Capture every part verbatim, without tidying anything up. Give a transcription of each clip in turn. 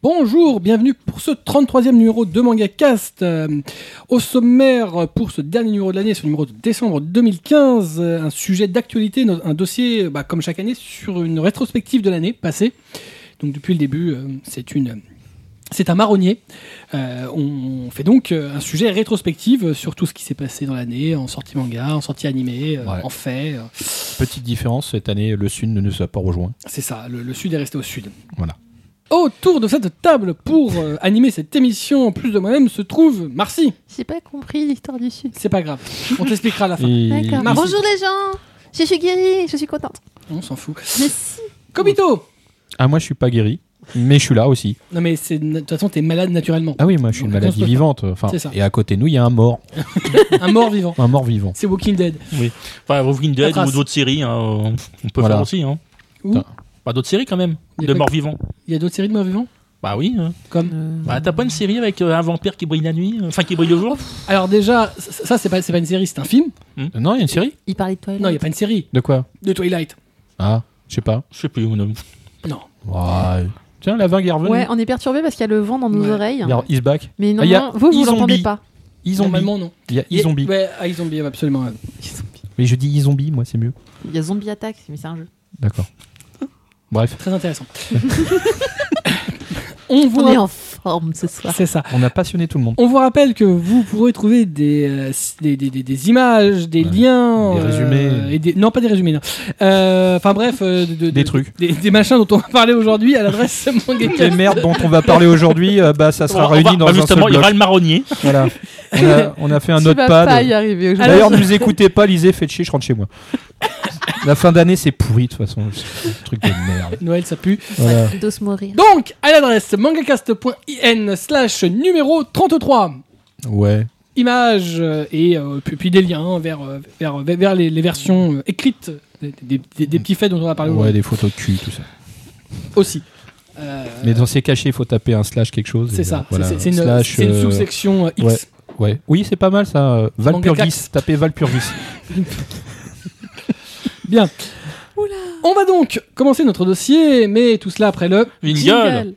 Bonjour, bienvenue pour ce trente-troisième numéro de MangaCast. Euh, au sommaire, pour ce dernier numéro de l'année, ce numéro de décembre deux mille quinze, euh, un sujet d'actualité, un dossier, bah, comme chaque année, sur une rétrospective de l'année passée. Donc depuis le début, euh, c'est une... C'est un marronnier. Euh, on fait donc un sujet rétrospectif sur tout ce qui s'est passé dans l'année, en sortie manga, en sortie animée, ouais. en fait. Petite différence, cette année, le Sud ne nous a pas rejoint. C'est ça, le, le Sud est resté au Sud. Voilà. Autour de cette table, pour euh, animer cette émission, en plus de moi-même, se trouve Marcy. J'ai pas compris l'histoire du Sud. C'est pas grave, on t'expliquera à la fin. Et... D'accord. Marcy. Bonjour les gens, je suis guérie, je suis contente. On s'en fout. Mais si. Kobito. Ah, moi, je suis pas guéri. Mais je suis là aussi. Non mais c'est, de toute façon t'es malade naturellement. Ah oui, moi je suis Donc, une maladie on se- vivante. Enfin, C'est ça. et à côté de nous, il y a un mort. Un mort vivant. Un mort vivant. C'est Walking Dead. Oui. Enfin, Walking La Dead trace. ou d'autres séries, hein, on peut Voilà. faire aussi. Hein. Où Bah, d'autres séries quand même, Il y a de quoi- morts vivants. Il y a d'autres séries de morts vivants Bah oui. hein. Comme. Euh, Bah, t'as pas une série avec euh, un vampire qui brille la nuit, euh, enfin qui brille le jour. Alors déjà, ça ça, c'est pas, c'est pas une série, c'est un film. Euh, Non, il y a une série. Il parlait de toi. Non, il y a pas une série. De quoi? De Twilight. Ah, je sais pas. Je sais plus. mon homme. Non. Ouais. Tiens, la vague est revenue. Ouais, on est perturbé parce qu'il y a le vent dans nos Ouais. oreilles. Regarde, Is back. Mais non, Ah, il y a non, vous, vous e-zombie. l'entendez pas. E-zombie. Normalement non. Il y a e-zombie. Ouais, ah, e-zombie, absolument. ouais. Mais je dis e-zombie, moi, c'est mieux. Il y a Zombie Attack, mais c'est un jeu. D'accord. Bref, Très intéressant. On vous On ra- est en forme ce soir. C'est ça. on a passionné tout le monde. On vous rappelle que vous pourrez trouver des, euh, des, des, des, des images, des Ouais. liens. Des résumés. euh, et des... Non, pas des résumés. non. Euh, Enfin bref. euh, de, de- Des de- trucs. Des, des machins dont on va parler aujourd'hui à l'adresse Les MangaCast. merdes dont on va parler aujourd'hui, euh, bah, ça sera On va- réuni bah, dans un justement, seul il y aura bloc. le marronnier. Voilà. On a, on a fait un Tu vas notepad. pas y arriver aujourd'hui. D'ailleurs, ne nous écoutez pas, lisez, faites chier, je rentre chez moi. La fin d'année, c'est pourri de toute façon. C'est un truc de merde. Noël, ça pue. Voilà. D'os mourir. Donc, à l'adresse mangacast.in slash numéro trente-trois. Ouais. Images euh, et euh, puis, puis des liens vers, euh, vers, vers, vers les, les versions euh, écrites des, des, des- des petits faits dont on va parler Ouais, aujourd'hui des photos de cul, tout ça. aussi. Euh, Mais dans ces cachets, il faut taper un slash quelque chose. c'est et, ça, euh, voilà. c'est, c'est une, Slash, c'est une euh, sous-section euh, X. ouais. Ouais. Oui, c'est pas mal ça. euh, Valpurgis. Mangakax. Tapez Valpurgis. Bien. On va donc commencer notre dossier, mais tout cela après le... Jingle. Jingle.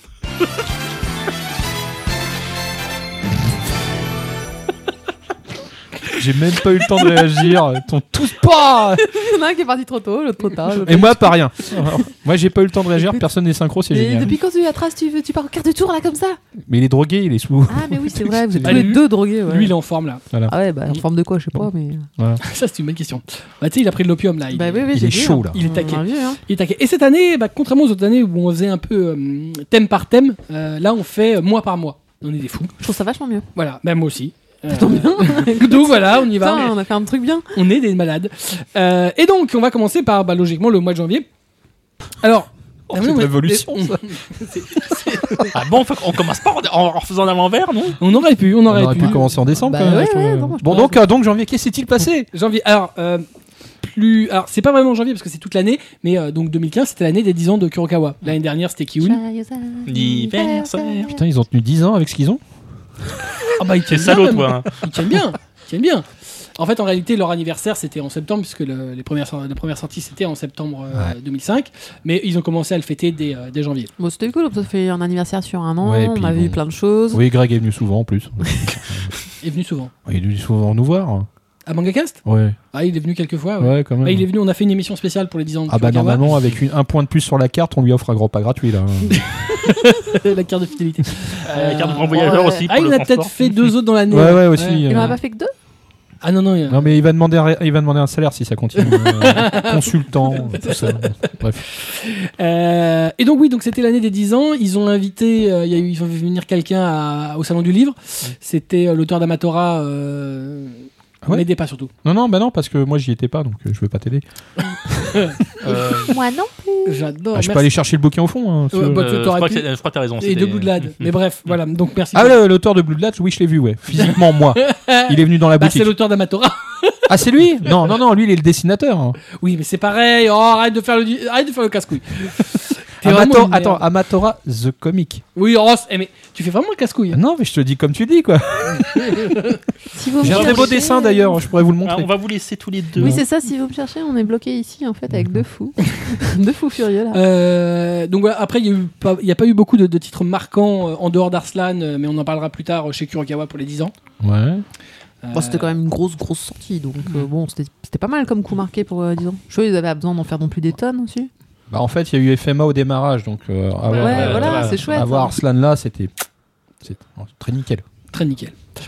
J'ai même pas eu le temps de réagir. Ils sont tous pas. Il y en a un qui est parti trop tôt, l'autre trop tard. l'autre- Et moi, pas rien. Alors, moi, j'ai pas eu le temps de réagir. Personne n'est synchro, c'est Et génial. depuis quand tu es à trace, tu, tu pars au quart de tour là comme ça? Mais il est drogué, il est sous. Ah, mais oui, c'est vrai, vous êtes Ah, tous les lui- deux drogués. Ouais. Lui, il est en forme, là. Ah ouais, bah en forme de quoi, je sais pas, mais. Ça, c'est une bonne question. Bah, tu sais, il a pris de l'opium, là. Il, Bah oui, oui, il j'ai est vu, chaud, hein. là. Il est taqué. On a vu, hein. il est taqué. Et cette année, bah, contrairement aux autres années où on faisait un peu euh, thème par thème, euh, là, on fait euh, mois par mois. On est des fous. Je trouve ça vachement mieux. Voilà, bah, moi aussi. Euh, Tant bien. donc voilà, on y va. Putain, on a fait un truc bien. On est des malades. Euh, et donc, on va commencer par, bah, logiquement, le mois de janvier. Alors... Oh, c'est une révolution, ça. C'est- Ah bon, faut- on commence pas en, en- en faisant à l'envers, non? on aurait pu, on On aurait, aurait pu commencer en décembre Bah quand même. ouais, je trouve. ouais, non, je bon, pense- donc, euh, donc, janvier, qu'est-ce qui s'est-il passé? Janvier. Alors, euh, plus. Alors, c'est pas vraiment janvier parce que c'est toute l'année, mais euh, donc deux mille quinze, c'était l'année des dix ans de Kurokawa. L'année dernière, c'était Kiun. Joyeux Anniversaire. Putain, ils ont tenu dix ans avec ce qu'ils ont. Ah bah, ils C'est tiennent salaud, bien, toi. même. hein. Ils tiennent bien. Ils tiennent bien. En fait, en réalité, leur anniversaire, c'était en septembre, puisque le- les, premières, sor- les premières sorties, c'était en septembre euh, Ouais. deux mille cinq. Mais ils ont commencé à le fêter dès, euh, dès janvier. Bon, c'était cool, ça fait un anniversaire sur un an, Ouais, et on puis a vu bon. plein de choses. Oui, Greg est venu souvent en plus. Il est venu souvent. Il est venu souvent nous voir. À MangaCast Ouais, Ah, il est venu quelques fois. Ouais. ouais, quand même. Bah, il est venu, on a fait une émission spéciale pour les dix ans de Ah bah Kurokawa. normalement, avec une- un point de plus sur la carte, on lui offre un gros pas gratuit là. La carte de fidélité. Euh, la carte de grand ouais. voyageur aussi. Ah, pour il le en a peut-être transport. fait deux autres dans l'année. Ouais, ouais, aussi. Il euh, en a pas fait que deux? Ah non, non. il y a- Non mais il va demander un, ré- il va demander un salaire si ça continue. euh, consultant, tout ça. Bref. Euh, et donc oui, donc c'était l'année des dix ans. Ils ont invité, euh, il y a eu, ils ont fait venir quelqu'un à- au salon du livre. C'était euh, l'auteur d'Amatora. Euh, Ouais. M'aidez pas surtout. Non non bah non parce que moi j'y étais pas donc euh, je veux pas t'aider. Euh, Moi non. J'adore. Ah, je peux merci. aller chercher le bouquin au fond. Hein, si Euh, tu veux. bah, euh, tu je t'aurais crois que pu- c'est- je crois que t'as raison. Et c'était- de Bloodlad. Mais bref, voilà. Donc merci. Ah le- l'auteur de Bloodlad, oui je l'ai vu ouais. Physiquement moi. Il est venu dans la Bah, boutique. c'est l'auteur d'Amatora. Ah c'est lui? Non non non lui il est le dessinateur. hein. Oui, mais c'est pareil. Oh, arrête de faire le, arrête de faire le casse-couille. T'es Amato- vraiment une Attends, merde. Amatora The Comic. Oui, Ross, eh, mais tu fais vraiment le casse-couille. Non, mais je te le dis comme tu dis, quoi. Si vous me J'ai un très beau cherchez- dessin d'ailleurs, je pourrais vous le Ah, montrer. on va vous laisser tous les deux. Oui, c'est ça, si vous me cherchez, on est bloqué ici en fait avec deux fous. deux fous furieux là. Euh, donc voilà, après, il n'y a, eu pas- il y a pas eu beaucoup de, de titres marquants euh, en dehors d'Arslan, euh, mais on en parlera plus tard euh, chez Kurokawa pour les dix ans. Ouais. Euh, Bon, c'était quand même une grosse, grosse sortie, donc euh, bon, c'était c'était pas mal comme coup marqué pour euh, dix ans. Je sais, ils avaient besoin d'en faire non plus des tonnes aussi. Bah, en fait, il y a eu F M A au démarrage, donc euh, avoir, Ouais, ouais, voilà, ouais. c'est chouette. avoir hein. Arslan là, c'était c'était très nickel. Très nickel.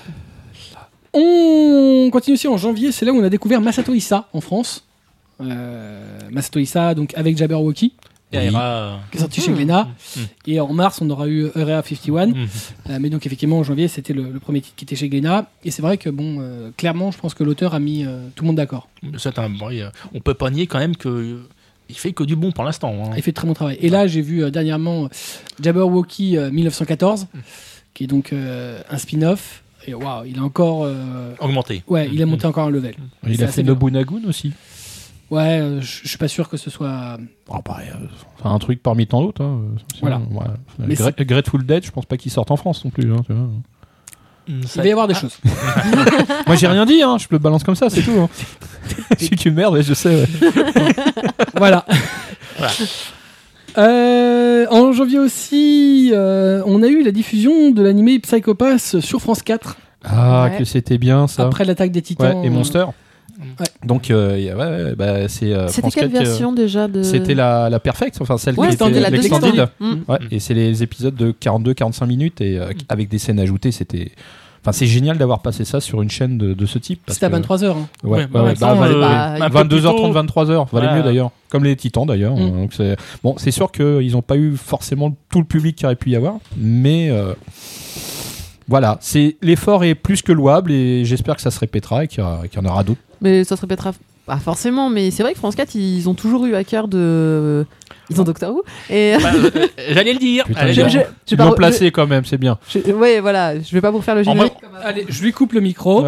On continue aussi en janvier, c'est là où on a découvert Masato Issa en France. Euh, Masato Issa, donc avec Jabberwocky, Et Aira, qui est sorti chez Glénat. Mm. Et en mars, on aura eu Area cinquante et un. mm. Euh, mais donc, effectivement, en janvier, c'était le, le premier titre qui était chez Glénat. Et c'est vrai que, bon, euh, clairement, je pense que l'auteur a mis euh, tout le monde d'accord. C'est un, bon, euh, on peut pas nier quand même que euh, il fait que du bon pour l'instant. hein. Il fait de très bon travail. Et là, j'ai vu euh, dernièrement Jabberwocky euh, mille neuf cent quatorze, qui est donc euh, un spin-off. Et waouh, il a encore. euh, Augmenté. Ouais, il a monté encore un level. Il C'est a assez fait bien. Nobunagun aussi. Ouais, euh, je je suis pas sûr que ce soit. Oh, pareil, euh, enfin, un truc parmi tant d'autres. hein. C'est- Voilà. ouais. Mais Gre- Grateful Dead, je pense pas qu'il sorte en France non plus. hein, tu vois. Mm, Il ça- va y avoir des Ah, choses. Moi, j'ai rien dit, hein, je te le balance comme ça, c'est tout. Hein. Je suis qu'une merde, ouais, je sais. Ouais. Voilà. Voilà. Euh, en janvier aussi, euh, on a eu la diffusion de l'animé Psycho Pass sur France quatre Ah, Ouais. que c'était bien ça. après l'attaque des Titans. Ouais, et Monster. Ouais. Donc, euh, y a- ouais, ouais, bah, c'est euh, C'était France quelle quatre, euh, version déjà de. C'était la, la Perfect, enfin celle Ouais, qui c'était était la l'extended. deuxième. Mm. Ouais, et c'est les épisodes de quarante-deux à quarante-cinq minutes et euh, avec des scènes ajoutées, c'était. Enfin, c'est génial d'avoir passé ça sur une chaîne de, de ce type. parce C'était à que- vingt-trois heures. Hein. Ouais, Ouais, ouais, bah, ouais, maintenant, bah, valait- euh, bah, un peu vingt-deux heures plus trente, tôt. vingt-trois heures, valait Voilà. mieux d'ailleurs. Comme les Titans d'ailleurs. Mm. hein, donc c'est... Bon, c'est sûr qu'ils n'ont pas eu forcément tout le public qu'il aurait pu y avoir, mais euh, voilà, c'est... l'effort est plus que louable et j'espère que ça se répétera et qu'il y, aura- qu'il y en aura d'autres. Mais ça se répétera pas forcément, mais c'est vrai que France quatre, ils ont toujours eu à cœur de. Ils ont Doctor Who. Et. Bah, euh, J'allais le dire. Putain, Allez, ils le ont- dire. je- Ils vais l'ont pas- placé quand même, c'est bien. je- je- ouais, voilà, je vais pas vous faire le En générique. Allez, je lui coupe le micro. Ouais.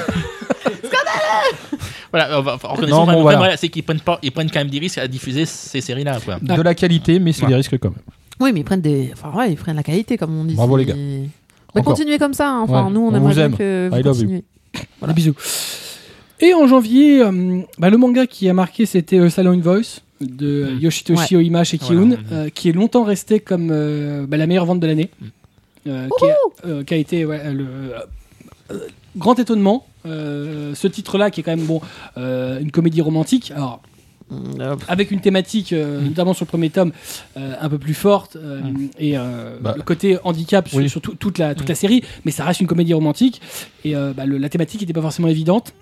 Voilà, on va- en reconnaissant Non, quand bon, même, voilà. voilà, c'est qu'ils prennent, pas, ils prennent quand même des risques à diffuser ces séries-là. Quoi. De la qualité, mais c'est Ouais. des risques quand même. Oui, mais ils prennent des. Enfin, ouais, ils prennent la qualité, comme on dit. Bravo, les gars. Bah, Encore. continuez comme ça. hein. Enfin, Ouais, nous, on, on aimerait vous bien aime. que vous I love you. continuez. Voilà. Bisous. Et en janvier, euh, bah, le manga qui a marqué, c'était euh, Silent Voice de Mm. Yoshitoshi Ouais. Oima chez Kiun, Voilà. euh, qui est longtemps resté comme euh, bah, la meilleure vente de l'année. Euh, qui, a, euh, qui a été ouais, le euh, grand étonnement. Euh, ce titre-là, qui est quand même bon, euh, une comédie romantique. Alors, Euh, avec une thématique, euh, notamment sur le premier tome, euh, un peu plus forte, euh, Mm. et euh, Bah, le côté handicap sur, oui. sur tout- toute, la, toute Mm. la série, mais ça reste une comédie romantique, et euh, bah, le- la thématique n'était pas forcément évidente.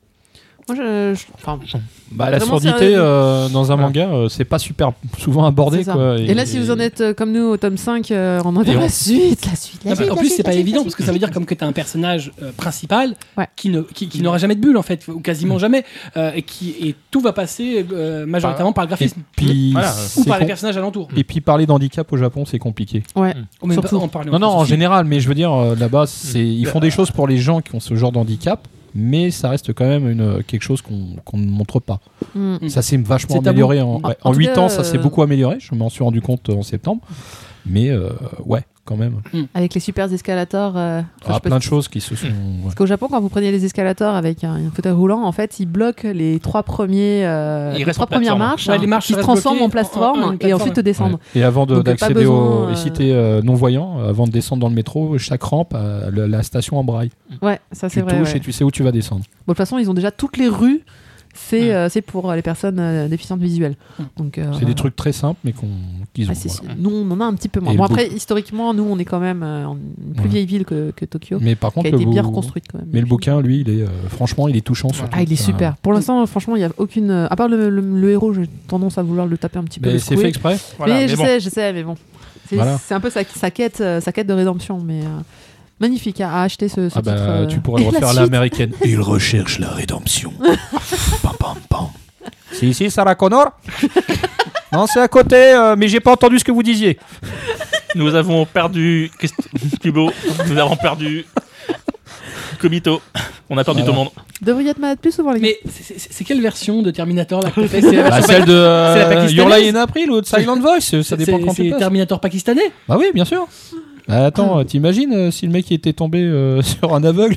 Moi, je. je- Enfin, Bah, la Vraiment, surdité c'est un- euh, dans un Ouais. manga, euh, c'est pas super souvent abordé. c'est ça. Quoi, Et, là, si vous en êtes euh, comme nous au tome cinq, euh, on en Et a on- la suite, la suite, la Ah bah, suite. en la plus, suite, c'est pas la suite, évident, la parce que suite. ça veut dire comme que tu as un personnage euh, principal Ouais. qui, ne, qui, qui n'aura jamais de bulle, en fait, ou quasiment jamais, euh, et, qui, et tout va passer euh, majoritairement par le Et graphisme, puis, Voilà. ou c'est par les com- personnages alentours. et puis parler d'handicap au Japon, c'est compliqué. Ouais. Ou même Surtout. pas en parler Non, non, en souci. général, mais je veux dire, euh, là-bas, c'est, ils font des choses pour les gens qui ont ce genre d'handicap, mais ça reste quand même une, quelque chose qu'on, qu'on ne montre pas. Mm. Mm. Ça s'est vachement C'est tabou. amélioré. En, En- ouais, en en tout huit cas, ans, ça s'est euh, beaucoup amélioré. Je m'en suis rendu compte euh, en septembre. Mais euh, ouais, quand même. Avec les super escalators. euh, enfin, je Ah, sais pas plein si- de choses qui se sont. ouais. Parce qu'au Japon, quand vous prenez les escalators avec un, un fauteuil roulant, en fait, ils bloquent les trois premiers, euh, Il les reste trois en premières plateforme. marches, Ouais, hein, les marches qui se restent transforment en bloquées en- en- en plateforme une et plateforme. ensuite te descendent. Ouais. Et avant de- Donc, pas d'accéder besoin, aux euh, si t'es euh, non-voyant, avant de descendre dans le métro, chaque rampe a le- la station en braille. Ouais, ça c'est Tu vrai. touches ouais. et tu sais où tu vas descendre. Bon, de toute façon, ils ont déjà toutes les rues. C'est Mm. euh, c'est pour euh, les personnes euh, déficientes visuelles. Mm. Donc, euh, C'est des trucs très simples, mais qu'on, qu'ils ont. ah, c'est- voilà. nous, on en a un petit peu moins. Et Bon, le après, historiquement, nous, on est quand même euh, une plus Ouais. vieille ville que, que Tokyo, Mais par qui a contre, été le bien bou- reconstruite quand même. Mais le bouquin, lui, il est, euh, franchement, il est touchant. surtout. Ah, il est Ça- super. Pour l'instant, franchement, il n'y a aucune. À part le, le- le héros, j'ai tendance à vouloir le taper un petit peu. Mais le c'est secouer. fait exprès. Voilà, mais mais je bon. sais, je sais, mais bon. C'est Voilà. c'est un peu sa, sa, quête, euh, sa quête de rédemption, mais euh, magnifique à, à acheter ce, ce Ah bah, titre. euh. tu pourrais le Et la refaire à suite. l'américaine. Il recherche la rédemption. pam, pam, pam. C'est ici, Sarah Connor. Non, c'est à côté, euh, mais j'ai pas entendu ce que vous disiez. Nous avons perdu. Christ- Thibaut, nous avons perdu. Comito. On a perdu Voilà. tout le monde. Devriez être malade plus souvent, les gars. Mais c'est- c'est c'est quelle version de Terminator là que t'as fait? C'est la Bah, version celle de c'est la euh, pakistanaise. Your Lie in April ou de Silent Voice, ça c'est- dépend quand c'est tu passes. Terminator pakistanais. Bah oui, bien sûr. Bah, attends, t'imagines euh, si le mec il était tombé euh, sur un aveugle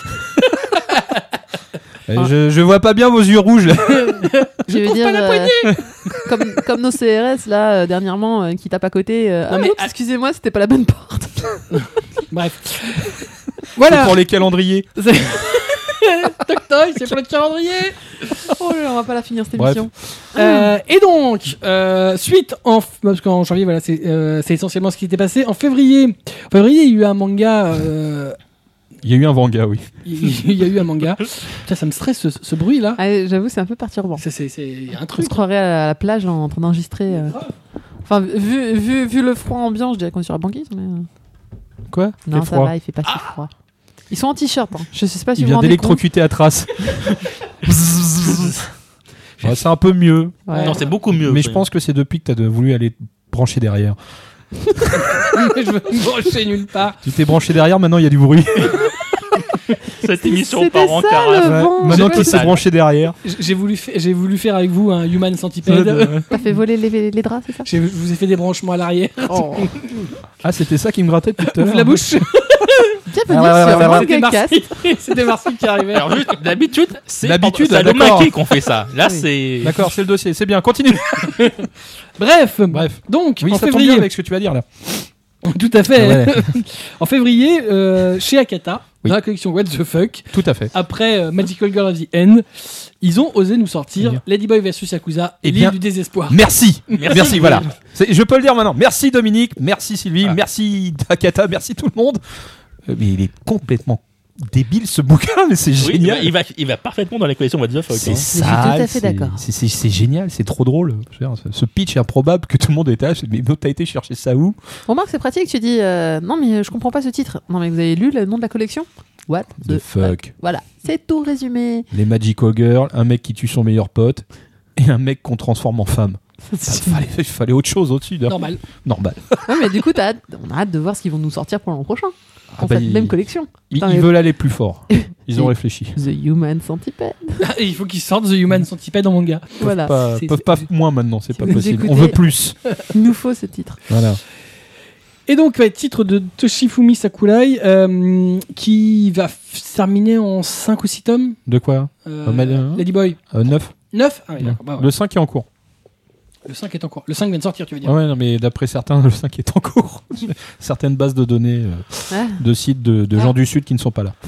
Euh, je, je vois pas bien vos yeux rouges là. Je veux dire, euh, comme, comme nos C R S là euh, dernièrement euh, qui tapent à côté. euh, Non, ah, mais- oups, excusez-moi, c'était pas la bonne porte. Bref. C'est Voilà. pour les calendriers. C'est- Toc toc, c'est pour le calendrier. Oh là là, on va pas la finir cette Bref. émission. Euh, et donc, euh, suite en f- parce qu'en janvier, voilà, c'est euh, c'est essentiellement ce qui était passé. En février, en février, il y a eu un manga. euh, Il y a eu un Vanga, oui. il il y a eu un manga. Putain, ça me stresse ce, ce bruit là. Ah, j'avoue, c'est un peu perturbant. C'est c'est- c'est un On truc. se croirait à la plage là, en train d'enregistrer. euh. Enfin, vu, vu, vu le froid ambiant, je dirais qu'on est sur la banquise. Mais... euh, Quoi Non, Quel ça froid. va, il fait pas si froid. Ils sont en t-shirt. Hein. Je sais pas si Il vous vient vous rendez compte. d'électrocuter à trace. Ouais, c'est un peu mieux. Ouais. Non, c'est beaucoup mieux. Mais oui. je pense que c'est depuis que t'as de- voulu aller te brancher derrière. Je veux me brancher nulle part. Tu t'es branché derrière, maintenant il y a du bruit. Cette émission C'était part en ça, carafe. le Ouais. vent. Maintenant J'ai qu'il s'est pas- branché derrière. J- J'ai voulu, fa- j'ai voulu faire avec vous un Human Centipede. Ouais. T'as fait voler les, les draps, c'est ça? J'ai- Je vous ai fait des branchements à l'arrière. Oh. Ah, c'était ça qui me grattait tout à Ouvre l'heure. la bouche. Bienvenue Ah, ouais, sur ouais, ouais, C'était Mangacast. Marcy. C'était Marcy qui arrivait. Alors juste, d'habitude, c'est D'habitude, pendant- c'est à d'accord. l'Omake qu'on fait ça. Là, Oui. c'est. D'accord, c'est le dossier. C'est bien, continue. Bref, Bref. donc Oui, en ça tombe février, bien avec ce que tu vas dire là. tout à fait. Ouais. En février, euh, chez Akata, Oui. dans la collection What the Fuck, Tout à fait. après euh, Magical Girl of the End, ils ont osé nous sortir Bien. Ladyboy versus Yakuza et Eh l'île bien, du désespoir. Merci. Merci. Merci, voilà. C'est- Je peux le dire maintenant. Merci Dominique, merci Sylvie, Ah. merci Takata, merci tout le monde. Euh, Mais il est complètement débile ce bouquin, mais c'est Oui, génial. il va, il va parfaitement dans la collection What the Fuck. C'est hein. suis ça. tout à fait d'accord. C'est c'est- c'est génial, c'est trop drôle. Je veux dire, ce- Ce pitch est improbable que tout le monde était là. Mais t'as été chercher ça où? Remarque, c'est pratique. Tu dis euh, non, mais je comprends pas ce titre. Non, mais vous avez lu le nom de la collection? What The fuck. Voilà, c'est tout résumé. Les Magical Girls, un mec qui tue son meilleur pote et un mec qu'on transforme en femme. Il fallait, il fallait autre chose au-dessus. là. Normal. Normal. Ouais, mais du coup, t'as hâte- on a hâte de voir ce qu'ils vont nous sortir pour l'an prochain. Ah En bah, cette ils- même collection. Ils, Putain, ils mais- veulent aller plus fort. Ils ont Et- réfléchi. The Human Centipede. Il faut qu'ils sortent The Human Centipede en manga. Voilà. Pas, C'est- peuvent pas moins maintenant, c'est Si pas vous possible. écoutez- On veut plus. Il nous faut ce titre. Voilà. Et donc, ouais, titre de Toshifumi Sakurai, euh, qui va f- terminer en cinq ou six tomes. De quoi Euh, Euh, Mad- Ladyboy. euh, neuf neuf Ah oui, d'accord. Bah, ouais. Le cinq est en cours. Le cinq est en cours. Le cinq vient de sortir, tu veux dire. Ah ouais, non, mais d'après certains, le cinq est en cours. Certaines bases de données euh, Ah, de sites de, de Ah. gens du Sud qui ne sont pas là.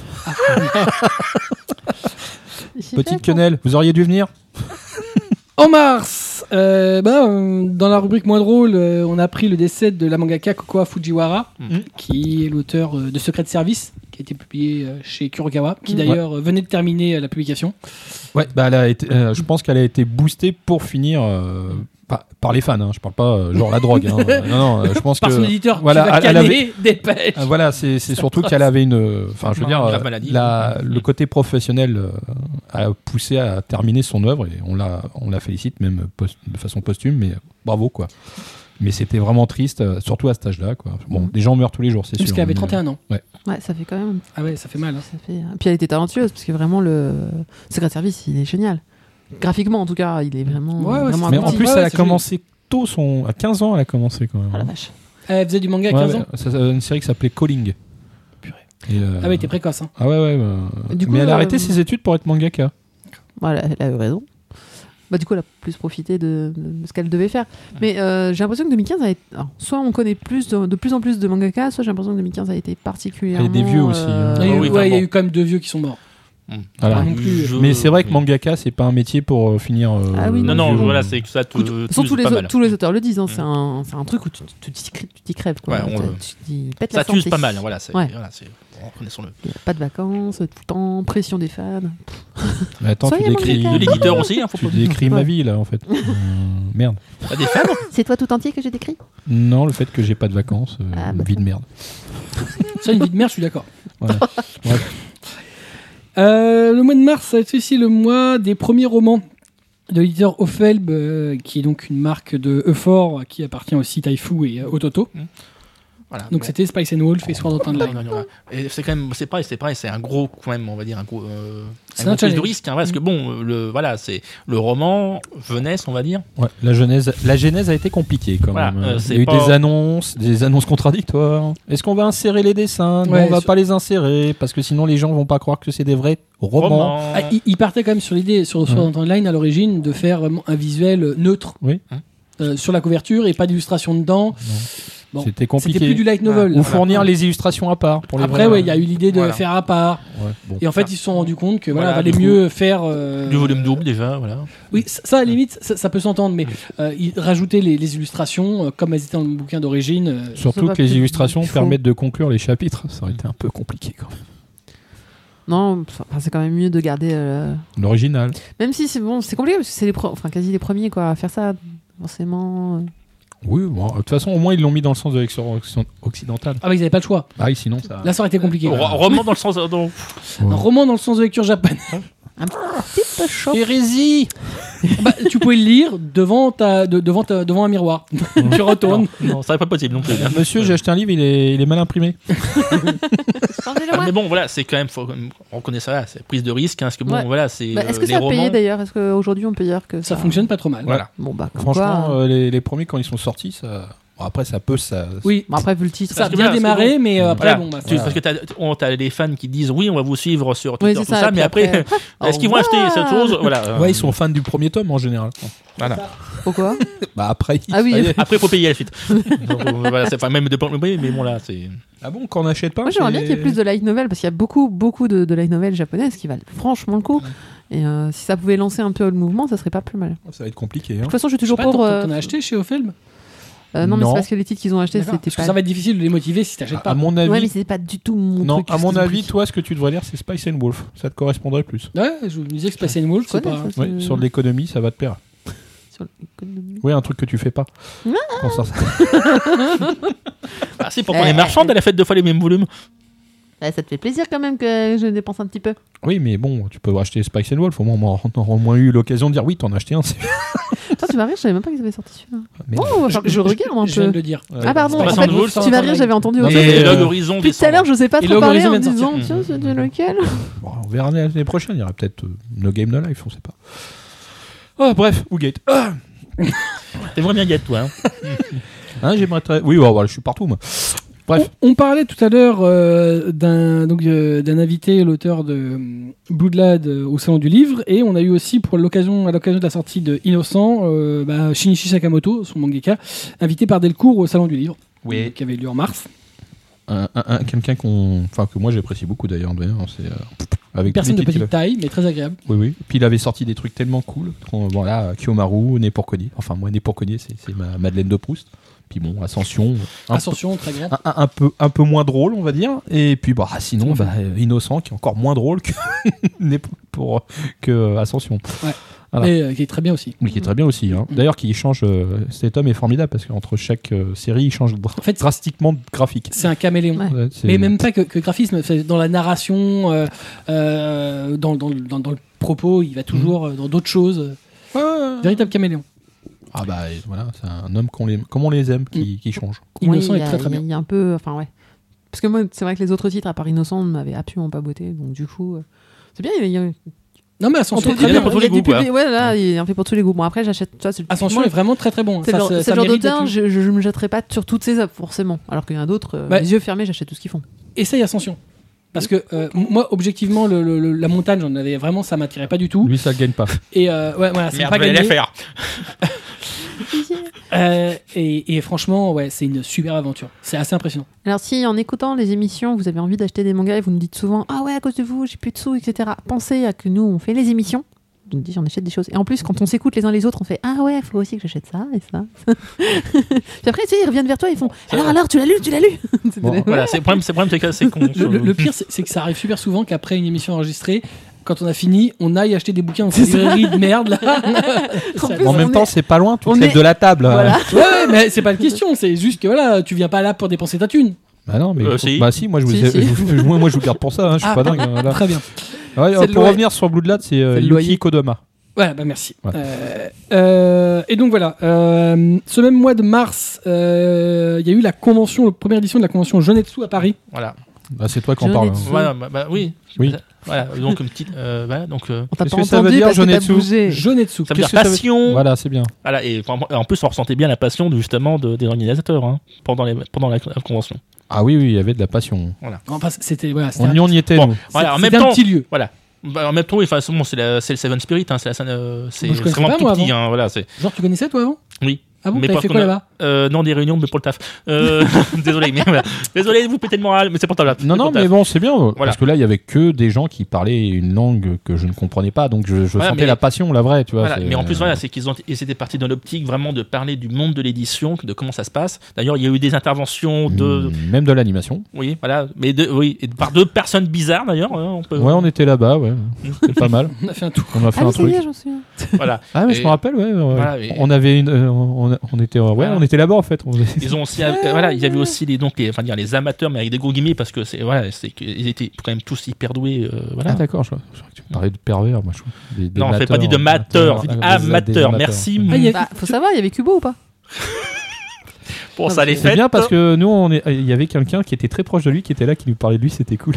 j'y Petite vais, quenelle, vous auriez dû venir. En mars, euh, bah, euh, dans la rubrique moins drôle, euh, on a appris le décès de la mangaka Kokoa Fujiwara, Mhm. qui est l'auteur euh, de Secret Service, qui a été publié euh, chez Kurokawa, qui Mhm. d'ailleurs euh, venait de terminer euh, la publication. Ouais, bah elle a été, euh, je pense qu'elle a été boostée pour finir euh, par, par les fans. Hein. Je parle pas euh, genre la drogue. Hein. Euh, non, non, euh, je pense Par que son éditeur, voilà, qui va elle- elle canner des pêches. Ah, voilà, c'est c'est surtout qu'elle avait une. Enfin, je veux Non, dire, une grave euh, maladie. la- le côté professionnel euh, a poussé à terminer son œuvre et on la, on la félicite même post- de façon posthume, mais euh, bravo quoi. Mais c'était vraiment triste, euh, surtout à cet âge-là. Quoi. Bon, Mhm. des gens meurent tous les jours, c'est sûr. Parce qu'elle avait mais- trente et un ans. Ouais, ça fait quand même. Ah ouais, ça fait mal. hein. Ça fait... Puis elle était talentueuse parce que vraiment le Secret Service, il est génial. Graphiquement, en tout cas, il est vraiment. Ouais, ouais, vraiment c'est- Mais abouti. en plus, Ouais, elle ouais, a ça commencé tôt, son... à quinze ans, elle a commencé quand même. Ah la vache. Elle faisait du manga à Ouais, quinze ouais, ans. ça- ça- une série qui s'appelait Calling. Purée. Et, euh, Ah ouais, t'es précoce. Hein. Ah ouais, ouais. euh, Du coup, mais elle a euh, arrêté ses études pour être mangaka. Voilà, elle a eu raison. Bah, du coup, elle a plus profité de, de ce qu'elle devait faire. Mais euh, j'ai l'impression que deux mille quinze a été. alors, soit on connaît plus de, de plus en plus de mangaka, soit j'ai l'impression que deux mille quinze a été particulièrement. Il y a des vieux aussi, euh, hein. Il y a eu- oui, ouais, il y a vraiment. eu quand même deux vieux qui sont morts. Voilà. non plus. Je- Mais c'est vrai que oui. mangaka, c'est pas un métier pour euh, finir. euh, Ah oui, Non, non, vieux. voilà, c'est que ça te. Écoute, de toute façon, t'use tous les, pas au- mal. tous les auteurs le disent, hein, Mm. c'est un, c'est un truc où tu tu t'y crè- tu t'y crèves. Quoi. Ouais, on Tu- le- tu te dis, pète Ça la t'use santé. pas mal, voilà. c'est- Ouais. voilà, c'est- bon, Reconnaissons-le. Y a Pas de vacances, tout le temps, pression des fans. Mais attends, tu Soyez décris, mangaka. De l'éditeur aussi, hein, faut tu pas. décris ma Ouais. vie là en fait. Euh, merde. T'as des fans C'est toi tout entier que j'ai décrit? Non, le fait que j'ai pas de vacances, euh, Ah, une bah, vie de merde. Ça, une vie de merde, je suis d'accord. Voilà. Euh, le mois de mars, ça va être aussi le mois des premiers romans de l'éditeur Ophelb, euh, qui est donc une marque de Euphor qui appartient aussi Taifu et euh, Ototo. Voilà. Donc Bon. c'était Spice and Wolf et Sword Art Online. Non, non, non, non. Et c'est quand même, c'est pareil, c'est pareil, c'est un gros, quand même, on va dire un gros, euh, C'est un gros un plus de challenge. risque, hein, parce que bon, le, voilà, c'est le roman jeunesse, on va dire. Ouais, la genèse, la genèse a été compliquée quand Voilà, même. euh, Il c'est y a eu pas- des annonces, des annonces contradictoires. Est-ce qu'on va insérer les dessins Non, Ouais, on va sur- pas les insérer parce que sinon les gens vont pas croire que c'est des vrais romans. Roman. Ah, il, il partait quand même sur l'idée, sur Sword Art Online à l'origine, de faire vraiment un visuel neutre Oui. euh, sur la couverture et pas d'illustration dedans. Bon, C'était compliqué. C'était plus du light novel. Ou là. fournir les illustrations à part. Pour les Après, vrais. ouais, il y a eu l'idée de Voilà. faire à part. Ouais, bon. Et en fait, ils se sont rendus compte que voilà, Voilà, valait du coup, mieux faire. euh, Du volume double déjà, voilà. Oui, ça, ça, à la limite, ça, ça peut s'entendre, mais euh, ils- rajouter les, les illustrations euh, comme elles étaient dans le bouquin d'origine. euh, Surtout Ça va que les peut-être- illustrations il faut- permettent de conclure les chapitres. Ça aurait été un peu compliqué quand même. Non, enfin, c'est quand même mieux de garder. euh, L'original. Même si c'est bon, c'est compliqué parce que c'est les pro- enfin, quasi les premiers quoi, à faire ça. Forcément. euh. Oui, bon, de toute façon, au moins ils l'ont mis dans le sens de l'excellence occidentale. Ah, bah, ils n'avaient pas le choix. Ah oui, sinon ça. Là, ça aurait été compliqué. Ro- Roman dans le sens. dans- Un roman dans le sens de lecture japonaise. Un petit peu chaud. Hérésie. Bah, tu pouvais le lire devant, ta, de- devant, ta- devant un miroir. Tu retournes. Non, ça n'est pas possible non plus. hein. Monsieur, j'ai acheté un livre, il est, il est mal imprimé. Changez-le Ah, moi. mais bon, voilà, c'est quand même, faut, on reconnaît ça, là, c'est prise de risque, hein, parce que bon, Ouais. voilà, c'est Bah, Est-ce euh, que les ça a romans. payé d'ailleurs Est-ce qu'aujourd'hui on peut dire que Ça fonctionne pas trop mal. Voilà. Bon bah comme Franchement, quoi, euh, les, les premiers quand ils sont sortis, ça. Bon, après, ça peut, ça. Oui, Bon, après vu le titre. ça a que bien voilà, parce que démarré, bon, mais euh, après, Voilà, bon, bah, tu- voilà. parce que t'as, on, t'as les fans qui disent oui, on va vous suivre sur Twitter, Oui, c'est tout ça, ça, et mais puis après, après, est-ce au qu'ils vont acheter revoir. cette chose Voilà. euh, Ouais, ils sont fans du premier tome en général. Voilà. Pourquoi Bah après. Ah oui. ça y est. Après, il faut payer la suite. Donc, euh, voilà, c'est, enfin, même de oui, mais bon, là, c'est. Ah bon, quand on n'achète pas Moi j'aimerais bien c'est- qu'il y ait plus de light novel parce qu'il y a beaucoup beaucoup de, de light novel japonaises qui valent franchement le coup. Et euh, si ça pouvait lancer un peu le mouvement, ça serait pas plus mal. De Ça va être compliqué. Hein. toute façon, je suis toujours je sais pas, pauvre. t'en- euh, T'en as acheté chez Ophelm euh, non, mais Non. c'est parce que les titres qu'ils ont achetés, D'accord. c'était Parce que pas. ça va être difficile de les motiver si t'achètes À, pas. à mon avis. Ouais, mais c'est pas du tout mon Non, truc. à ce mon qu'ils ont avis, pris. toi, ce que tu devrais lire, c'est Spice and Wolf. Ça te correspondrait plus. Ouais, je vous disais que Space and Wolf, Je c'est connais pas. ça, c'est- Oui, sur de l'économie, ça va te plaire. sur l'économie. Oui, un truc que tu fais pas. Quand ça- Ah, c'est pourtant Eh, les marchandes, eh. elle a fait deux fois les mêmes volumes. Ouais, ça te fait plaisir quand même que je dépense un petit peu. Oui, mais bon, tu peux acheter Spice and Wolf. Au moins, on aura au moins eu l'occasion de dire oui, t'en as acheté un. c'est- Toi, tu vas rire, je savais même pas qu'ils avaient sorti celui-là. Mais- Oh, va falloir que je regarde un Je viens peu. de le dire. Ah, pardon, Spice en and fait, Wolf, tu vas rire, j'avais entendu Non, autre mais, chose. Et euh, Log Horizon. Depuis tout à l'heure, je sais pas Et trop Log parler Horizon en vient de disant sortir. tiens, c'était lequel Bon, on verra l'année prochaine. Il y aura peut-être euh, No Game No Life, on sait pas. Oh, bref, Woogate. Ah T'aimerais bien y être, toi. Hein. Hein, j'aimerais très. Oui, bon, voilà, je suis partout, moi. Bref. On, on parlait tout à l'heure euh, d'un donc euh, d'un invité, l'auteur de euh, Bloodlad euh, au salon du livre, et on a eu aussi pour l'occasion à l'occasion de la sortie de Innocent, euh, bah, Shinichi Sakamoto, son mangaka, invité par Delcourt au salon du livre, Oui. euh, qui avait lieu en mars. Un, un- un- quelqu'un qu'on, enfin que moi j'apprécie beaucoup d'ailleurs. d'ailleurs, C'est euh, avec tous Personne les de titres qu'il petite taille, mais très agréable. a- Oui, oui. Puis il avait sorti des trucs tellement cool. qu'on- Voilà, Kiyomaru, Né pour cogner. Enfin moi, Né pour cogner, c'est, c'est ma Madeleine de Proust. Puis bon, Ascension, un, Ascension, très grand. peu, un, un peu, un peu moins drôle, on va dire. Et puis bah sinon, C'est bah, euh, Innocent, qui est encore moins drôle que Né pour, pour- que euh, Ascension. voilà. Et euh, qui est très bien aussi. Oui, qui est très bien aussi. Hein. D'ailleurs, qui change. euh, cet homme est formidable parce qu'entre chaque euh, série, il change dra- En fait, drastiquement de graphique. C'est un caméléon. Ouais. Ouais, c'est- Mais même pas que, que graphisme, c'est dans la narration, euh, euh, dans, dans, dans, dans le propos, il va toujours euh, dans d'autres choses. Ouais, ouais, ouais. Véritable caméléon. Ah bah et voilà, c'est un homme qu'on les, comme on les aime, qui, qui change. Innocent Oui, il y est a- très très bien. Il y a un peu, enfin ouais. Parce que moi, c'est vrai que les autres titres, à part Innocent, ne m'avaient absolument pas botté. Donc du coup, euh, c'est bien. Il y a, Non mais Ascension est entre très il y a bien. pour tous il y a les du goûts, public- Ouais, là, il en fait pour tous les goûts. Bon, après, j'achète. Ça, c'est- Ascension moi, est vraiment très très bon. C'est Ça, le genre, ça- c'est ça le genre mérite d'auteur, d'être lu. je, je me jetterai pas sur toutes ces œuvres, forcément. Alors qu'il y en a d'autres, euh, Ouais. les yeux fermés, j'achète tout ce qu'ils font. Essaye Ascension. Parce que euh, moi, objectivement, le, le- le- la montagne, j'en avais vraiment, ça m'attirait pas du tout. Lui, ça gagne pas. Et euh, ouais, voilà, c'est Merde, pas je vais la gagné. faire. Euh, et, et franchement, ouais, c'est une super aventure. C'est assez impressionnant. Alors, si en écoutant les émissions, vous avez envie d'acheter des mangas et vous nous dites souvent ah ouais, à cause de vous, j'ai plus de sous, et cetera. Pensez à que nous, on fait les émissions. On dit on achète des choses. Et en plus, quand on s'écoute les uns les autres, on fait ah ouais, faut aussi que j'achète ça et ça. Puis après, tu sais, ils reviennent vers toi, ils font alors, alors, tu l'as lu, tu l'as lu. C'est Bon, de- Voilà, c'est le problème, c'est le problème, c'est que c'est con. Le, le- le pire, c'est c'est que ça arrive super souvent qu'après une émission enregistrée, quand on a fini, on aille acheter des bouquins dans cette librairie de merde là. En Ça- plus, En même on temps, est- c'est pas loin, tu on te lèves est- de la table. Voilà. Ouais, ouais, mais c'est pas la question, c'est juste que voilà, tu viens pas là pour dépenser ta thune. Bah non, mais Euh, faut- si. bah si, moi je vous, Si, ai- si. je vous- moi, moi, je vous garde pour ça, hein, je suis Ah. pas dingue. hein, voilà. Très bien. Ouais, C'est euh, le pour loyer. revenir sur Bloodlad, c'est euh, C'est le Yuki loyer. Kodama. Voilà, bah merci. Ouais. Euh, euh, et donc voilà, euh, ce même mois de mars, euh, il y a eu la convention, la première édition de la convention Jonetsu à Paris. Voilà. Bah, c'est toi qui en Je parle. l'ai hein. dit. Voilà, bah, bah, oui. Oui. Voilà, donc une petite. euh, voilà, donc. euh, On t'a Qu'est-ce pas que ça veut entendu dire, parce que t'as Jonetsu bougé. Jonetsu. Ça veut dire Qu'est-ce que ça veut- passion. Voilà, c'est bien. Voilà, et vraiment- en plus, on ressentait bien la passion de, justement de- des organisateurs hein, pendant, les, pendant la, la convention. Ah oui, oui, il y avait de la passion. Enfin, c'était voilà, c'était On un, y, on y était, Bon, nous. voilà, en c'était même un temps. petit lieu. Voilà. Bah, en même temps, oui, enfin, bon, c'est, la- c'est le Seven Spirit, hein, c'est, la scène, euh, c'est, Moi, je c'est connaissais vraiment pas, tout moi, petit. avant. Hein, voilà, c'est, Genre, tu connaissais toi avant? oui. Ah bon, Mais t'avais parce fait qu'on quoi a- là-bas? Euh, non, des réunions, mais pour le taf. Euh, désolé, mais voilà. Désolé de vous péter le moral, mais c'est pour ta Non, c'est non, pour le mais taf. bon, c'est bien. Voilà. Parce que là, il y avait que des gens qui parlaient une langue que je ne comprenais pas. Donc, je, je Voilà, sentais mais- la passion, la vraie, tu vois. Voilà, c'est- mais en plus, voilà, c'est qu'ils ont, ils étaient partis dans l'optique vraiment de parler du monde de l'édition, de comment ça se passe. D'ailleurs, il y a eu des interventions de, Mm, Même de l'animation. oui, voilà, mais de, oui, et par deux personnes bizarres d'ailleurs. hein, on peut, Ouais, on était là-bas, ouais. C'était pas mal. On a fait un tour. On a fait Ah un oui, ça truc. y est, j'en suis. voilà. Ah, mais Et- je me rappelle, ouais. ouais. Voilà, et- On avait une. euh, on, on était, ouais, Voilà. on était là-bas, en fait. On- Ils ont aussi, euh, voilà, il y avait aussi les, donc les, enfin dire les amateurs, mais avec des gros guillemets parce que c'est, voilà, c'est qu'ils étaient quand même tous hyper doués, euh, voilà. Ah, d'accord, je, je crois que tu parlais de pervers, moi, je crois. Des- des non, on fait pas mateurs, dit de mateur, on fait dit ah, des- des amateur. amateurs. Merci. Ah, il y a- Bah, faut savoir, il y avait Kubo ou pas? Pour ça les C'est fêtes. bien parce que nous, on est- il y avait quelqu'un qui était très proche de lui, qui était là, qui nous parlait de lui, c'était cool.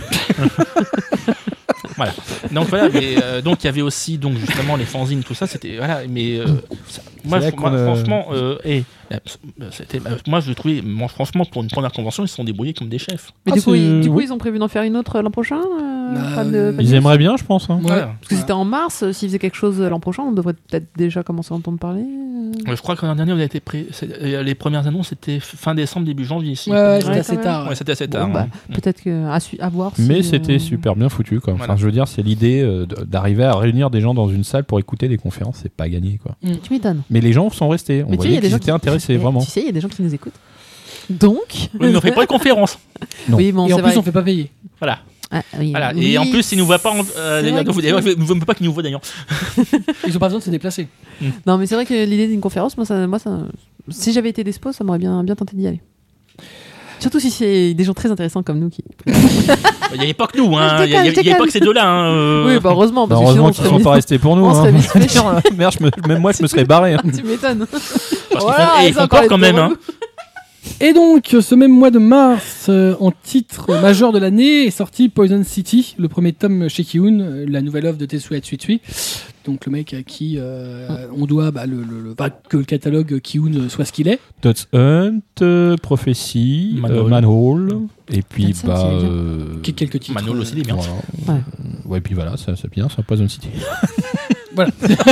Voilà. Donc voilà, mais euh, donc il y avait aussi donc justement les fanzines, tout ça, c'était voilà, mais euh, ça- moi, là fr- qu'on moi, a- franchement, euh, et, euh, c'était, euh, moi je trouvais, moi franchement pour une première convention, ils se sont débrouillés comme des chefs. Mais Ah, du, coup, c'est- ils, du coup, oui. ils ont prévu d'en faire une autre l'an prochain euh, Bah, pas de- euh, pas de Ils news aimeraient bien, je pense. hein. Ouais. Voilà. Parce que c'était en mars, euh, s'ils faisaient quelque chose euh, l'an prochain, on devrait peut-être déjà commencer à entendre parler. euh. Euh, Je crois que l'an dernier, on a été pré... c'est- euh, les premières annonces c'était fin décembre, début janvier ici. Ouais, ouais, Ouais, c'était quand assez même. tard. Ouais, c'était assez tard. Bon, bah, hein. peut-être que à, su- à voir. si, Mais euh, c'était super bien foutu, quoi. Enfin, Voilà. je veux dire, c'est l'idée euh, d- d'arriver à réunir des gens dans une salle pour écouter des conférences, c'est pas gagné, quoi. Tu m'étonnes. Mais les gens sont restés. On Mais tu sais, il y voyait a des qu'ils gens étaient qui intéressés, Eh, vraiment. Tu sais, il y a des gens qui nous écoutent. Donc. Oui, mais on fait pas de conférence. Non. Oui, bon, Et c'est en vrai. plus, on fait pas payer. Voilà. Ah, oui. voilà. Oui, Et en plus, ils nous voient pas. En... Euh, c'est d'ailleurs, vrai que d'ailleurs, c'est- ils ne veulent pas qu'ils nous voient d'ailleurs. Ils ont pas besoin de se déplacer. Non, mais c'est vrai que l'idée d'une conférence, moi, ça, moi ça, si j'avais été dispo, ça m'aurait bien, bien tenté d'y aller. Surtout si c'est des gens très intéressants comme nous qui. Il n'y avait pas que nous, hein. Je Il n'y avait, déconne, il y avait je pas que ces deux-là. Hein. euh. Oui, bah heureusement, Bah, parce que sinon, heureusement on qu'ils serait sont mis- pas restés pour nous. on hein. serait vite fait chier. Merde, je me- même moi, je me serais barré. hein. Tu m'étonnes. Parce qu'ils Voilà, font, et ils ça font encore peur quand été même. Hein. relou. Et donc, ce même mois de mars, euh, en titre majeur de l'année, est sorti Poison City, le premier tome chez Kiun, euh, la nouvelle œuvre de Tetsuya Tsutsui. Donc le mec à qui euh, on doit bah, le, le- le- bah, que le catalogue Kiun soit ce qu'il est. Tuts Hunt, euh, Prophecy, euh, Manhole. Manhole, et puis Tuts Hunt, bah. c'est bien. euh, Qui- Quelques titres. Manhole aussi, il est bien. Voilà. Ouais. Ouais, et puis voilà, ça- c'est bien, c'est Poison City. Voilà.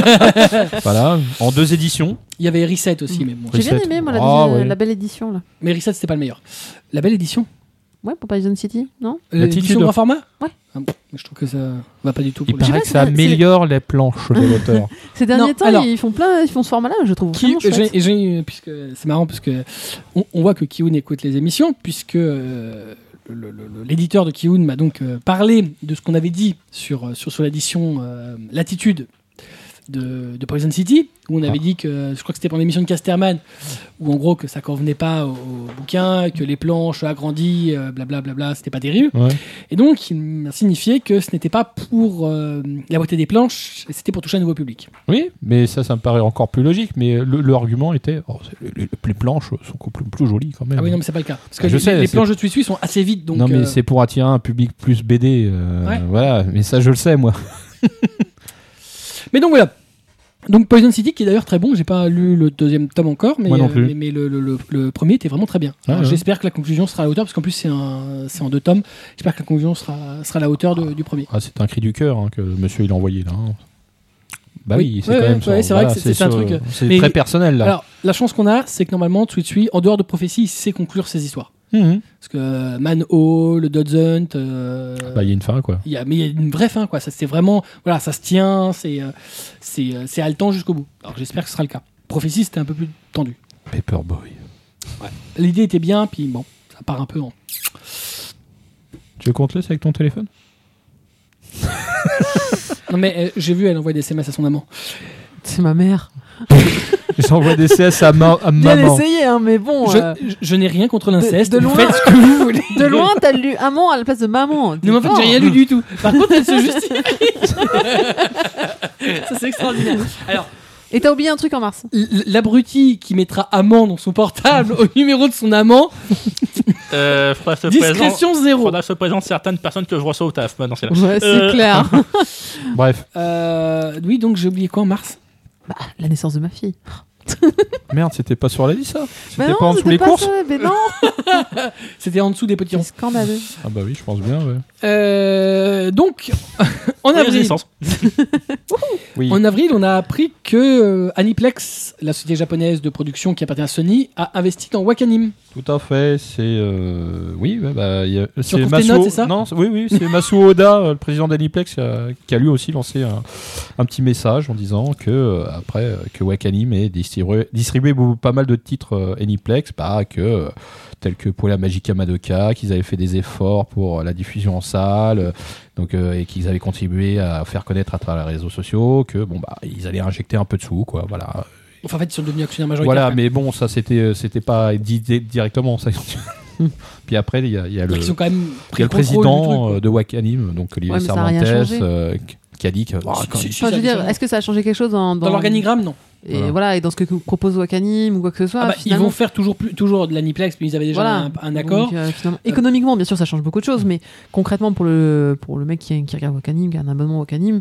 Voilà, en deux éditions. Il y avait Reset aussi, mais bon. J'ai bien Reset. aimé, moi, la, Ah, deuxième- ouais. la belle édition, là. Mais Reset, c'était pas le meilleur. La belle édition. Ouais, pour Poison City, non L'édition L'attitude. grand format. Ouais. Ah bon, je trouve que ça va pas du tout. Il Pour le- sais paraît pas, que c'est ça la- améliore les planches de l'auteur. Ces derniers Non, temps, alors- ils font plein, ils font ce format-là, je trouve Qui, vraiment chouette. j'ai, j'ai- puisque c'est marrant parce que on, on voit que Kiun écoute les émissions puisque euh, le- le- le- l'éditeur de Kiun m'a donc euh, parlé de ce qu'on avait dit sur sur, sur l'édition euh, Latitude de, de Poison City où on avait Ah. dit que je crois que c'était pour l'émission de Casterman où en gros que ça convenait pas au, au bouquin, que les planches agrandies, euh, blablabla, c'était pas terrible. Ouais. Et donc il m'a signifié que ce n'était pas pour euh, la beauté des planches, c'était pour toucher un nouveau public. Oui, mais ça, ça me paraît encore plus logique. Mais le- l'argument était oh, c'est- les, les- les planches sont plus, plus jolies quand même. Ah oui, non, mais c'est pas le cas. Parce que Ah, je les, sais, les c'est- planches de Tsuitsui sont assez vides. Donc, non, mais euh, c'est pour attirer un public plus B D. euh, Ouais. Voilà, mais ça, je le sais, moi. mais donc voilà. Donc Poison City, qui est d'ailleurs très bon, j'ai pas lu le deuxième tome encore, mais, Moi non euh, plus. mais, mais le, le- le- le premier était vraiment très bien. Ah, Alors, ouais. J'espère que la conclusion sera à la hauteur, parce qu'en plus c'est un, c'est en deux tomes. J'espère que la conclusion sera, sera à la hauteur de- du premier. Ah, c'est un cri du cœur hein, que le monsieur il a envoyé là. hein. Bah oui, Oui. c'est Ouais, quand ouais, même ouais, ça. c'est vrai que c'est- c'est un sur- truc, euh, C'est mais- très personnel là. Alors, la chance qu'on a, c'est que normalement, Tsuitsui, en dehors de prophétie, il sait conclure ses histoires. Mhm. Parce que euh, Man-O, le Dodzunt, euh, Bah, il y a une fin quoi. il y a, mais il y a une vraie fin, quoi. Ça, c'est vraiment, voilà, ça se tient, c'est, euh, c'est, euh, c'est haletant jusqu'au bout. Alors, j'espère que ce sera le cas. Prophétie, c'était un peu plus tendu. Paperboy. L'idée était bien, puis bon, ça part un peu en. Tu veux qu'on te laisse avec ton téléphone? Non, mais euh, j'ai vu, elle envoie des S M S à son amant. C'est ma mère. J'envoie des C S à, ma- à Bien maman. essayé, hein, mais bon. Je, euh, je- je n'ai rien contre l'inceste. de vous loin. faites ce que vous voulez. De loin, t'as lu amant à la place de maman. Non, mais en fait, j'ai rien lu du tout. Par contre, elle se justifie. Ça, c'est extraordinaire. Alors, Et t'as oublié un truc en mars. l- l'abruti qui mettra amant dans son portable au numéro de son amant, Euh, faudra se présenter. discrétion zéro. Faudra se présenter certaines personnes que je reçois au taf. bah, Dans ces Ouais, c'est Euh, clair. Bref, Euh, oui, donc j'ai oublié quoi en mars? Bah, la naissance de ma fille. merde, c'était pas sur la liste ça Mais C'était non, pas en dessous c'était les pas courses ça, mais non. C'était en dessous des petits C'est ronds. scandaleux. Ah bah oui, je pense bien, ouais. Euh, donc, en oui, avril, naissance. Oui. en avril, on a appris que euh, Aniplex, la société japonaise de production qui appartient à Sony, a investi dans Wakanim. Tout à fait, c'est... euh, Oui, ouais, bah, il y a... c'est retrouves tes notes, c'est ça Non, c'est- oui, oui, c'est Masuo Oda, euh, le président d'Aniplex, qui a, qui a lui aussi lancé un, un petit message en disant que, euh, après, euh, que Wakanim ait distribué, distribué beaucoup- pas mal de titres euh, Aniplex, bah, que... euh, tels que pour la Magica Madoka, qu'ils avaient fait des efforts pour la diffusion en salle, euh, donc, euh, et qu'ils avaient contribué à faire connaître à travers les réseaux sociaux, que bon bah ils allaient injecter un peu de sous, quoi, voilà. Enfin, en fait, ils sont devenus actionnaires majoritaires. Voilà, quand même. mais bon, ça c'était euh, c'était pas dit di- directement, ça. Puis après il y a, il y a le, Donc, ils ont quand même il pris y a le contrôle du président truc, quoi. euh, de Wakanim, donc Olivier Ouais, mais ça a rien Cervantes, changé. euh, qui a dit que oh, Si, quand- si, si, Enfin, je veux ça- dire, ça- est-ce que ça a changé quelque chose dans, Dans l'organigramme, non. Et Voilà. voilà, et dans ce que propose Wakanim ou quoi que ce soit. Ah bah, ils finalement. vont faire toujours, plus, toujours de l'Aniplex, mais ils avaient déjà Voilà. un, un accord. Donc, euh, finalement, économiquement, bien sûr, ça change beaucoup de choses, mais concrètement, pour le, pour le mec qui, qui regarde Wakanim, qui a un abonnement Wakanim,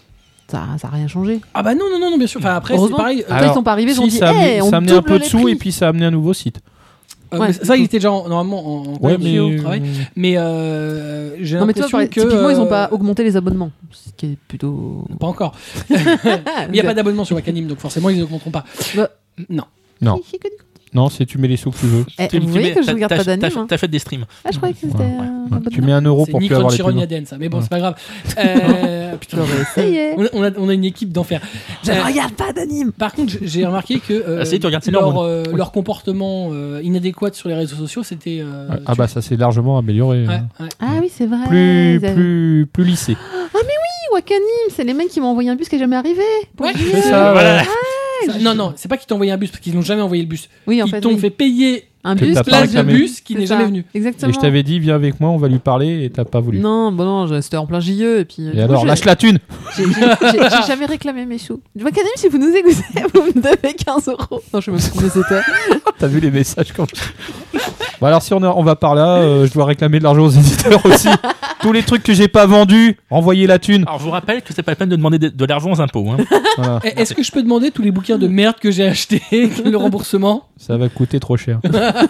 ça n'a rien changé. Ah bah non, non, non, non, bien sûr. Enfin, après, c'est Heureusement. pareil. euh, Quand Alors, ils sont pas arrivés, ils ont si, dit, ça a amené, hey, ça on a amené un double peu de les sous prix. et puis ça a amené un nouveau site. euh, Ouais, mais ça, il faut- était déjà en- normalement en, en Ouais, condition mais de travail. Mais euh, j'ai Non, mais tu vois, l'impression par- que. typiquement, ils n'ont euh, pas augmenté les abonnements, ce qui est plutôt. Pas encore. Mais il n'y a pas d'abonnement sur Wakanim, donc forcément, ils ne augmenteront pas. Bah. Non. Non. non, c'est tu mets les sous que tu veux. Eh, Tu- vous tu voyez mets- que je t'as- regarde t'as- pas d'anime. t'as- hein. T'as fait des streams. Ah, je croyais que c'était Ouais. un Ouais. abonnement. Tu mets un euro C'est pour ni plus avoir les Crunchyroll ni pubs. Aden, ça. Mais bon, Ouais. c'est pas grave. Euh, putain. J'aurais essayé. On a, on, a, on a une équipe d'enfer. Je Euh, regarde pas d'anime. Par contre, j'ai- j'ai remarqué que euh, Ah, si, tu regardes Sailor leur, Moon. euh, Oui. leur comportement euh, inadéquat sur les réseaux sociaux, c'était. euh, Ah tu- bah ça s'est largement amélioré. Ouais, hein. ouais. Ah oui, c'est vrai. Plus, Ils avaient- plus, plus lissé. Oui, Wakanim, c'est les mecs qui m'ont envoyé un bus qui est jamais arrivé. Pour Ouais, dire- c'est ça. Voilà. Ça- non, non, c'est pas qu'ils t'ont envoyé un bus, parce qu'ils n'ont jamais envoyé le bus. Oui, en Ils fait. t'ont oui. fait payer un Que bus t'as qui pas place de réclamé. bus qui C'est n'est ça. jamais venu. Exactement. Et je t'avais dit, viens avec moi, on va lui parler, et t'as pas voulu. Non, bon non, je- c'était en plein J E et puis. euh, Et du coup, alors, je- lâche la thune. J'ai j'ai- j'ai- j'ai jamais réclamé mes sous. Wakanim, si vous nous écoutez, vous me devez quinze euros. Non, je sais même pas combien c'était. T'as vu les messages quand Bon alors si on, est- on va par là, euh, je dois réclamer de l'argent aux éditeurs aussi. Tous les trucs que j'ai pas vendus, renvoyez la thune. Alors, je vous rappelle que c'est pas la peine de demander de, de l'argent aux impôts. Hein. Voilà. Eh, Est-ce que je peux demander tous les bouquins de merde que j'ai achetés, le remboursement? Ça va coûter trop cher.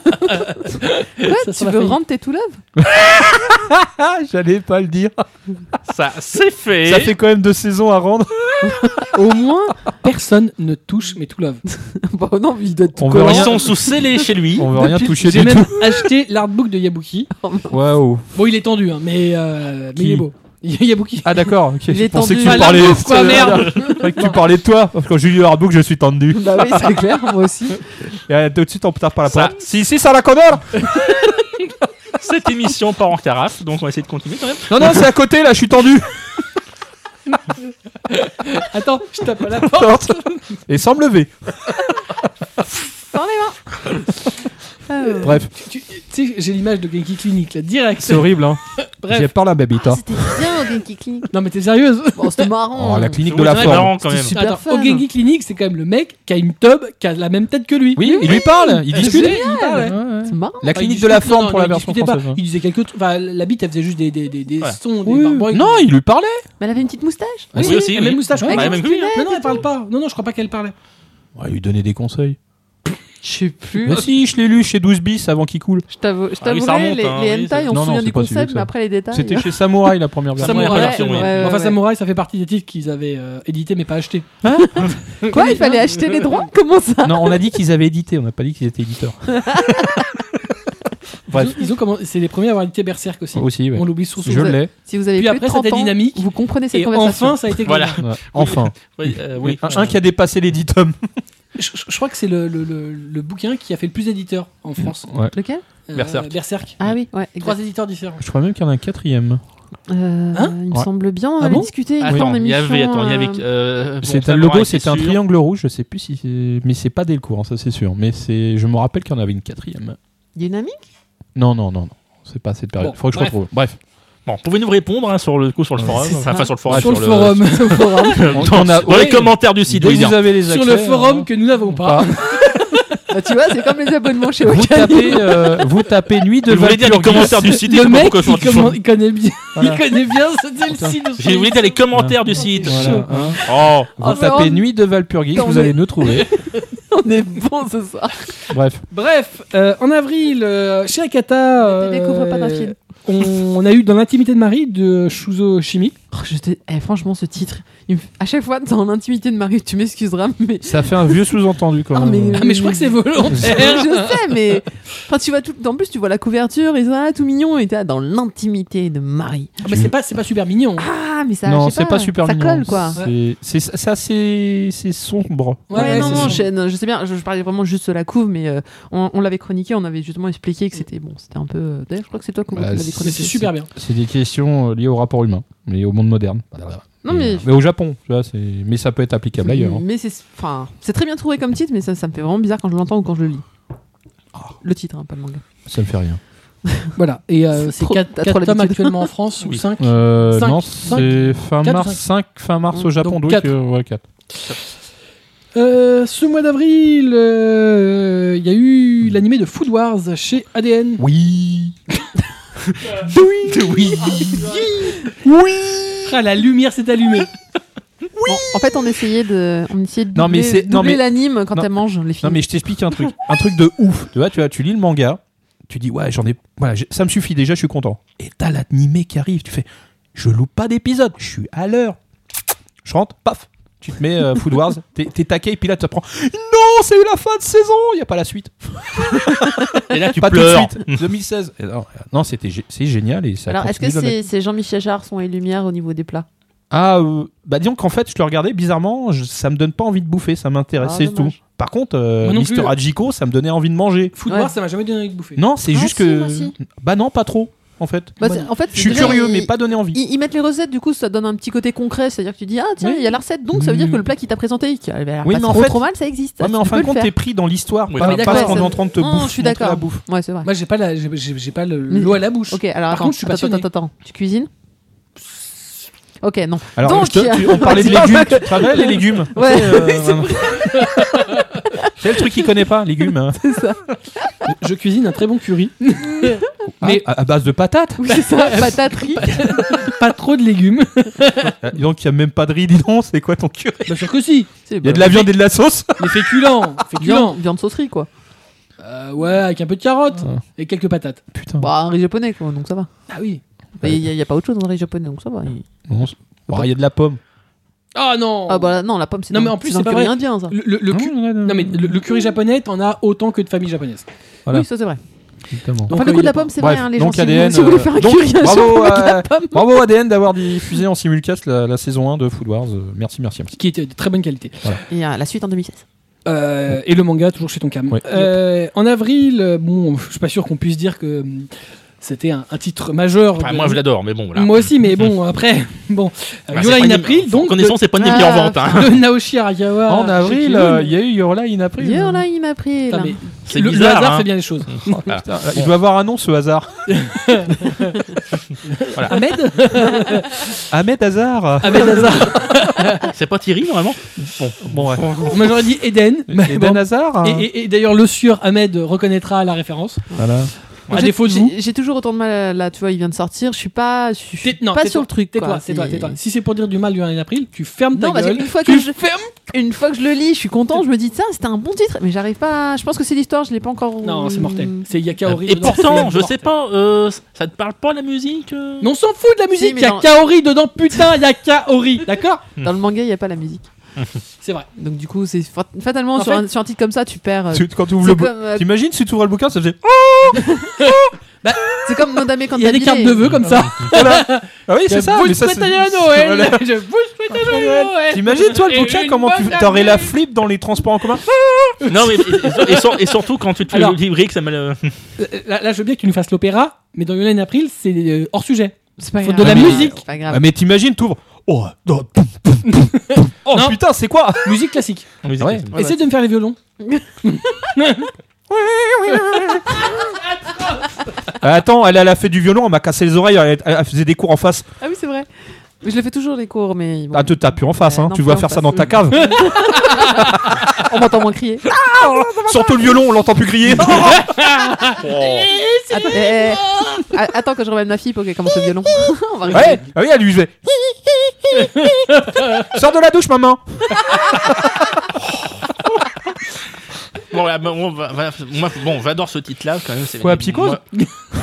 Quoi, Ça tu sera veux failli. rendre tes tout love Ah, j'allais pas le dire. Ça, c'est fait. Ça fait quand même deux saisons à rendre. Au moins. Personne ne touche mes tout love. Bon, non, il doit être tout On veut collant. Ils rien- sont sous scellés chez lui. On veut rien Depuis- toucher J'ai du même tout. acheté l'artbook de Yabuki. Waouh. Bon, il est tendu, hein, mais, euh, mais Qui il est beau. Yabuki. Ah d'accord. ok, Il Je est pensais que tendu. tu Ah, parlais. l'artbook, quoi, merde. Je croyais que tu parlais de toi. Parce que quand j'ai lu l'artbook, je suis tendu. Bah oui, c'est clair, moi aussi. Et euh, tout de suite on tape par la Ça- porte. Si si ça la connard. Cette émission part en carafe, donc on va essayer de continuer quand même. Non non c'est à côté là, je suis tendu. Attends, je tape à la porte. Et sans me lever. Dans les mains. Euh, Bref, Tu tu sais, j'ai l'image de Genki Clinic là, direct. c'est horrible hein. Bref. J'ai parlé à Babita. ah, c'était bien au Genki Clinic. Non, mais t'es sérieuse? Bon, c'était marrant. Oh la clinique C'est de la vrai, forme. marrant, quand même. C'était super Attends, fun. au Genki Clinic, c'est quand même le mec qui a une tub qui a la même tête que lui. Oui, il lui parle, il Je discute. sais, il parle, ouais. Ouais, ouais. C'est marrant. La Enfin, clinique il de la discute- forme non, non, pour la il version discutait pas. française. ouais. Il disait quelque truc. Enfin, la bite, elle faisait juste des, des, des, des Ouais. sons, des Oui. barbouilles. Non, il lui parlait. Mais elle avait une petite moustache. Oui, aussi, la oui. même moustache. Ouais, je crois. même que lui, hein. Non, non, elle parle pas. Non, non, je crois pas qu'elle parlait. Ouais, il lui donnait des conseils. Je sais plus. Mais si, je l'ai lu chez douze bis avant qu'il coule. Je t'avoue- je Ah oui, ça t'avouerai, remonte, les, hein, les oui, hentai, ça- on Non, se non, souvient c'est du pas si vieux concept, que mais ça. après les détails. C'était chez Samouraï la première version. Samouraï. Samouraï, version, oui. Ouais, ouais, Enfin, ouais. Samouraï, ça fait partie des titres qu'ils avaient euh, édités mais pas achetés. Quoi, il fallait acheter les droits? Comment ça? Non, on a dit qu'ils avaient édité, on n'a pas dit qu'ils étaient éditeurs. Bref, Ils ont, ils ont commen- c'est les premiers à avoir édité Berserk aussi. aussi, ouais. On l'oublie source. Je l'ai. Si vous avez Puis plus après, de trente c'était ans, dynamique. vous comprenez cette Et conversation. enfin, ça a été Voilà. Glénat. Ouais, Enfin. Oui, euh, oui. Un, un qui a dépassé les dix tomes. Je, je- je crois que c'est le, le, le, le bouquin qui a fait le plus d'éditeurs en France. Ouais. Lequel? Euh, Berserk. Berserk. Ah oui, ouais, Trois exact. éditeurs différents. Je crois même qu'il y en a un quatrième. Euh, Hein il me Ouais. semble bien, on Ah avait bon discuté. Attends, en il y avait, émission, attends, il y avait. euh, Euh, bon, C'est ça, un le logo, Laurent c'est était un sûr. triangle rouge. Je sais plus si c'est, mais c'est pas Delcourt, hein, ça c'est sûr. Mais c'est, je me rappelle qu'il y en avait une quatrième. Dynamique. Non, non, non, non. C'est pas cette période. Bon, Faudrait que je bref. retrouve. Bref. Bon, pouvez-nous répondre hein, sur le coup sur le forum, c'est enfin ça. pas sur le forum, Sur le le- forum. On- dans, on a- dans les ouais. commentaires du site. Dès je que veux vous dire. avez les Sur accès, le forum hein, que nous n'avons pas. Ah, tu vois, c'est comme les abonnements chez Vous Wakanim. tapez, euh, vous tapez nuit de Je voulais dire les Valpurgis. commentaires du site. et Le je sais pas mec, pourquoi je suis il, en train de comment- faire. il connaît bien, Voilà. il connaît bien ce Putain. site. J'ai voulu dire les commentaires du site. Voilà, hein. Oh, Vous Ah, tapez vraiment nuit de Valpurgis, Quand vous on allez est- nous trouver. On est bon ce soir. Bref. Bref, euh, en avril, euh, chez Akata, Ne te découvre pas d'un film. on, on a eu Dans l'intimité de Marie de Shuzo Shimi. Oh, je t'ai- eh, franchement, ce titre, il me- à chaque fois, dans l'intimité de Marie, tu m'excuseras, mais. Ça fait un vieux sous-entendu quand Ah, même. mais- Ah, mais je crois que c'est volontaire. je sais, mais. Enfin, tu vois tout. En plus, tu vois la couverture, et ça, tout mignon, et t'es là, dans l'intimité de Marie. Ah, mais c'est pas, c'est pas super mignon. Ah, mais ça. non, je sais c'est pas super Ça mignon. colle, quoi. C'est, c'est, ça, c'est, c'est sombre. Ouais, Ouais, non, c'est non, sûr. je, je sais bien, je, je parlais vraiment juste de la couve, mais euh, on, on l'avait chroniqué, on avait justement expliqué que c'était bon, c'était un peu. euh, D'ailleurs, je crois que c'est toi qui Bah, l'avais c'est- Mais chroniqué. c'est super bien. C'est des questions euh, liées au rapport humain, mais au monde moderne. Non, Et, mais- euh, mais au Japon, tu vois, c'est... mais ça peut être applicable ailleurs. hein. Mais c'est, enfin, c'est très bien trouvé comme titre, mais ça, ça me fait vraiment bizarre quand je l'entends ou quand je le lis. Le titre, hein, pas le manga. Ça me fait rien. Voilà. Et euh, C'est c'est trop- quatre t'as trop tomes l'habitude. actuellement en France ou Oui. cinq. Euh, Cinq, non, cinq, c'est fin quatre ou mars, cinq fin mars au Japon, Donc donc, quatre. euh, ouais, quatre. Euh, ce mois d'avril, euh, il y a eu l'animé de Food Wars chez A D N. Oui. oui. Ah, la lumière s'est allumée. En, en fait, on essayait de, on essayait de Non, mais doubler, c'est- non, doubler mais- l'anime quand non. elle mange les films. Non mais je t'explique un truc, un truc de ouf. Tu vois, tu vois, tu lis le manga, tu dis ouais j'en ai, voilà, j'ai- ça me suffit déjà, je suis content. Et t'as l'animé qui arrive, tu fais, je loupe pas d'épisode, je suis à l'heure. Je rentre, paf, tu te mets euh, Food Wars, t'es, t'es taqué et puis là tu apprends, non c'est la fin de saison, y a pas la suite, Et là, tu pas pleures. tout de suite. deux mille seize. Et non, non, c'était gé- c'est génial et ça. Alors, est-ce que continue de- c'est, c'est Jean-Michel Jarre, son et lumière au niveau des plats? Ah, euh, bah disons qu'en fait, je le regardais bizarrement, je- ça me donne pas envie de bouffer, ça m'intéresse, Ah, c'est tout. dommage. Par contre, euh, Moi non Mister plus. Hachiko, ça me donnait envie de manger. Food Ouais. Wars, ça m'a jamais donné envie de bouffer. Non, c'est Ah, juste si, que. moi, si. Bah non, pas trop, en fait. Bah, Moi, c'est- en fait, Je suis déjà, curieux, ils- mais pas donné envie. Ils, ils mettent les recettes, du coup, ça donne un petit côté concret, c'est-à-dire que tu dis, ah tiens, il Oui. y a la recette, donc ça veut dire Mm. que le plat qui t'a présenté, qui avait l'air Oui, pas mais en trop, fait- trop mal, ça existe. Ouais, mais Tu en fin peux de le compte, faire. t'es pris dans l'histoire, Oui, pas, mais pas d'accord, ce qu'on est ça- en train de te Non, bouffer. je suis d'accord. La bouffe. Ouais, c'est vrai. Moi, j'ai pas la, j'ai, j'ai- j'ai pas le- Mais- l'eau à la bouche. Ok, alors Par attends, contre, je suis attends, passionné. attends, attends, attends. Tu cuisines? Ok, non. Alors, Donc, je te- tu- on parlait de vas-y, on légumes. va- Tu te rappelles les légumes Ouais. Tu sais, euh, vraiment. C'est le truc qu'il connaît pas, légumes. hein. Je cuisine un très bon curry. Ah, Mais- à, à base de patates. Oui, c'est ça, pataterie. Pas trop de légumes. Ah, dis donc, il y a même pas de riz, dis donc. C'est quoi ton curry Bien sûr que si. Il y a de la viande et de la sauce. Les féculents. Féculents. Viande, viande saucerie, quoi. Euh, ouais, avec un peu de carottes Ah. et quelques patates. Putain. Bah, un riz japonais, quoi, donc ça va. Ah oui. Il n'y a, pas autre chose dans le riz japonais, donc ça va. Il- Bon, c'est- bon, il y a de la pomme. Ah non. Ah bah non, la pomme, c'est Non, dans- mais en plus, dans c'est le pas curry vrai. indien, ça. Le, le- le cu- Non mais le, le curry japonais, t'en as autant que de familles japonaises. Voilà. Oui, ça c'est vrai. Exactement. Donc, Enfin, euh, le coup il de y la a pas- pomme, c'est Bref, vrai, hein, les donc gens, si A D N, vous, si vous voulez euh, faire un donc, curry un bravo jour avec de à- la pomme. Bravo A D N d'avoir diffusé en simulcast la, la saison un de Food Wars. Euh, Merci, merci, merci. Qui était de très bonne qualité. Et euh, la suite en deux mille seize. Euh, et le manga toujours chez Tonkam. Ouais. Euh, en avril, euh, bon, je suis pas sûr qu'on puisse dire que hum, c'était un, un titre majeur. Enfin, de- moi, je l'adore, mais bon, voilà. Moi aussi, mais bon, après, bon, euh, Ah, Yura c'est pas in une- April, donc Connaissons, c'est pas une des Ah, meilleures ventes. Hein. de Naoshi Arakawa. En avril, chez euh, Kiyun. il y a eu Yorla in April. Hier là, il m'a pris. Putain, là. mais C'est le, le bizarre. hasard hein. fait bien les choses. Ah, Putain, là, il doit avoir un nom ce hasard. Ahmed Ahmed Hazard. Ahmed Hazard. C'est pas Thierry, normalement. Bon, bon ouais. Moi j'aurais dit Eden. mais Eden bon. Hazard. hein. Et, et- et d'ailleurs, le sieur Ahmed reconnaîtra la référence. Voilà. Moi, À j'ai- défaut de vous. j'ai- J'ai toujours autant de mal à- là, tu vois, il vient de sortir. Je suis pas, je suis T'es- non, pas tais-toi, sur le truc. Tais-toi, quoi. tais-toi, C'est- tais-toi. Si c'est pour dire du mal du un April, tu fermes ta Non, parce gueule. qu'une fois que tu je- fermes. Une fois que je le lis, je suis content. Je me dis, tiens, c'était un bon titre, mais j'arrive pas. à- Je pense que c'est l'histoire, je l'ai pas encore. Non, c'est mortel. C'est Yakaori. Et dedans, pourtant, c'est je mortel. sais pas, euh, ça te parle pas la musique euh Mais on s'en fout de la musique, mais il y a dans- Kaori dedans, putain, il y a Kaori, d'accord? Dans le manga, il y a pas la musique. C'est vrai. Donc du coup, c'est fat- fatalement En sur, fait- un, sur un titre comme ça, tu perds. euh, Tu- Quand tu ouvres c'est le bouquin, comme, euh, t'imagines si tu ouvres le bouquin, ça faisait. c'est comme Nodame quand Il y a des cartes de vœux comme ça. Ah oui, c'est ça. Vous mais ça, souhaitez c'est- à Noël. Voilà. Je vous souhaite à Noël. T'imagines toi le Et bouquin une comment tu bonne t'aurais la année. flip dans les transports en commun. Non, mais et, et- et sur- et surtout quand tu te fais Alors- livrer que ça me le. Là, là, je veux bien que tu nous fasses l'opéra, mais dans Yona in April, c'est euh, hors sujet. C'est pas Faut grave. de la Mais- musique. c'est Pas grave. Ah, mais t'imagines, t'ouvres. Oh, non, poum, poum, poum, poum. Oh Non. putain, c'est quoi? Musique classique. Oui, Ouais. c'est- Essaye de me faire les violons. Euh, Attends, elle, elle a fait du violon, elle m'a cassé les oreilles, elle, elle faisait des cours en face. Ah oui, c'est vrai. Mais je le fais toujours les cours, mais. bon. Ah, te t'as plus en face, Ouais, hein. non, Tu plus dois en faire ça face, dans ta oui. cave. On m'entend moins crier. Surtout le violon, on l'entend plus crier. Attends, eh, eh, a- attends que je remette ma fille pour qu'elle commence le violon. On va rigoler. Ouais, ah oui, elle lui faisait. Sors de la douche, maman. Bon, là, bon, on va- va- moi, bon, j'adore ce titre-là quand même. C'est Quoi, Psychose moi-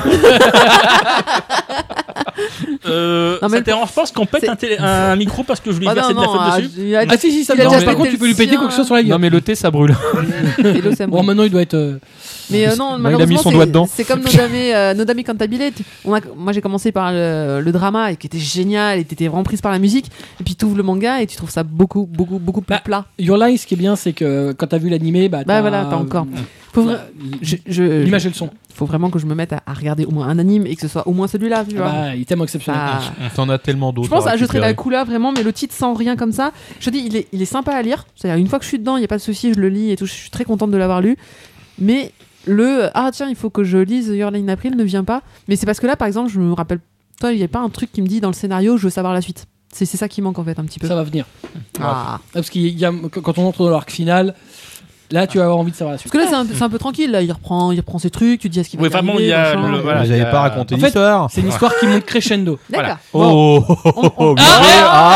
euh, Non, mais ça le- te dérange pas parce qu'on pète c'est- un, télé- un micro parce que je lui ai Ah versé non, de la non, faute ah, dessus. il a- Ah si si, ça Il me a dérange. déjà Par pété contre, tu le peux lui péter sien. quoi que ce soit sur la gueule. Non, mais le thé, ça brûle. Hello, Sam. Bon, maintenant il doit être. euh, Mais euh, non, il a mis malheureusement, son c'est- doigt dedans. c'est comme Nodame, euh, Nodame Cantabile. On a, moi, j'ai commencé par le, le drama et qui était génial et t'étais vraiment prise par la musique. Et puis tu ouvres le manga et tu trouves ça beaucoup, beaucoup, beaucoup plus Bah, plat. Your Lie, ce qui est bien, c'est que quand t'as vu l'animé, bah. Bah t'as- voilà, t'as encore. Faut vra- bah, je- je- L'image et le son. faut vraiment que je me mette à, à regarder au moins un anime et que ce soit au moins celui-là, tu Ah vois. bah, il est tellement exceptionnel. Ça- T'en as tellement d'autres. Je pense à Je récupérer. serai la Kula vraiment, mais le titre sans rien comme ça. Je te dis, il est, il est sympa à lire. C'est-à-dire, une fois que je suis dedans, il n'y a pas de souci, je le lis et tout. Je suis très contente de l'avoir lu. Mais le ah tiens, il faut que je lise Your Lie in April ne vient pas. Mais c'est parce que là, par exemple, je me rappelle, toi, il n'y a pas un truc qui me dit dans le scénario, je veux savoir la suite. C'est c'est ça qui manque en fait un petit peu. Ça va venir. Ah. Parce qu'il y a, quand on entre dans l'arc final, là tu vas avoir envie de savoir la suite. Parce que là, c'est un, c'est un peu tranquille. Là, il reprend, il reprend ses trucs. Tu te dis, est-ce qu'il va Oui, y vraiment, arriver, il y a machin. le- voilà. Vous il y avez a- pas raconté En fait, l'histoire. C'est une histoire qui monte crescendo. D'accord. Oh, oh, oh, On- oh, on- bien joué.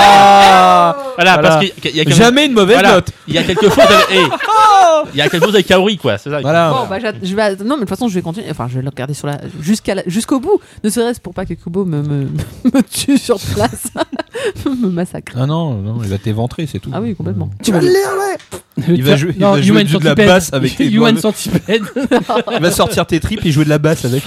Ah, Voilà, Voilà. parce qu'il y a- il y a, Jamais une mauvaise voilà, note. il y a quelque chose. avec- hey, il y a quelque chose avec Kaori, quoi. C'est ça. Voilà. Bon, bah, j'att- je vais, non, mais de toute façon, je vais continuer. Enfin, je vais le regarder sur la, jusqu'à la- jusqu'au bout. Ne serait-ce pour pas que Kubo me, me, me tue sur place, me massacre. Ah non, non, il va t'éventrer, c'est tout. Ah oui, complètement. Tu vas le lire, ouais. Il va jouer- il va jouer Human du- de la Centipede. basse avec tes Human doigts. Centipede. Il va sortir tes tripes et jouer de la basse avec.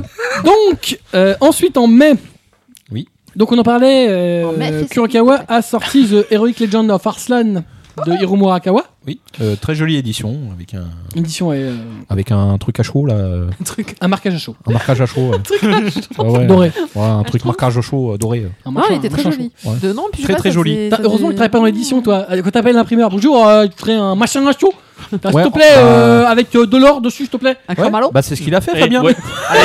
Donc, euh, ensuite en mai. Oui. Donc on en parlait. euh, En mai, Kurokawa a sorti The Heroic Legend of Arslan de Hiromu Arakawa. Oui, euh, très jolie édition avec un Édition et euh, avec un truc à chaud là, euh, Un truc. un marquage à chaud. un marquage à chaud. Ouais. Ouais, ouais. Doré. Ouais, un truc marquage à chaud euh, doré. Un Non, machin- il était un très machin joli. Ouais. De, non, puis je Très, sais pas, très ça joli. faisait- T'as- ça Heureusement faisait- que tu travailles pas dans l'édition, toi. Euh, Quand t'appelles l'imprimeur, bonjour, euh, tu ferais un machin à chaud. T'as, Ouais, s'il te plaît, bah- euh, avec euh, de l'or dessus, s'il te plaît. Un Ouais, cramalot. bah c'est ce qu'il a fait, Eh, Fabien. ouais. Allez.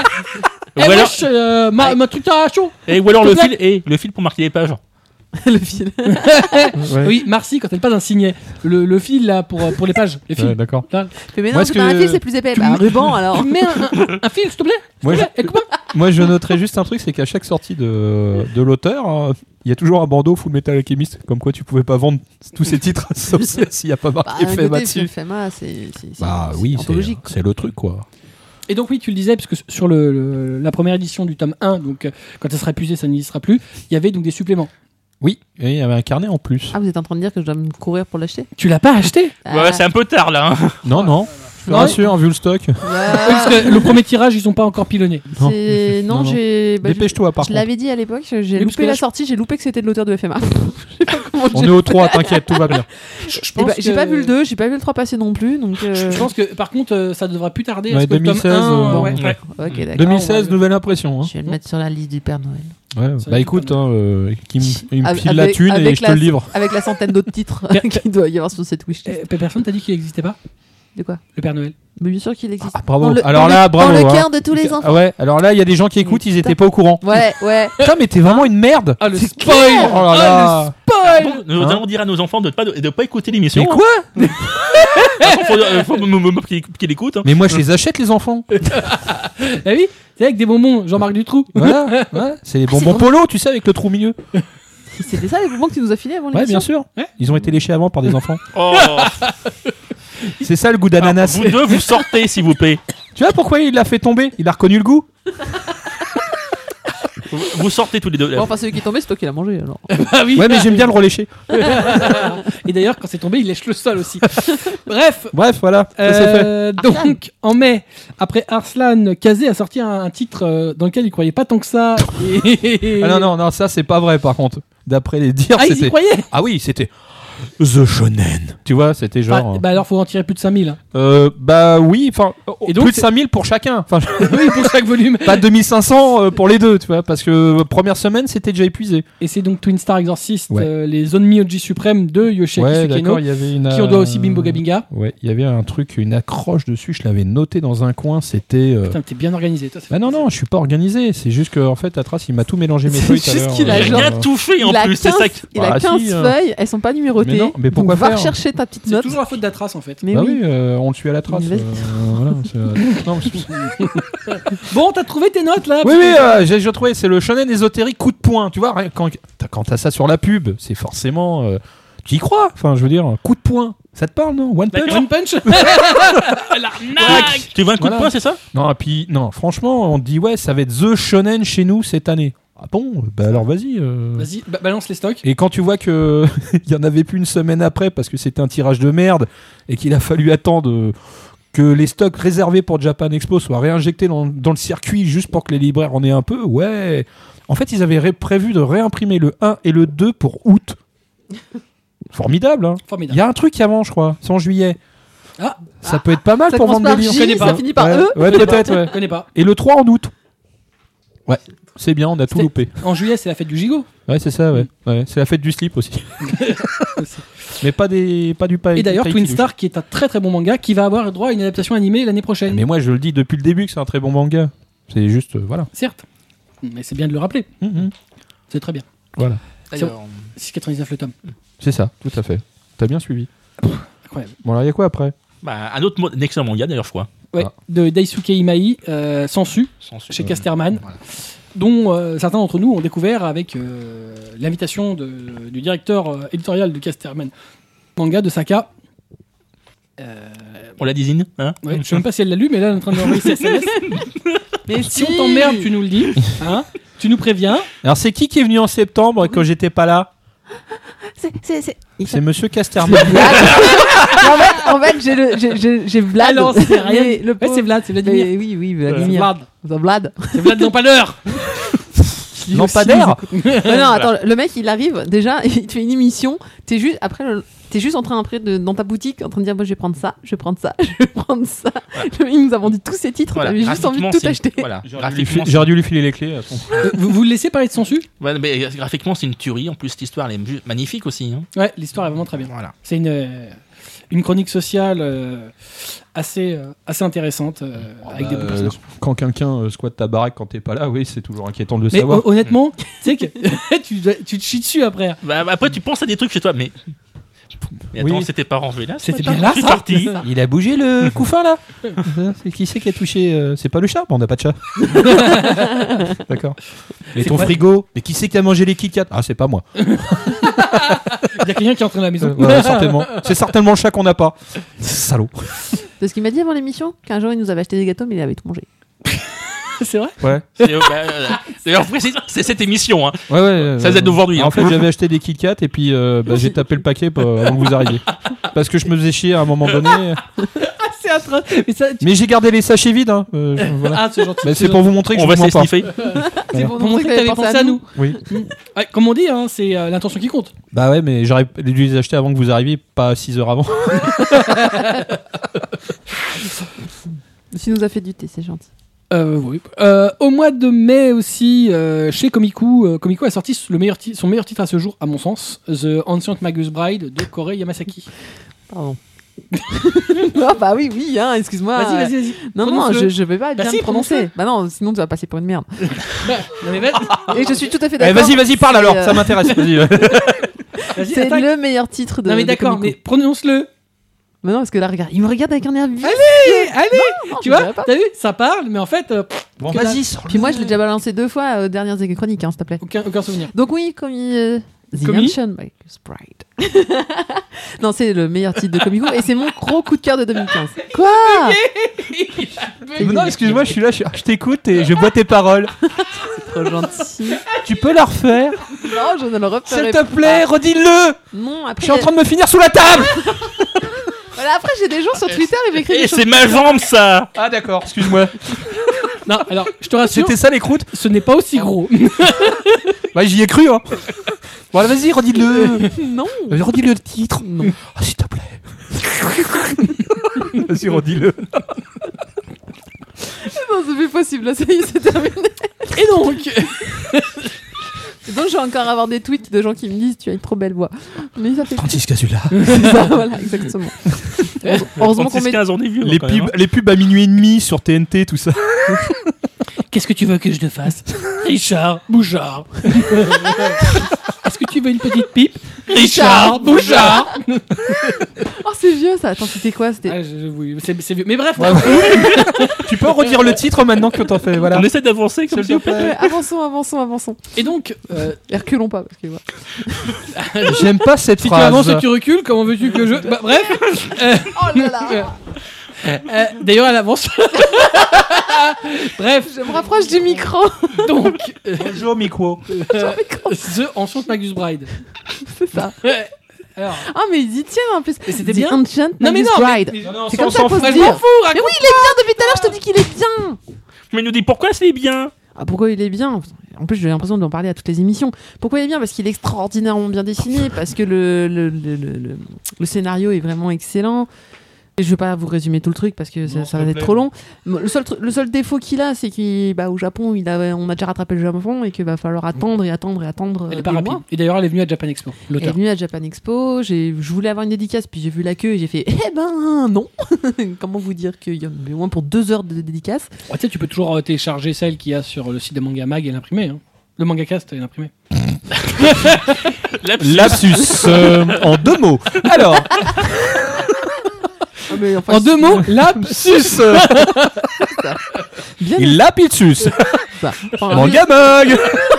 Eh Ou alors, wesh, euh, ma, ma truc à chaud. et ou alors s'il le te fil, et le fil pour marquer les pages. Le fil. Ouais. Oui, Marcy, quand elle passe un signet. Le, le fil, là, pour, euh, pour les pages. Les fils. Ouais, d'accord. Là. Mais non, Moi, c'est est-ce pas un que- fil, c'est plus épais. Tu Bah, un me- ruban alors. Tu mets un, un- un fil, s'il te plaît. Moi, je, Et comment moi, je noterais juste un truc, c'est qu'à chaque sortie de, de l'auteur, euh, il y a toujours un bandeau Full Metal Alchemist, comme quoi tu pouvais pas vendre tous ces titres sauf s'il n'y a pas Bah, marqué d'un F M côté, dessus. F M A, c'est. c'est- c'est- Bah c'est oui, c'est anthologique, quoi. c'est le truc quoi. Et donc oui, tu le disais, parce que sur le, le- la première édition du tome un, donc euh, quand ça sera épuisé, ça n'y sera plus, il y avait donc des suppléments. Oui, et il y avait un carnet en plus. Ah, vous êtes en train de dire que je dois me courir pour l'acheter? Tu l'as pas acheté Ah. Ouais, c'est un peu tard là. hein. Non, non, je te Non, rassure, vu le stock. Ouais. Parce que le premier tirage, ils ont pas encore pilonné. Non. C'est- Non, Non, non. j'ai. bah, je- Dépêche-toi par Je contre. l'avais dit à l'époque, j'ai Oui, parce loupé que là, la je- sortie, j'ai loupé que c'était de l'auteur de F M A. Je sais pas comment On j'ai est au fait. trois, t'inquiète, tout va bien. Je, je Eh pense ben, J'ai que- pas vu le deux, j'ai pas vu le trois passer non plus, donc. euh, Je pense que par contre, euh, ça devrait plus tarder. Ouais, parce que le tome deux mille seize, un, euh, ouais, bon. ouais. Ok, d'accord. deux mille seize, ouais. nouvelle impression. Hein. Je vais le mettre sur la liste du Père Noël. Ouais, Ça bah va écoute, être pas hein, euh, qui me, il me Avec- file la thune et avec je te la- le livre. Avec la centaine d'autres titres Bien- qu'il doit y avoir sur cette wishlist. Eh, personne t'a dit qu'il n'existait pas, De quoi? le Père Noël. Mais bien sûr qu'il existe. Ah, bravo. Dans le- Alors dans là, le- bravo. Dans le hein. cœur de tous les enfants. Ah ouais, alors là, il y a des gens qui écoutent, ils étaient pas au courant. Ouais, ouais. Putain, mais t'es vraiment une merde. Ah, le C'est spoil. clair. Oh là là. Par contre, nous Hein allons dire à nos enfants de ne pas, de, de pas écouter l'émission. Mais quoi? Par contre, faut, euh, faut me- me- me- qu'ils qu'ils l'écoutent. hein. Mais moi, je les achète, les enfants. Ah oui, c'est avec des bonbons, Jean-Marc Dutroux. Voilà, ouais. C'est les c'est bonbons vrai. polo, tu sais, avec le trou au milieu. C'était ça les bonbons que tu nous as filés avant Ouais, l'émission? bien sûr. Ouais. Ils ont été léchés avant par des enfants. Oh. C'est ça le goût d'ananas. Vous deux, vous sortez, s'il vous plaît. Tu vois pourquoi il l'a fait tomber? Il a reconnu le goût. Vous, vous sortez tous les deux. Bon, enfin, celui qui est tombé, c'est toi qui l'as mangé alors. Ah oui. Ouais, mais j'aime bien le relécher. Et d'ailleurs, quand c'est tombé, il lèche le sol aussi. Bref. Bref, voilà, ça c'est fait. Euh, donc, en mai, après Arslan, Kazé a sorti un, un titre euh, dans lequel il croyait pas tant que ça. Et... Ah non, non, non, ça c'est pas vrai par contre. D'après les dires, Ah, ils y c'était. croyaient. Ah oui, c'était. The Shonen. Tu vois, c'était genre. Bah, bah alors, faut en tirer plus de cinq mille. Hein. Euh, bah oui, enfin, Et donc, plus de c'est- cinq mille pour chacun. Enfin, Oui, pour chaque volume. pas deux mille cinq cents euh, pour les deux, tu vois, parce que euh, première semaine, c'était déjà épuisé. Et c'est donc Twin Star Exorcist, Ouais. euh, les Onmi Oji suprêmes de Yoshiki Ouais, Sukeno, d'accord, il y avait une. qui on doit aussi Bimbo Gabinga. Ouais, il y avait un truc, une accroche dessus, je l'avais noté dans un coin, c'était. euh, Putain, t'es bien organisé, toi. ça fait Bah non, plaisir. non, je suis pas organisé, c'est juste que en fait, Atras, il m'a tout mélangé mes C'est feuilles tout à juste l'heure. qu'il a euh, J'ai genre- rien tout fait en il a plus, c'est quinze, ça qui... il a Ah, quinze si, euh. feuilles, elles sont pas numérotées. Mais non, mais pourquoi Donc va faire rechercher ta petite C'est note. toujours la faute d'Atras, en fait. Mais Bah oui. oui, euh, on le suit à la trace. Vas-y. euh, voilà, c'est, euh, non, mais- Bon, t'as trouvé tes notes, là Oui, parce oui, que- euh, j'ai, j'ai trouvé, c'est le shonen ésotérique coup de poing. Tu vois, rien- quand, t'as- quand t'as ça sur la pub, c'est forcément. euh, tu y crois. Enfin, je veux dire, coup de poing. Ça te parle, non One Punch One Punch. L'arnaque. Tu veux un coup Voilà. de poing, c'est ça? Non, et puis, non, franchement, on te dit, ouais, ça va être The Shonen chez nous cette année. Ah bon Bah alors, vas-y. euh. Vas-y, ba- balance les stocks. Et quand tu vois que il y en avait plus une semaine après parce que c'était un tirage de merde et qu'il a fallu attendre euh, que les stocks réservés pour Japan Expo soient réinjectés dans, dans le circuit juste pour que les libraires en aient un peu, ouais. En fait, ils avaient ré- prévu de réimprimer le un et le deux pour août. Formidable, hein. Il Formidable. y a un truc avant, je crois, c'est en juillet. Ah. Ça peut être pas mal Ça pour commence vendre par des livres. J, connais pas. ça finit par ouais, E. ouais, peut-être, ouais. Je connais pas. Et le trois en août. Ouais, c'est bien, on a tout C'était- loupé. En juillet, c'est la fête du gigot. Ouais, c'est ça, ouais. ouais. C'est la fête du slip aussi. Mais pas, des, pas du paille. Et d'ailleurs, du Twin paille qui Star, qui est un très très bon manga, qui va avoir droit à une adaptation animée l'année prochaine. Mais moi, je le dis depuis le début que c'est un très bon manga. C'est juste, euh, voilà. Certes. Mais c'est bien de le rappeler. Mhm. C'est très bien. Voilà. D'ailleurs, six virgule quatre-vingt-dix-neuf le tome. C'est ça, tout à fait. T'as bien suivi. Incroyable. Bon, alors, il y a quoi après bah, un autre mo- un excellent manga d'ailleurs, je crois. Ouais, Ah. de Daisuke Imai, euh, Sensu, Sans su- chez euh, Casterman, voilà. dont euh, certains d'entre nous ont découvert avec euh, l'invitation de- du directeur euh, éditorial de Casterman Manga de Saka. Euh, On la désigne, hein? ouais, je sais même pas si elle l'a lu, mais là, elle est en train de m'envoyer ses S M S. Mais Si on t'emmerde, tu nous le dis. Hein, tu nous préviens. Alors, c'est qui qui est venu en septembre quand j'étais pas là C'est, c'est, c'est... il C'est Monsieur Casterman. en fait, en fait j'ai, le, j'ai, j'ai, j'ai Vlad. Ah non, c'est rien. Mais le Ouais, pauvre- c'est Vlad, c'est Vladimir. Mais oui, oui, C'est Vladimir. Vlad. C'est Vlad. C'est Vlad l'empaleur. Non, pas d'air. Ouais, non, attends, le mec, il arrive, déjà, il te fait une émission, t'es juste, après, le- t'es juste en train, après, de, dans ta boutique, en train de dire, moi, je vais prendre ça, je vais prendre ça, je vais prendre ça. Il nous a vendu tous ces titres, Voilà, t'avais juste envie de graphiquement, tout c'est- acheter. Voilà. J'aurais dû lui Graphiquement, fi- J'aurais dû lui filer les clés. à son- Euh, vous, vous le laissez parler de Sensu? c'est- ouais, mais, euh, graphiquement, c'est une tuerie. En plus, cette histoire, elle est ju- magnifique aussi. Hein. Ouais, l'histoire est vraiment très bien. Voilà. C'est une, euh, une chronique sociale euh, assez, euh, assez intéressante euh, avec des beaux Euh, personnages. quand quelqu'un euh, squatte ta baraque quand t'es pas là, oui, c'est toujours inquiétant de le Mais savoir. hon- honnêtement, tu sais que tu, dois- tu te chies dessus après. Bah, bah, après, tu penses à des trucs chez toi, mais. Mais attends, Oui. c'était pas rangé là. ce C'était matin bien là, Je suis ça parti. Il a bougé le couffin là C'est qui c'est qui a touché euh, C'est pas le chat Bon, on n'a pas de chat. D'accord. Et C'est ton pas- frigo Mais qui c'est qui a mangé les Kit Kat Ah, c'est pas moi. Il y a quelqu'un qui est entré dans la maison. Euh, ouais, certainement. C'est certainement le chat qu'on n'a pas. Salaud. C'est ce qu'il m'a dit avant l'émission, qu'un jour, il nous avait acheté des gâteaux, mais il avait tout mangé. C'est vrai? Ouais. C'est- euh, bah, euh, D'ailleurs, précise, c'est cette émission. Hein. Ouais, ouais. Ça faisait d'aujourd'hui, hein. En fait, j'avais acheté des Kit Kat et puis euh, bah, j'ai tapé le paquet pour- avant que vous arriviez. Parce que je me faisais chier à un moment donné. C'est atroce. Mais ça, tu- Mais j'ai gardé les sachets vides. Hein. Euh, je- voilà. Ah, c'est gentil. Mais c'est pour vous montrer que On je va vous se mens les pas. sniffer. C'est Pour montrer que t'avais pensé à nous. Oui. Ouais, comme on dit, hein, c'est euh, l'intention qui compte. Bah ouais, mais j'aurais dû les acheter avant que vous arriviez, pas six heures avant. S'il nous a fait du thé, c'est gentil. Euh, oui. Euh, au mois de mai aussi, euh, chez Komiku, euh, Komiku a sorti le meilleur ti- son meilleur titre à ce jour, à mon sens, The Ancient Magus Bride de Kore Yamasaki. Pardon. Ah bah oui, oui, hein, excuse-moi. Vas-y, vas-y, vas-y. Non, non, Prononce-le. je, je vais pas Bah bien si, le prononcer. prononce-le. Bah non, sinon tu vas passer pour une merde. Non, mais vas- Et je suis tout à fait Eh, d'accord. vas-y, vas-y, parle c'est, alors, euh, ça m'intéresse. Vas-y. ouais. vas-y, C'est attaque. le meilleur titre de. Non, mais de d'accord, Komiku. mais prononce-le. Mais non, parce que là, regarde, il me regarde avec un air vif. Allez, allez. Non, Tu je vois, dirais pas. t'as vu, ça parle, mais en fait, euh, pff, Bon, que vas-y, dalle. sors-le. Puis moi, je l'ai déjà balancé deux fois aux dernières chroniques, hein, s'il te plaît. aucun, aucun souvenir. Donc oui, comme il, euh, The Commis Ancient Magus Bride. Non, c'est le meilleur titre de Komiku et c'est mon gros coup de cœur de deux mille quinze. Quoi? C'est Non, excuse-moi, je suis là, je, je t'écoute et je bois tes paroles. trop gentil. Tu peux la refaire Non, je ne le referai S'il pas. te plaît, redis-le. Non, après, Je suis en train de me finir sous la table. voilà, après j'ai des gens sur Twitter, ils m'écrivent Et des choses. c'est ma jambe, ça. Ah d'accord, excuse-moi. Non, alors, je te rassure, C'était ça les croûtes. ce n'est pas aussi gros. Bah j'y ai cru hein. Bon, vas-y, redis-le. Non. Vas-y, redis-le le titre. Non. Ah, s'il te plaît. Vas-y, redis-le. Non, c'est plus possible. Là, ça y est, c'est terminé. Et donc, Et donc, je vais encore avoir des tweets de gens qui me disent tu as une trop belle voix. Mais ça fait trente-six Casula. c'est ça, voilà, exactement. Heureusement- Heureusement qu'on met. quinze, on est vieux. Les quand même, pubs, hein. les pubs à minuit et demi sur T N T, tout ça. qu'est-ce que tu veux que je te fasse, Richard Bouchard? Est-ce que tu veux une petite pipe, Richard Bouchard? Oh, c'est vieux ça. Attends, c'était quoi? C'était. Ah, je- oui, c'est, c'est vieux. Mais bref, Tu peux redire le titre maintenant que t'en fais, voilà. On essaie d'avancer comme S'il ça. te plaît. Ouais, avançons, avançons, avançons. et donc, euh, Et reculons pas parce que voilà. J'aime pas cette si tu phrase. avances et que tu recules, comment veux-tu que je... Bah, bref, Oh là là. euh, d'ailleurs, elle avance. Bref, Je me rapproche du micro. donc, euh, Bonjour, micro. The Ancient Magus Bride. C'est ça. Alors, Ah, mais il y tient en plus. Et c'était The bien. Ancient non mais Magus non, mais- Bride. mais- Non, non, C'est ça, comme on ça s'en qu'on fout. se je dit. m'en fous, Mais raconte. oui, il est bien depuis tout à l'heure. Je te dis qu'il est bien. Mais il nous dit pourquoi c'est bien. Ah, pourquoi il est bien? En plus, j'ai l'impression d'en parler à toutes les émissions. Pourquoi il est bien? Parce qu'il est extraordinairement bien dessiné, parce que le, le, le, le, le- le scénario est vraiment excellent. Et je vais pas vous résumer tout le truc parce que ça, Non, ça s'il va te être plaît. trop long. Le seul, tru- le seul défaut qu'il a, c'est qu'au bah, au Japon, il a, on a déjà rattrapé le Japon et qu'il va falloir attendre et attendre et attendre. Elle euh, est pas des rapide. mois. Et d'ailleurs, elle est venue à Japan Expo, Elle est l'auteur. venue à Japan Expo, j'ai- je voulais avoir une dédicace, puis j'ai vu la queue et j'ai fait eh ben non. Comment vous dire qu'il y en a au moins pour deux heures de dédicace. Oh, tu sais, tu peux toujours euh, télécharger celle qu'il y a sur le site de Manga Mag et l'imprimer. Hein. Le Manga Cast et l'imprimer. Lapsus. euh, en deux mots. Alors, Ah, mais enfin, En deux mots, lapsus. bien il lapsus. ça. Enfin, Manga Mag.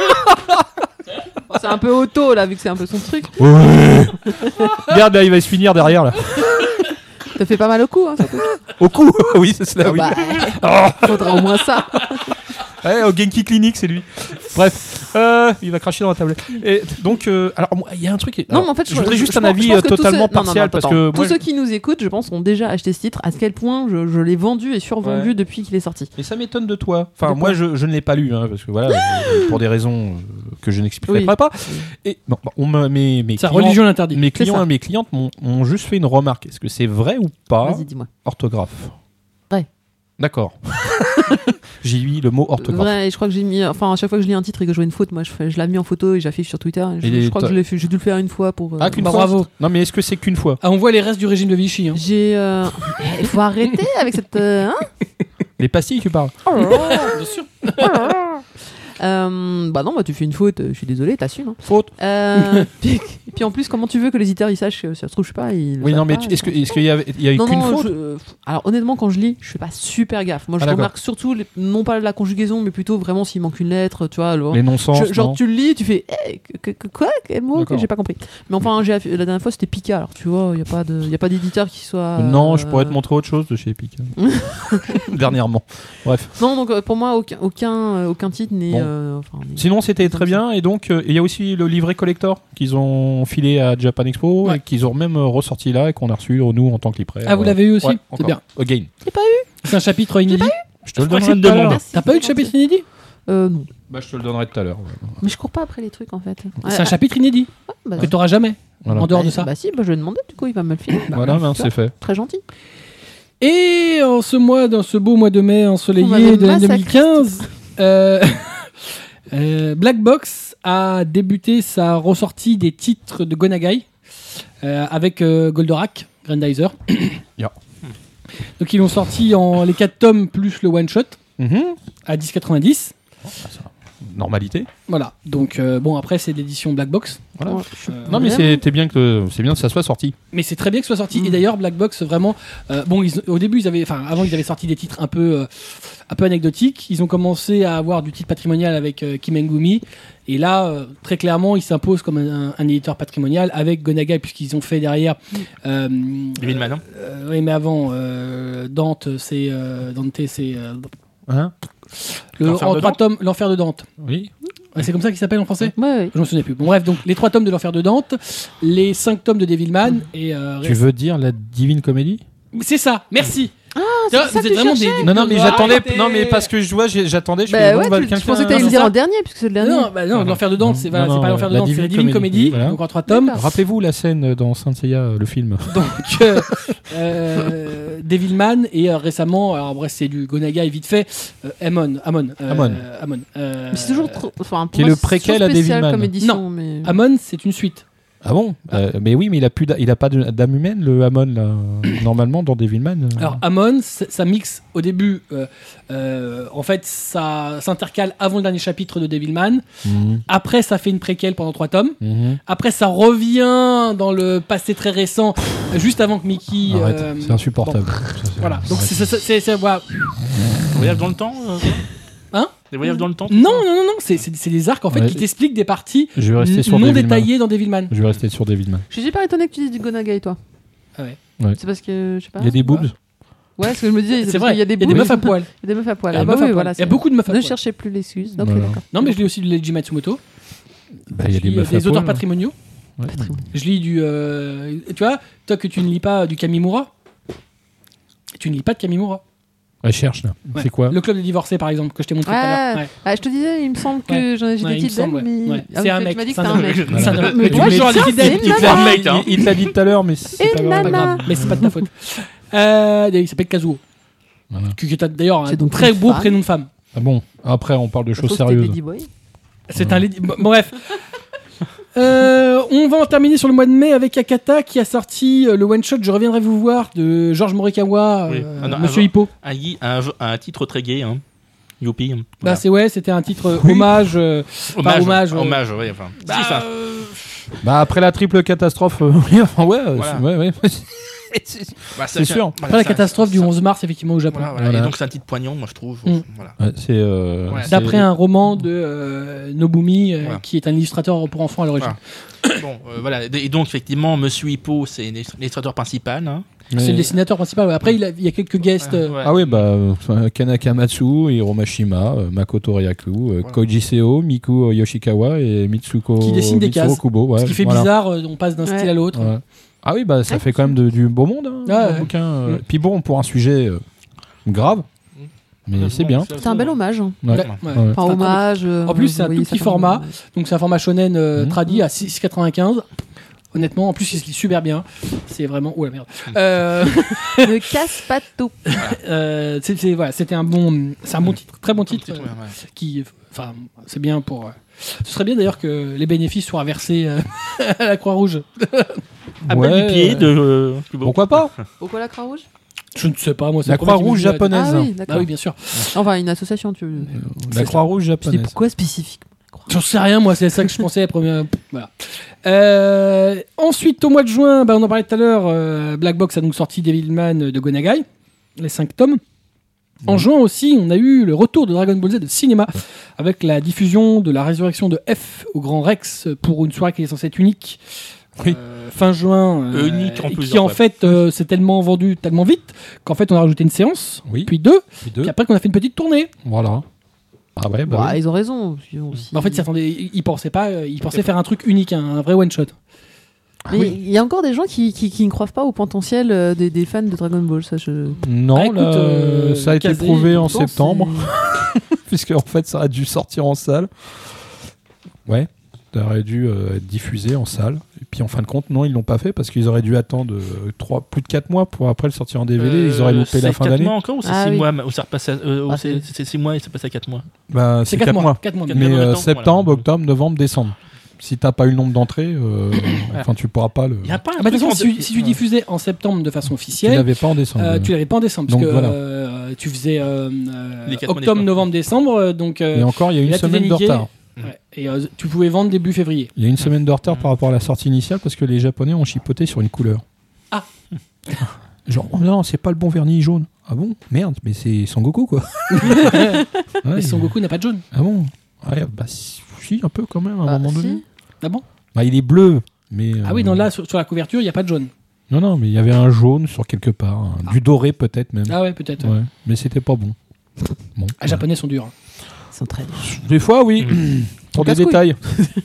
c'est un peu auto là, vu que c'est un peu son truc. Ouais. Regarde, là, il va se finir derrière, là. Ça fait pas mal au cou, hein, surtout. Au cou. Oui, c'est cela, oui. Bah, faudra au moins ça. Ouais, au Genki Clinic, c'est lui. Bref, euh, il va cracher dans la tablette. Et donc, euh, alors, moi, il y a un truc. qui- Non, alors, mais en fait, je voudrais juste je un pense- avis je pense euh, que tous totalement ceux- non, non, partial non, parce attends. que tous moi, ceux qui nous écoutent, je pense, ont déjà acheté ce titre. À quel point je, je l'ai vendu et survendu Ouais. depuis qu'il est sorti. Et ça m'étonne de toi. Enfin, De quoi moi, je, je ne l'ai pas lu, hein, parce que voilà, euh, pour des raisons euh, que je n'expliquerai Oui. pas. Et bon, bon, on me, mes, mes Sa clients, religion l'interdit. mes C'est clients ça. et mes clientes m'ont ont juste fait une remarque. Est-ce que c'est vrai ou pas Vas-y, dis-moi. orthographe? Vrai. D'accord. J'ai mis le mot orthographe. Ouais, et je crois que j'ai mis. Enfin, à chaque fois que je lis un titre et que je vois une faute, moi, je, fais- je l'ai mis en photo et j'affiche sur Twitter. Et je, Et les- je crois que je l'ai fait- j'ai dû le faire une fois pour. euh, Ah, qu'une Bah, fois. bravo. Non, mais est-ce que c'est qu'une fois? Ah, on voit les restes du régime de Vichy. Hein. J'ai. euh, Il faut arrêter avec cette. euh, hein Les pastilles, tu parles? Oh là là. Bien sûr. Euh, bah non, bah tu fais une faute, euh, je suis désolé, t'assumes. Hein. Faute. Euh, puis, puis en plus, comment tu veux que les éditeurs ils sachent que ça se trouve, je sais pas. Ils le Oui, savent non, mais pas, tu- ils est-ce que- s'en est-ce qu'il y, avait- il y a eu Non, qu'une non, faute? je- alors honnêtement, quand je lis, je fais pas super gaffe. Moi, je Ah, d'accord. remarque surtout, les- non pas la conjugaison, mais plutôt vraiment s'il manque une lettre, tu vois. Alors, Les non-sens. je- genre, non tu le lis et tu fais eh, que- que- quoi Quel mot D'accord. que j'ai pas compris. Mais enfin, j'ai, la dernière fois, c'était Pika. Alors, tu vois, il n'y a pas de- y a pas d'éditeur qui soit. Non, je pourrais te euh, montrer autre chose de chez Epic. Dernièrement. Bref. Non, donc euh, pour moi, aucun, aucun, euh, aucun titre n'est. Bon. euh, enfin, n'est- Sinon, c'était très Donc, bien. Et donc, euh, il y a aussi le livret collector qu'ils ont filé à Japan Expo Ouais. et qu'ils ont même euh, ressorti là et qu'on a reçu, nous, en tant que libraire. Ah, vous l'avez eu aussi Ouais, C'est encore. bien. Again. C'est un chapitre inédit. Je te le crois que donnerai c'est une tout à l'heure. demande. Merci, T'as pas eu de c'est chapitre gentil. inédit Euh, non. Bah, je te le donnerai tout à l'heure. Mais je cours pas après les trucs en fait. C'est un chapitre inédit bah, que t'auras jamais Voilà. en dehors bah, de ça. Bah si, bah, je vais demander, du coup, il va me le filer. Voilà, ben, c'est fait. Très gentil. Et en ce mois, dans ce beau mois de mai On ensoleillé m'avait de l'année massacré deux mille quinze, euh, euh, Black Box a débuté sa ressortie des titres de Gonagai euh, avec euh, Goldorak, Grandizer. Yeah. Donc ils l'ont sorti en les quatre tomes plus le one shot Mhm. à dix quatre-vingt-dix. Normalité. Voilà. Donc euh, bon, après c'est l'édition Black Box. Voilà. Ouais. Euh, Non, mais Vraiment c'était bien que c'est bien que ça soit sorti. Mais c'est très bien que ce soit sorti. Mm. Et d'ailleurs, Black Box, vraiment. euh, bon, ils- au début, ils avaient, enfin, avant, ils avaient sorti des titres un peu, euh, un peu anecdotiques. Ils ont commencé à avoir du titre patrimonial avec euh, Kimengumi. Et là, euh, très clairement, ils s'imposent comme un, un éditeur patrimonial avec Gonagai, puisqu'ils ont fait derrière. Euh, David Manon. euh, oui, mais avant, euh, Dante, c'est euh, Dante, c'est euh, Hein le L'Enfer en de trois Dante tomes, l'enfer de Dante. Oui. Ouais, c'est comme ça qu'il s'appelle en français. Ouais, ouais. Je me souviens plus. Bon, bref, donc les trois tomes de l'enfer de Dante, les cinq tomes de Devilman et. euh, Tu veux dire la Divine Comédie? C'est ça. Merci. Tu vois, c'est ça vous que êtes tu vraiment cherchais. des, des Non, non, mais bourgeois. j'attendais. Arrêtez. Non, mais parce que je vois, j'ai- j'attendais. Je Bah fais, bon, ouais, bah, tu, quelqu'un- tu pensais que t'allais Non, le dire ça- en dernier, puisque c'est le dernier. Non, bah non, l'enfer dedans, c'est voilà, Non, c'est pas non, l'enfer la dedans, c'est la Divine Divine Comédie, Comédie, voilà. donc en trois tomes. D'accord. Rappelez-vous la scène dans Saint Seiya, le film. Donc, euh, euh, Devilman et euh, récemment, alors bref, c'est du Gonagai vite fait, euh, Amon, Amon, euh, Amon. Amon. euh, Mais c'est toujours trop. Enfin, pour Qui est moi, le c'est préquel toujours à spécial Devilman. comme édition, Non. mais. Amon, c'est une suite. Ah bon Euh, Mais oui, mais il a plus, d'a- il a pas de- d'âme humaine, le Hamon là. Normalement, dans Devilman. euh, Alors Amon, c'est- ça mixe au début, euh, euh, en fait, ça s'intercale avant le dernier chapitre de Devilman. mhm, Après, ça fait une préquelle pendant trois tomes. mhm. Après, ça revient dans le passé très récent, juste avant que Mickey. Arrête, euh, c'est insupportable. bon, Ça, c'est- voilà. Donc arrête. c'est c'est- c'est- c'est- voilà. Des voyages dans le temps euh, quoi Hein Des voyages dans le temps tout Non, ça non, non, non, c'est c'est- c'est des arcs en fait Ouais. qui t'expliquent des parties Je vais rester n- sur non Devilman. détaillées dans Devilman. Je vais rester sur Devilman. Je suis super étonné que tu dises du Gonagai, toi. Ah ouais. Ouais. C'est parce que. Je sais pas. Il y a des boobs. Ouais, ce que je me disais, C'est vrai, Il y a des il y a des boobs. meufs à poil. Il y a des meufs à poil. Il y a Ah des bah meufs à oui, poil. voilà. Il y a c'est- beaucoup de meufs à Ne poil. cherchez plus l'excuse. Ok, Voilà. d'accord. Non, mais je lis aussi du Leiji Matsumoto. Bah, il y a Je des lis, euh, meufs à des auteurs poil. patrimoniaux. Ouais. Je lis du. euh, Tu vois, toi que tu ne lis pas du Kamimura, tu ne lis pas de Kamimura. Elle cherche là. Ouais. C'est quoi Le club des divorcés, par exemple, que je t'ai montré tout à Ah, l'heure. Ouais. ah, je te disais, il me semble que Ouais. j'en ai j'ai Ouais, des il me petites d'elle, semble, ouais. mais. Ouais. Ah C'est oui, un tu mec, m'as dit que c'est c'était un un mec. mec. C'est un Voilà. mec. Mais Mais tu moi, mets je toujours dis des ça, idées, c'est tu te une fais un nana. mec, il, hein. il te l'a dit tout à l'heure, mais c'est Et pas nana. grave. Pas grave. Mais c'est pas de ta faute. Euh, il s'appelle Kazuo. Voilà. Qui qui est d'ailleurs un C'est donc très une beau femme. prénom de femme. Ah bon, après on parle de Je choses trouve que c'était sérieuses. Lady Boy. C'est un lady- bon, bref. Euh, on va en terminer sur le mois de mai avec Akata qui a sorti euh, le one shot Je reviendrai vous voir de Georges Morikawa, Oui. euh, Ah non, Monsieur avant- Hippo. un, gui- un, un titre très gay, hein. Youpi. Bah Voilà. c'est ouais, c'était un titre euh, hommage. euh, hommage, hommage, ouais. hommage, ouais, enfin. bah, si, ça. euh, Bah après la triple catastrophe, euh, oui, enfin, ouais, euh, Voilà. c'est- ouais, ouais. Bah, c'est sûr. voilà, Après la ça- catastrophe du ça- onze mars effectivement au Japon. Voilà, voilà. Voilà. Et donc c'est un titre poignant, moi je trouve. Mm. Voilà. Ouais, c'est euh, Ouais. c'est- D'après un roman de euh, Nobumi, euh, Voilà. qui est un illustrateur pour enfants à l'origine. Voilà. Bon, euh, voilà. Et donc effectivement, Monsieur Hippo, c'est l'illustrateur principal. Hein. C'est mais- le dessinateur principal. ouais. Après, il, a- il y a quelques guests. euh, Ouais. Ah oui, bah euh, Kanaka Matsu, Hiro Mashima, euh, Makoto Ryaku, euh, Voilà. Koji Seo, Miku Yoshikawa et Mitsuko Qui dessinent des Mitsuru cases. Kubo. Ouais, Ce qui fait voilà. bizarre, euh, on passe d'un Ouais. style à l'autre. Ouais. Ah oui, bah ça Ah, fait quand même de- du beau monde, hein, Ouais, le ouais. bouquin. euh. Mm. Puis bon, pour un sujet euh, grave, mais c'est bien. C'est un bel hommage. hein. Ouais. Ouais, Ouais. ouais. Enfin, C'est un très hommage. euh, En plus, c'est un vous voyez tout petit ça comme- format. Donc c'est un format shonen euh, Mhm. traduit à six quatre-vingt-quinze. Honnêtement, en plus, il se lit super bien. C'est vraiment. Oh la merde. Euh, Ne casse pas tout. euh, c'est- c'est- voilà, c'était un bon, c'est un bon titre, très bon titre. Titre, euh, ouais, ouais. qui, enfin, c'est bien pour. euh, ce serait bien d'ailleurs que les bénéfices soient versés euh, à la Croix-Rouge. À Ouais, bas du pied euh, de. euh, plus beau. Pourquoi pas Pourquoi la Croix-Rouge Je ne sais pas, moi. c'est La le premier qui me Croix-Rouge vient à- japonaise. Ah oui, Ah d'accord. oui, bien sûr. Enfin, une association, tu veux. La C'est Croix-Rouge Je dis japonaise. pourquoi spécifiquement la Croix-Rouge J'en sais rien, moi, c'est ça que je pensais. La première... voilà. Euh, ensuite, au mois de juin, bah, on en parlait tout à l'heure, euh, Black Box a donc sorti Devilman de Gonagai, les cinq tomes. En juin aussi, on a eu le retour de Dragon Ball Z de cinéma, avec la diffusion de la résurrection de F au Grand Rex pour une soirée qui est censée être unique. Oui. Euh, fin juin, Euh, unique en et qui plusieurs en fois. fait euh, s'est tellement vendu tellement vite qu'en fait on a rajouté une séance, Oui. puis deux, Puis deux. puis après qu'on a fait une petite tournée. Voilà. Ah ouais, bah Ouais, oui. ils ont raison. ils ont aussi- Mais en fait, ils s'attendaient- ils ils pensaient pas, euh, ils pensaient faire un truc unique, un, un vrai one shot. Mais il y a encore des gens qui, qui, qui ne croient pas au potentiel euh, des, des fans de Dragon Ball. Ça, je... Non, Ah, écoute, là, euh, ça a été Kazé, prouvé en Pourtant, septembre, c'est- puisque en fait ça a dû sortir en salle. Ouais, ça aurait dû euh, être diffusé en salle. Et puis en fin de compte, non, ils l'ont pas fait parce qu'ils auraient dû attendre euh, trois, plus de quatre mois pour après le sortir en D V D. Ils auraient loupé la fin C'est quatre d'année. mois encore ou c'est Ah six oui. mois ou ça repasse à- euh, ou Ah, c'est c'est- c'est six mois et ça passe à quatre mois. Bah, C'est quatre mois. quatre mois. Quatre Mais mois de euh, temps, septembre, voilà. octobre, novembre, décembre. Si t'as pas eu le nombre d'entrées, euh, enfin tu pourras pas le. Il y a pas un Ah bah, de truc toute en façon, si, deux- si tu diffusais en septembre de façon Tu officielle, l'avais pas en décembre. euh, tu l'avais pas en décembre, parce Donc, que voilà. euh, tu faisais euh, euh, Les quatre mois octobre, d'école. novembre, décembre, euh, donc euh, Et encore, il y a et une là, t'étais semaine de niqué. retard. ouais, et euh, tu pouvais vendre début février. Il y a une semaine de retard par rapport à la sortie initiale parce que les Japonais ont chipoté sur une couleur. Ah. Genre, oh non, c'est pas le bon vernis jaune. Ah bon? Merde, mais c'est Sangoku quoi. Ouais, Mais Son Goku n'a pas de jaune. Ah bon? Ouais, bah si, si, un peu quand même à un Bah, moment si. donné. Ah bon? Bah, il est bleu, mais. Ah oui, euh, non, là, sur, sur la couverture, il n'y a pas de jaune. Non, non, mais il y avait un jaune sur quelque part. hein. Du doré peut-être même. Ah ouais, peut-être. Ouais, mais c'était pas bon. Bon. Les Japonais sont durs. hein. Ils sont très durs. Des fois, oui. Pour des Casse-couille. détails.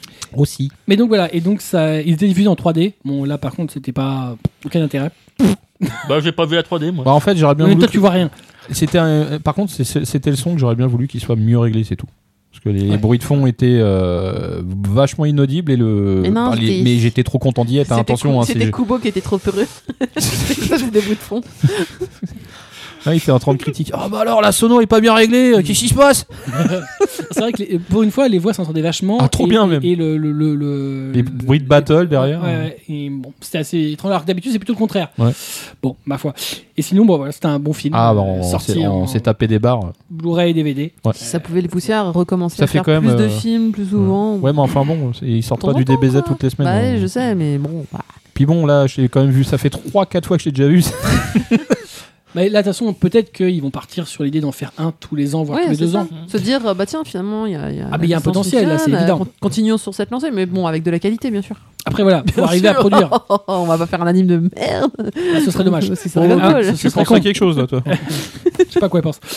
Aussi. Mais donc voilà, et donc ça, il était diffusé en trois D. Bon, là par contre, c'était pas aucun intérêt. Bah, j'ai pas vu la trois D, moi. Bah, en fait, j'aurais bien Mais voulu. toi, que- tu vois rien. C'était un- Par contre, c'est- c'était le son que j'aurais bien voulu qu'il soit mieux réglé, c'est tout. Parce que les Ouais. bruits de fond étaient euh, vachement inaudibles et le. Mais non, par les- j'étais- mais j'étais trop content d'y être. hein, C'était attention, Ku- hein, C'était c'est- Kubo qui était trop heureux. Ça, c'est des bouts de fond. Ah, il était en train de critiquer. Ah bah alors la sono est pas bien réglée. euh, Qu'est-ce qui se passe? C'est vrai que les- pour une fois, les voix s'entendaient vachement. Ah, trop et, bien, et- même. Et le, le, le, le- Les le- bruits de battle derrière. Ouais, ouais, et bon, c'était assez étrange. Alors que d'habitude, c'est plutôt le contraire. Ouais. Bon, ma foi. Et sinon, bon, voilà, c'était un bon film. Ah bah euh, on, sorti s'est, on en s'est tapé des barres. Blu-ray et D V D. Ouais. Si ça pouvait les pousser à recommencer Ça à fait faire quand plus même, de euh, films plus souvent. Ouais mais enfin bon, c'est- ils sortent De temps pas du en temps, D B Z quoi. toutes les semaines. Bah hein. ouais, je sais, mais bon. Bah. Puis bon là, j'ai quand même vu. Ça fait trois quatre fois que je l'ai déjà vu. Bah, là, de toute façon, peut-être qu'ils vont partir sur l'idée d'en faire un tous les ans, voire Ouais, tous les c'est deux ça. ans. Se dire, euh, bah tiens, finalement, il y a, il y a. Ah, la mais il y a un licence potentiel, là, c'est fonctionne, évident. euh, con- Continuons sur cette lancée, mais bon, avec de la qualité, bien sûr. Après, voilà, faut Bien arriver à sûr. produire. On va pas faire un anime de merde. Ah, ce serait dommage. Parce que ça rigole Ah, pas, ce- là. ce Tu serait penses à con. quelque chose là, toi? Je sais pas quoi elle pense.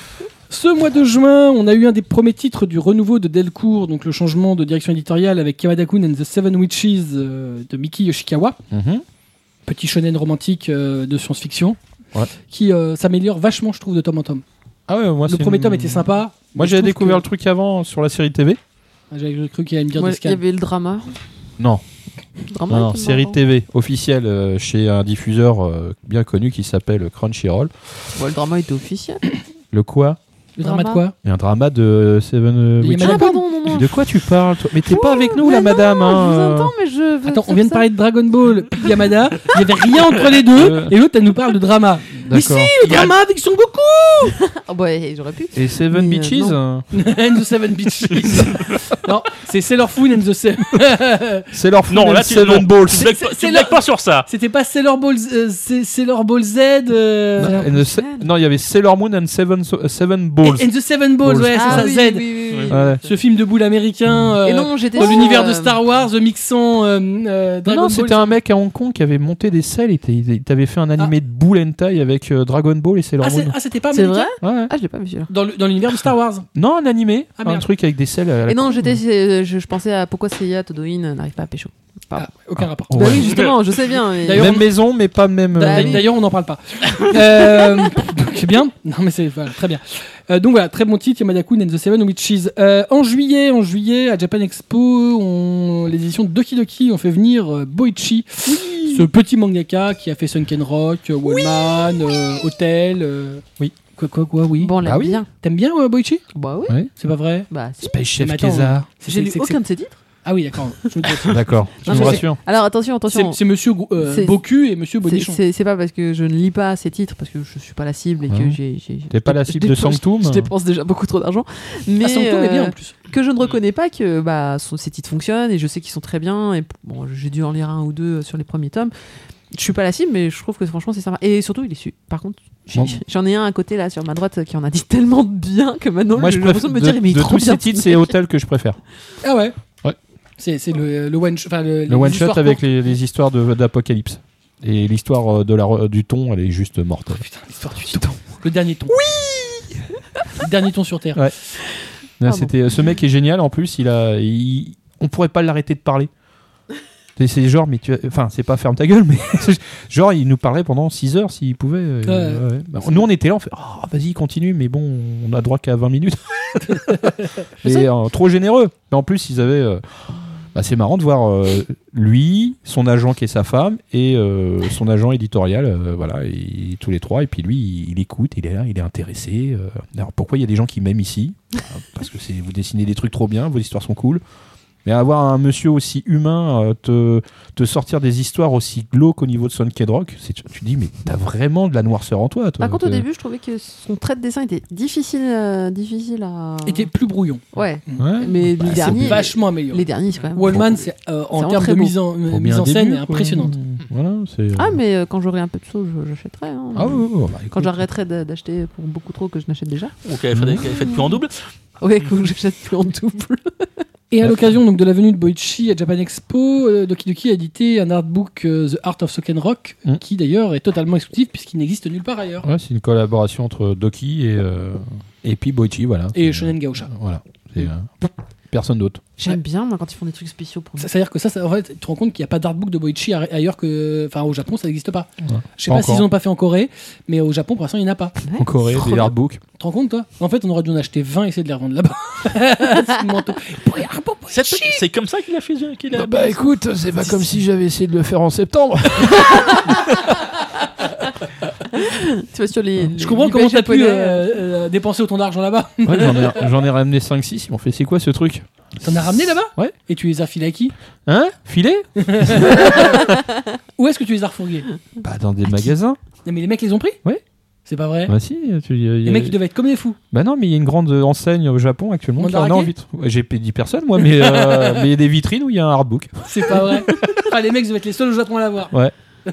Ce mois de juin, on a eu un des premiers titres du renouveau de Delcourt, donc le changement de direction éditoriale avec Kamada-kun and the Seven Witches euh, de Miki Yoshikawa, Mhm. petit shonen romantique euh, de science-fiction, Ouais. qui euh, s'améliore vachement, je trouve, de tome en tome. Ah ouais, moi Le c'est premier une- tome était sympa. Moi mais je j'avais trouve découvert que- le truc avant sur la série T V. Ah, j'avais cru qu'il allait me dire Ouais, de il y avait le drama. Non, Drama non, non, était série marrant. T V officielle euh, chez un diffuseur euh, bien connu qui s'appelle Crunchyroll. Ouais, le drama était officiel. Le quoi? Le drama de Drama. quoi Il y a un drama de Seven euh, Il y a Witches. Madame Ah, pardon, non, non. De quoi tu parles toi? Mais t'es pas Oh, avec nous mais la non, madame Je hein, vous euh. entends, mais je. veux Attends, on faire vient de ça. parler de Dragon Ball puis Yamada. Il y avait rien entre les deux. Euh. Et l'autre, elle nous parle de drama. Mais si, D'accord. le drama avec Son Goku Ah, bah, ouais, j'aurais pu. Et Seven Mais, euh, Beaches non. euh, and the Seven Beaches. Non, c'est Sailor Moon and the Seven. C'est leur Non, là, tu Seven non. Balls. Tu blagues pas- c'est tu la- blagues pas sur ça. C'était pas Sailor Ball, euh, c'est Sailor Ball Z. euh, And the Se- Non, il y avait Sailor Moon and Seven, so- seven Balls. And the Seven Balls, Balls. ouais, c'est Ah ça, oui, Z. oui, oui, oui. Ouais. Ce film de boule américain euh, Et non, j'étais dans sur, l'univers de euh, Star Wars, mixant euh, euh, Dragon Non, Ball. c'était un mec à Hong Kong qui avait monté des selles et il t'avait fait un animé de boule hentai avec euh, Dragon Ball et Sailor Ah, c'est- Moon. ah, c'était pas C'est américain vrai Ouais. Ah, je l'ai pas vu celui-là. dans, le- dans l'univers de Star Wars. Non, un animé, Ah, un merde. truc avec des selles. à la Et non, con. j'étais, euh, je, je pensais à pourquoi Seiya Todoin n'arrive pas à pécho. Pardon. Ah, aucun rapport. Ouais. Bah oui, justement, je sais bien. mais- D'ailleurs, Même on- maison, mais pas même. Bah euh, oui. D'ailleurs, on n'en parle pas. euh, c'est bien. Non, mais c'est voilà, très bien. Euh, donc voilà, très bon titre, Yamada-kun and the Seven Witches. Euh, en juillet, en juillet, à Japan Expo, on... les éditions de Doki Doki ont fait venir euh, Boichi, ce petit mangaka qui a fait Sunken Rock, euh, Wallman, euh, Hotel. euh, Oui. Quoi, quoi, quoi, oui. Bon, on l'aime Ah oui. bien. T'aimes bien euh, Boichi Bah oui. Ouais. C'est pas vrai Bah si. Space Chef Mais attends, Kézar. C'est- J'ai lu c'est- aucun de ses titres. Ah oui, d'accord. Je me dis- D'accord, tu Non, me mais rassures. Alors attention, C'est attention. c'est Monsieur Gou- euh, C'est- Boku et Monsieur C'est- Bonichon. C'est c'est pas parce que je ne lis pas ces titres, parce que je suis pas la cible et que Hein. j'ai. j'ai- T'es pas la je cible de dépense- Sanctum Je dépense déjà beaucoup trop d'argent. Mais Ah, Sanctum est bien en euh, plus. que je ne reconnais pas que bah, son- ces titres fonctionnent et je sais qu'ils sont très bien. Et bon, j'ai dû en lire un ou deux sur les premiers tomes. Je suis pas la cible, mais je trouve que franchement c'est sympa. Et surtout, il est su. Par contre, j'ai- Bon. j'en ai un à côté là sur ma droite qui en a dit tellement de bien que maintenant Moi, je j'ai préfère l'impression de me de, dire mais il est de trop tous bien. ces titres, c'est Hotel que je préfère. Ah ouais Ouais. C'est c'est le, le one shot. Enfin, le, Le les one shot histoires avec courtes. les, les histoires de- d'Apocalypse. Et l'histoire euh, de la re- du ton, elle est juste mortelle. Putain, l'histoire du ton. Le dernier ton. Oui Le dernier ton sur Terre. Ouais. Là, Ah c'était, ce mec est génial en plus. Il a, il- on pourrait pas l'arrêter de parler. C'est- C'est genre, mais tu, as- enfin, c'est pas ferme ta gueule, mais genre, il nous parlait pendant six heures s'il pouvait. euh, Ouais. ouais. Bah, nous, on était là, on fait, oh, vas-y, continue, mais bon, on a droit qu'à vingt minutes. Et euh, trop généreux. Mais en plus, ils avaient. euh, bah, c'est marrant de voir euh, lui, son agent qui est sa femme, et euh, son agent éditorial, euh, voilà, et tous les trois. Et puis lui, il, il écoute, il est là, il est intéressé. euh. Alors pourquoi il y a des gens qui m'aiment ici? Parce que c'est, vous dessinez des trucs trop bien, vos histoires sont cool. Mais avoir un monsieur aussi humain euh, te, te sortir des histoires aussi glauques au niveau de Sunken Rock, c'est, tu te dis, mais t'as vraiment de la noirceur en toi. toi. Par contre, au T'es- début, je trouvais que son trait de dessin était difficile, euh, difficile à. Était plus brouillon. Ouais. Ouais. Mais Bah, les c'est derniers, vachement amélioré. les derniers, c'est quand même. Wallman, c'est euh, en C'est termes très de beau. mise en, Faut mise bien en un scène, début, est quoi. impressionnante. Voilà, c'est. Ah, mais euh, quand j'aurai un peu de sous, je- j'achèterai. hein. Ah, ouais, ouais, ouais, bah, Quand écoute. j'arrêterai de- d'acheter pour beaucoup trop que je n'achète déjà. Ou qu'elle fait, qu'elle fait plus en double. Ouais, que j'achète plus en double. Et à l'occasion donc de la venue de Boichi à Japan Expo, euh, Doki Doki a édité un artbook euh, The Art of Sunken Rock, Mm. qui d'ailleurs est totalement exclusif puisqu'il n'existe nulle part ailleurs. Ouais, c'est une collaboration entre Doki et, euh, et puis Boichi, voilà. Et C'est, Shonen Gaosha. euh, Voilà. C'est, euh, Personne d'autre. J'aime bien, moi, quand ils font des trucs spéciaux pour nous. Ça- C'est-à-dire que ça, ça- en fait, tu te rends compte qu'il n'y a pas d'artbook de Boichi a- ailleurs que. Enfin, au Japon, ça n'existe pas. Ouais. Je sais Pas pas s'ils encore. n'ont pas fait en Corée, mais au Japon, pour l'instant, il n'y en a pas. Ouais, En Corée, c'est trop des bien. artbooks. Tu te rends compte, toi? En fait, on aurait dû en acheter vingt et essayer de les revendre là-bas. C'est une manteau. Pour les artbooks C'est, Boichi. c'est comme ça qu'il a fait. Qu'il a... Bah écoute, c'est pas comme si j'avais essayé de le faire en septembre. Tu vois, sur les. Je comprends comment t'as pu euh, euh, dépenser autant d'argent là-bas. Ouais, j'en ai, j'en ai ramené cinq six. Ils m'ont fait c'est quoi ce truc? T'en as ramené là-bas? Ouais. Et tu les as filés à qui? Hein? Filet? Où est-ce que tu les as refourgués? Bah dans des magasins. Non, mais les mecs les ont pris? Ouais. C'est pas vrai? Bah si. Tu, y a- y Les a- mecs ils devaient être comme des fous. Bah non, mais il y a une grande enseigne au Japon actuellement qui en a Mandarake en vitre. Ouais, j'ai dit personne moi, mais euh, mais il y a des vitrines où il y a un artbook. C'est pas vrai. Ah, les mecs devaient être les seuls au Japon à l'avoir. Ouais.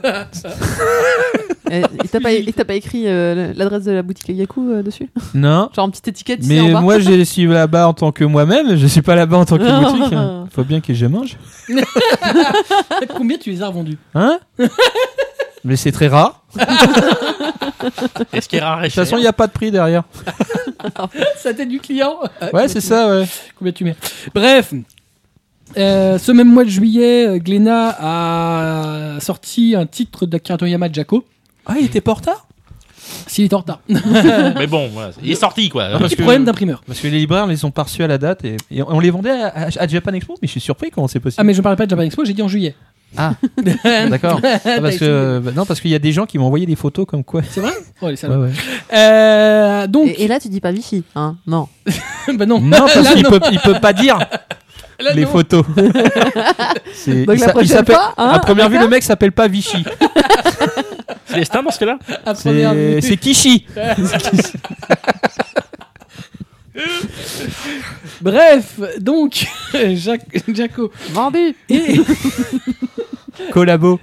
Et et t'as pas, et t'as pas écrit euh, l'adresse de la boutique Yaku euh, dessus? Non. Genre une petite étiquette ici en Mais bas. moi, je suis là-bas en tant que moi-même. Je suis pas là-bas en tant que boutique. Hein. Faut bien que je mange. Combien tu les as revendus? Hein? Mais c'est très rare. Est-ce qu'il est rare et De toute façon, il n'y a pas de prix derrière. Ça tête du client. Ouais, c'est ça, ouais. Combien tu mets? Bref. Euh, ce même mois de juillet, euh, Glénat a sorti un titre d'Akira Toriyama Jako. Ah, il était pas en retard? S'il est en retard. Mais bon, voilà, il est sorti quoi. Parce Petit que- problème d'imprimeur. Parce que les libraires les ont pas reçus à la date et, et on les vendait à, à- à Japan Expo, mais je suis surpris comment c'est possible. Ah, mais je parlais pas de Japan Expo, j'ai dit en juillet. Ah, d'accord. Ah, parce que bah, non, parce qu'il y a des gens qui m'ont envoyé des photos comme quoi. C'est vrai? Oh, les Ouais, salauds. ouais. Euh, donc, Et, et là, tu dis pas Vichy, hein? Non. bah non. Non, parce Là, qu'il non. peut, il peut pas dire Là, les non. photos. C'est- Donc il la s'a- il prochaine s'appelle- fois, hein, à première vue, le mec s'appelle pas Vichy. C'est Lestin dans ce cas-là. À première C'est vue. c'est Kishi. Bref, donc, Jacques, Jaco. Vendu. Et, Collabo.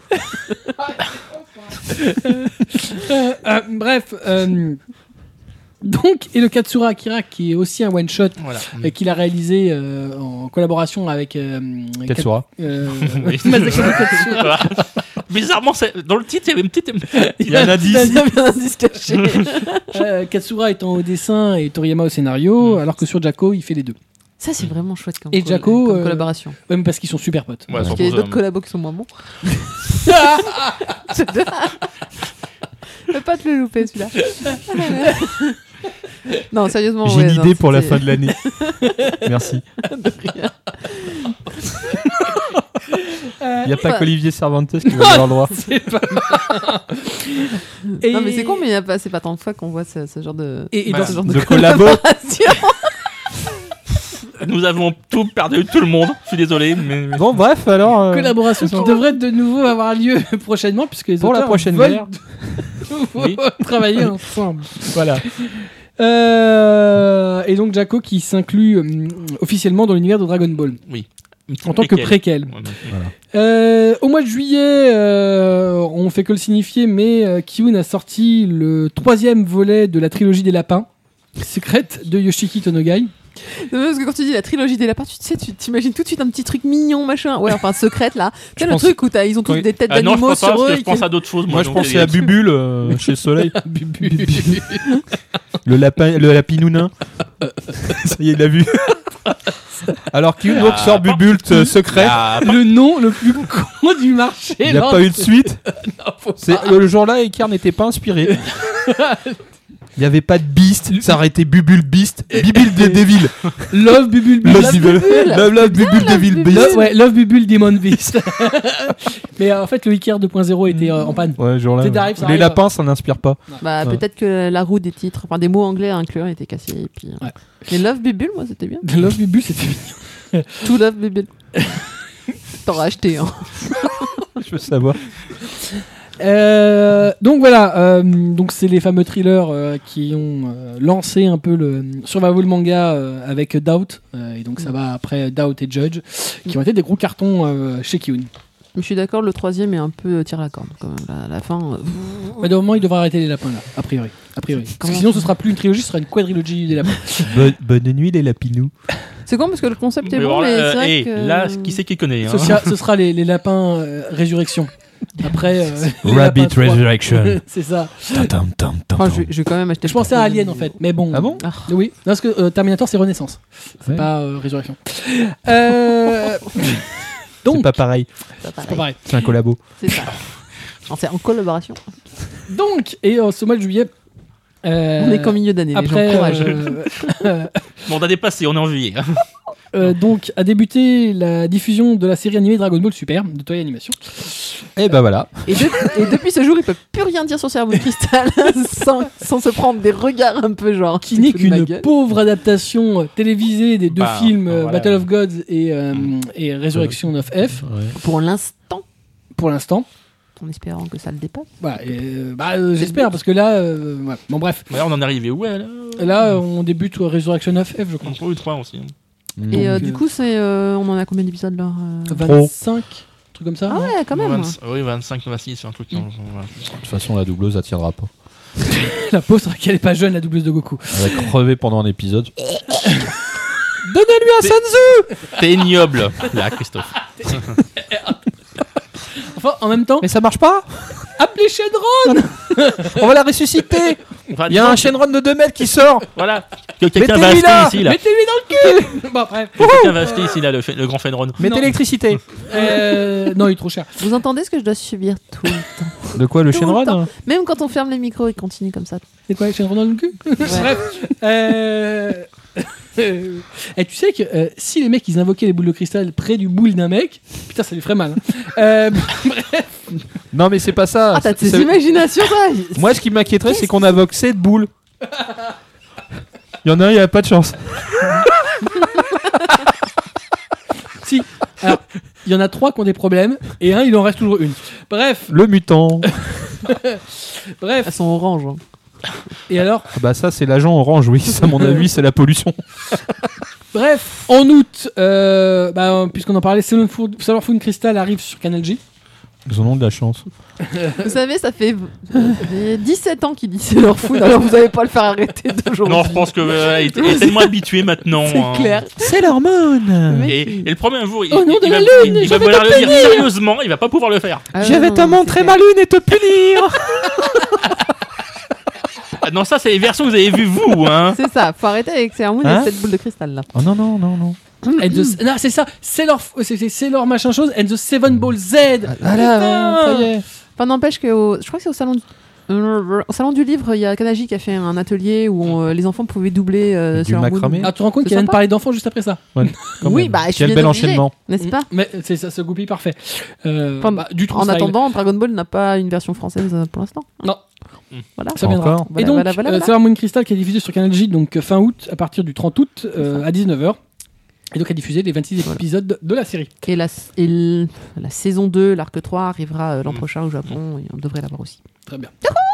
euh, euh, bref, euh, donc, et le Katsura Akira, qui est aussi un one-shot, Voilà. euh, qu'il a réalisé euh, en collaboration avec euh, Katsura. Kat- euh, Oui. Masako Katsura. Voilà. Bizarrement, c'est- dans le titre, il y avait une petite. Il y a un indice. Il y a bien un indice caché. Euh, Katsura étant au dessin et Toriyama au scénario, alors que sur Jako, il fait les deux. Ça, c'est vraiment chouette comme, Et col- Jaco, comme euh, collaboration. Ouais, mais parce qu'ils sont super potes. Ouais, Parce sans qu'il y a pause, d'autres euh, collabos qui sont moins bons. Je peux pas te le louper celui-là. Non, sérieusement. J'ai ouais, une non, idée pour la c'était- fin de l'année. Merci. Il n'y a pas Bah. qu'Olivier Cervantes qui va avoir le droit. C'est pas mal. Et- Non, mais c'est con, mais il y a pas- c'est pas tant de fois qu'on voit ce, ce genre de. Et, et Voilà. dans- ce genre de, De collabo. collaboration. Nous avons tout perdu, tout le monde. Je suis désolé, mais. mais- Bon, bref, alors. euh, collaboration qui devrait de nouveau avoir lieu prochainement puisque les Pour la auteurs prochaine veulent guerre. de nouveau Oui. travailler ensemble. Voilà. Euh, et donc Jaco qui s'inclut euh, officiellement dans l'univers de Dragon Ball Oui. en tant que préquel. Ouais, donc, Euh, au mois de juillet, euh, on fait que le signifier, mais euh, Kiyun a sorti le troisième volet de la trilogie des lapins, secrète de Yoshiki Tonogai. Non, mais parce que quand tu dis la trilogie des lapins, tu sais, tu t'imagines tout de suite un petit truc mignon, machin. Ouais, enfin, secrète là. Tu sais, le pense- truc où t'as- ils ont tous Oui. des têtes Ah non, je d'animaux pense pas, sur parce eux. que et je pense qui- à d'autres choses. Moi, je donc, pensais il y à Bubule euh, chez Soleil. Le lapin, le lapinounin. Ça y est, il a vu. Alors qu'une Ah, donc sort par- Bubule euh, secret. Ah, Le nom le plus con du marché. Il n'y a là. pas eu de suite. Non, faut C'est, pas. le jour-là, Icar n'était pas inspiré. Il n'y avait pas de Beast. Ça aurait été Bubule Beast. Bibule des Devil. Love Bubule Beast. Love Bubule. Love Love Bubule Devil Bubule. Beast. Love, ouais, Love Bubule Demon Beast. Mais euh, en fait, le Icar deux point zéro était euh, en panne. Ouais, ce jour-là. C'est d'arrive, ça Les arrive. lapins, ça n'inspire pas. Bah, Ouais. peut-être que la roue des titres, enfin des mots anglais à inclure était cassée. Et puis, euh. Ouais. Mais Love Bubble, moi, c'était bien. Love Bubule, c'était mignon. Tout Love Bubble. T'auras acheté, hein. Je veux savoir. Euh, donc voilà, euh, donc c'est les fameux thrillers euh, qui ont euh, lancé un peu le survival manga euh, avec Doubt, euh, et donc ça va après Doubt et Judge, qui ont été des gros cartons euh, chez Kiyun. Je suis d'accord, le troisième est un peu euh, tire la corde. Quand même. La, la fin. euh, Mais d'un moment, il devrait arrêter les lapins là, a priori. A priori. Parce que Comment sinon, ça ce sera plus une trilogie, ce sera une quadrilogie des lapins. Bonne, bonne nuit, les lapinous. C'est con parce que le concept est Mais bon, alors, mais euh, c'est vrai hey, que. là, qui c'est qui connaît hein Ce, sera, ce sera les, les lapins euh, résurrection. Après. euh, Rabbit Lapin trois. Resurrection. C'est ça. Tam, tam, tam, tam, Enfin, tam. je, vais- je vais quand même acheter. Je pensais à Alien en fait, mais bon. Ah bon Ah. Oui, non, parce que euh, Terminator c'est Renaissance, c'est Ouais. pas euh, Résurrection. Euh... C'est Donc, pas pareil. C'est pas c'est pas pareil. pareil. C'est un collabo. C'est ça. Non, c'est en collaboration. Donc, et euh, ce mois de juillet. euh, On est qu'en milieu d'année. Après, les gens, courage. euh, Bon, on a dépassé, on est en juillet. euh, donc, a débuté la diffusion de la série animée Dragon Ball Super de Toei Animation. Et bah voilà. Et, de- et depuis ce jour, ils peuvent plus rien dire sur Sailor Moon Crystal sans, sans se prendre des regards un peu genre. Qui tu n'est te fous de ma qu'une gueule. pauvre adaptation euh, télévisée des deux Bah, films euh, voilà. Battle of Gods et, euh, et Resurrection of F Pour l'instant, pour l'instant. en espérant que ça le dépasse. Voilà, et, euh, bah, euh, j'espère parce que là, euh, voilà. Bon bref, Ouais, on en est arrivé où, là là euh, on débute euh, Resurrection of F, je crois. On peut ou trois aussi. Et euh, Donc, du euh, coup, c'est, euh, on en a combien d'épisodes là euh vingt-cinq, truc comme ça. Ah non ouais, quand même. vingt Oui, vingt-cinq, vingt-six, c'est un truc. non, voilà. De toute façon, la doubleuse, elle tiendra pas. La pauvre, c'est vrai qu'elle est pas jeune, la doubleuse de Goku. Elle va crever pendant un épisode. Donnez-lui un Sanzu. T'es ignoble, là, Christophe. Enfin, en même temps, Mais ça marche pas. appelez Shenron. On va la ressusciter. Enfin, Il y a un Shenron de deux mètres qui sort. Voilà. Que quelqu'un va Mettez-lui acheter là. ici, là. Mettez-lui dans le cul. Bon bref. Que quelqu'un va acheter ici, là, le, le grand Fenron. Mettez Non. l'électricité. Euh, non, il est trop cher. Vous entendez ce que je dois subir tout le temps. De quoi, le Tout le Shenron temps. Même quand on ferme les micros, il continue comme ça. C'est quoi, Shenron dans le cul? Bref. Euh... Et tu sais que euh, si les mecs ils invoquaient les boules de cristal près du boule d'un mec, putain ça lui ferait mal. Hein. Euh, Non, mais c'est pas ça. Ah, t'as de C'est- ces imaginations, toi. Moi, ce qui m'inquiéterait, c'est qu'on invoque sept boules. Il y en a un, il n'y a pas de chance. si. Alors, il y en a trois qui ont des problèmes et un il en reste toujours une. Bref, Le mutant. bref. Elles sont oranges. hein. Et alors, Ah bah ça, c'est l'agent orange, oui. Ça, à mon avis, c'est la pollution. bref, en août, euh, bah, puisqu'on en parlait, Sailor Moon Sailor Moon Crystal arrive sur Canal J. Ils en ont de la chance. Vous savez, ça fait euh, dix-sept ans qu'il dit c'est leur foot, alors vous n'allez pas le faire arrêter d'aujourd'hui. Non, je pense que euh, il est il est tellement habitué maintenant. C'est hein. clair. C'est l'hormone. Mais- Et, et le premier jour, il, Au nom il de va, la il- lune, il je va vais vouloir te le dire punir. sérieusement, il va pas pouvoir le faire. Ah Je ouais, vais non, te c'est montrer clair. ma lune et te punir. Ah, non, ça, c'est les versions que vous avez vues, vous. Hein. C'est ça, faut arrêter avec Sailor Moon Hein et cette boule de cristal là. Oh non, non, non, non. And the- Non, c'est ça, Sailor, c'est c'est Sailor machin chose, and the Seven Ball Z. Ah là, ça y est. Enfin, n'empêche que au- je crois que c'est au salon du... euh, au salon du livre, il y a Kanaji qui a fait un atelier où euh, les enfants pouvaient doubler euh, Du Sailor Moon. macramé. Ah, tu te rends compte C'est qu'il vient de sympa. parler d'enfants juste après ça. Quand Oui, même. bah, je suis Quel bien bel obligée. enchaînement. N'est-ce pas? Mais c'est ça se goupille parfait. Euh, Enfin, bah, du tout En style. attendant, Dragon Ball n'a pas une version française euh, pour l'instant. Non. Voilà. Ça viendra. Encore. Et Voilà, donc, voilà, voilà, euh, voilà. Sailor Moon Crystal qui est diffusé sur Canal J donc euh, fin août, à partir du trente août euh, à dix-neuf heures. Et donc a diffusé les vingt-six Voilà. épisodes de la série. Et la, et l- la saison deux, l'arc trois, arrivera euh, l'an Mm. prochain au Japon et on devrait l'avoir aussi. Très bien.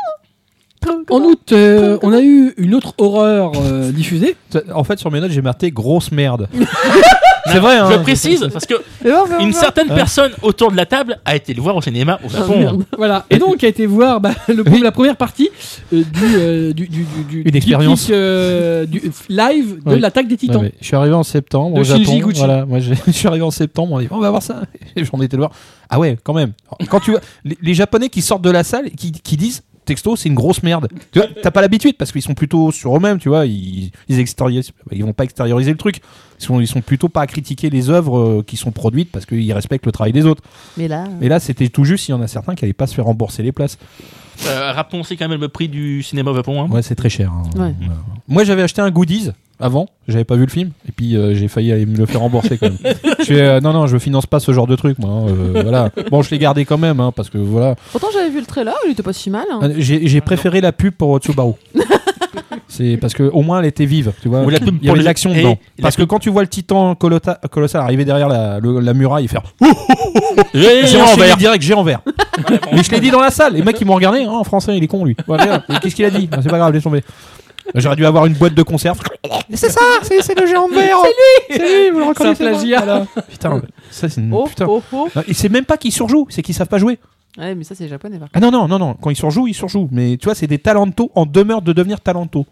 En août, euh, on a eu une autre horreur euh, diffusée. En fait, sur mes notes, j'ai marqué grosse merde. C'est vrai, hein. Je précise, parce que une certaine Ouais. personne autour de la table a été le voir au cinéma au Ah, Japon. merde. Voilà. Et donc a été voir bah, le, Oui. la première partie euh, du, euh, du, du, du, du- Une du expérience. pic, euh, du live de Oui. l'attaque des Ouais, Titans. mais je suis arrivé en septembre De au Japon. Shinji Gucci. Voilà, moi j'ai- je suis arrivé en septembre, on dit on va voir ça. Et j'en étais le voir. Ah ouais, quand même. Quand tu vois les, les Japonais qui sortent de la salle, qui, qui disent texto, c'est une grosse merde. Tu vois, t'as pas l'habitude parce qu'ils sont plutôt sur eux-mêmes, tu vois. Ils, ils extériorisent, ils vont pas extérioriser le truc. Ils sont, ils sont plutôt pas à critiquer les œuvres euh, qui sont produites parce qu'ils respectent le travail des autres. Mais là, Et là, c'était tout juste. Il y en a certains qui allaient pas se faire rembourser les places. Euh, rappelons aussi quand même le prix du cinéma au Japon. Hein. Ouais, c'est très cher. hein. Ouais. Voilà. Moi, j'avais acheté un goodies avant, j'avais pas vu le film, et puis euh, j'ai failli aller me le faire rembourser quand même. Je fais, euh, non, non, je finance pas ce genre de truc, moi. hein, euh, voilà. Bon, je l'ai gardé quand même, hein, parce que voilà. pourtant j'avais vu le trailer, il était pas si mal. hein. Euh, J'ai j'ai préféré la pub pour Tsubaru. C'est parce que au moins elle était vive, tu vois. Ou la pub Il y pour avait le- de l'action et dedans. la Parce que quand tu vois le titan colossal, colossal arriver derrière la, le- la muraille et faire J'ai j'ai en enchaîné vert. direct, j'ai en vert. Mais je l'ai dit dans la salle, les mecs ils m'ont regardé, hein, en français il est con lui. Voilà. Et qu'est-ce qu'il a dit? C'est pas grave, laisse tomber. J'aurais dû avoir une boîte de conserve. C'est ça, c'est c'est le géant vert. C'est lui, c'est lui, vous le reconnaissez C'est un plagiat. pas Voilà. Putain, ça c'est une Oh, putain. oh, oh. Non, et c'est même pas qu'ils surjouent, c'est qu'ils savent pas jouer. Ouais, mais ça c'est japonais. Par contre. Ah non, non, non, non. Quand ils surjouent, ils surjouent. Mais tu vois, c'est des talentos en demeure de devenir talentos.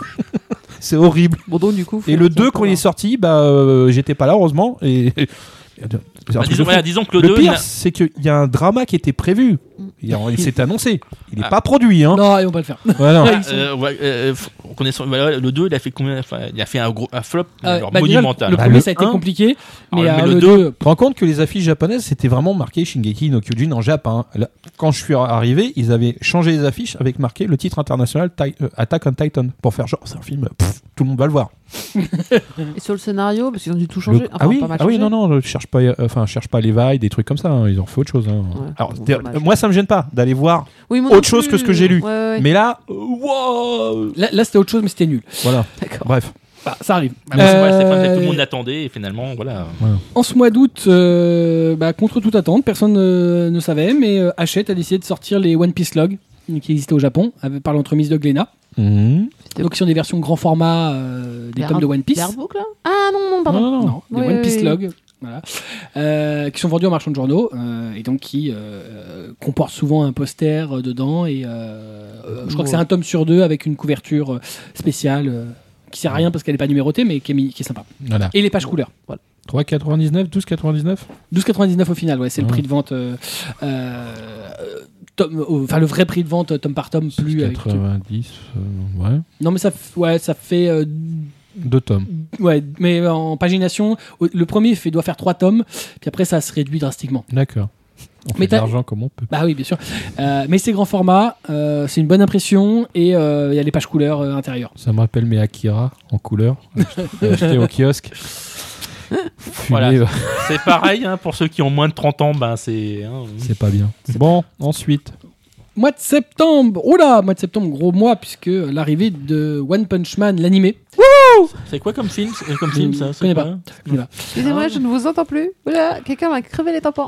C'est horrible. Bon, donc du coup. Et faut- le faut deux, quand il est savoir. sorti, bah, euh, j'étais pas là, heureusement. Et C'est un Bah, truc disons, de fou. voilà, disons que le, Le deux pire, n'a- c'est qu'il y a un drama qui était prévu. Il, il s'est annoncé. Il n'est Ah. pas produit. Hein. Non, ils vont pas le faire. Voilà. Ah, euh, ouais, euh, f- connaissant- voilà, le deux, il a fait combien enfin, il a fait un, gros, un flop Euh, genre bah, déjà, monumental. le Bah, premier, le ça a été un. compliqué, mais, Alors, euh, mais le le deux, deux, Tu te rends compte que les affiches japonaises, c'était vraiment marqué Shingeki no Kyojin en Japon. Là, quand je suis arrivé, ils avaient changé les affiches avec marqué le titre international Ti- euh, Attack on Titan pour faire genre c'est un film, pff, tout le monde va le voir. Et sur le scénario, parce qu'ils ont dû tout changer. Le- Enfin, ah oui, pas mal ah oui, changé. non non, je cherche pas, euh, enfin cherche pas les vailles, des trucs comme ça. Hein, ils ont fait autre chose. Hein. Ouais, Alors, bon, c'est- dommage. moi, ça me gêne pas d'aller voir Oui, moi autre non chose plus. que ce que j'ai lu. Ouais, ouais, ouais. Mais là, euh, wow, là, là, c'était autre chose, mais c'était nul. voilà. D'accord. Bref. Bah, ça arrive. bah, moi, c'est vrai, c'est vrai, Euh, tout le monde l'attendait et finalement, voilà. En ce mois d'août, euh, bah, contre toute attente, personne euh, ne savait, mais euh, Hachette a décidé de sortir les One Piece Log qui existaient au Japon avec, par l'entremise de Glénat. Mhm. Donc, qui sont des versions grand format euh, des Les tomes de art- One Piece. les artbooks, là Ah non, non, pardon. Non, non, non. Non, des Oui, One oui, Piece oui. Log. Voilà. Euh, qui sont vendus en marchand de journaux euh, et donc qui euh, euh, comportent souvent un poster euh, dedans et euh, euh, je crois que c'est un tome sur deux avec une couverture euh, spéciale euh, qui sert à rien parce qu'elle n'est pas numérotée mais qui est, mis- qui est sympa. Voilà. Et les pages couleurs. Voilà. trois quatre-vingt-dix-neuf, douze quatre-vingt-dix-neuf. douze quatre-vingt-dix-neuf au final, ouais, c'est le Ouais. prix de vente. euh, euh, tome- euh, Enfin, le vrai prix de vente euh, tome par tome, plus avec. quatre-vingt-dix, euh, ouais. Non, mais ça, f- ouais, ça fait. euh, Deux tomes. ouais, mais en pagination, au- le premier fait, doit faire trois tomes, puis après ça se réduit drastiquement. D'accord. On fait Mais de t'as- l'argent comme on peut. Bah oui, bien sûr. Euh, mais c'est grand format, euh, c'est une bonne impression et euh, il y a les pages couleurs euh, intérieures. Ça me rappelle mes Akira en couleur. Acheté au kiosque. Fumé, Voilà. euh, C'est pareil, hein, pour ceux qui ont moins de trente ans, ben c'est. hein, c'est pas bien. Bon, ensuite. Mois de septembre, oh là, mois de septembre, gros mois, puisque l'arrivée de One Punch Man, l'animé. c'est quoi comme film, c'est- comme film ça Je c'est connais quoi pas. Voilà. Excusez-moi, je ne vous entends plus. Voilà, quelqu'un m'a crevé les tampons.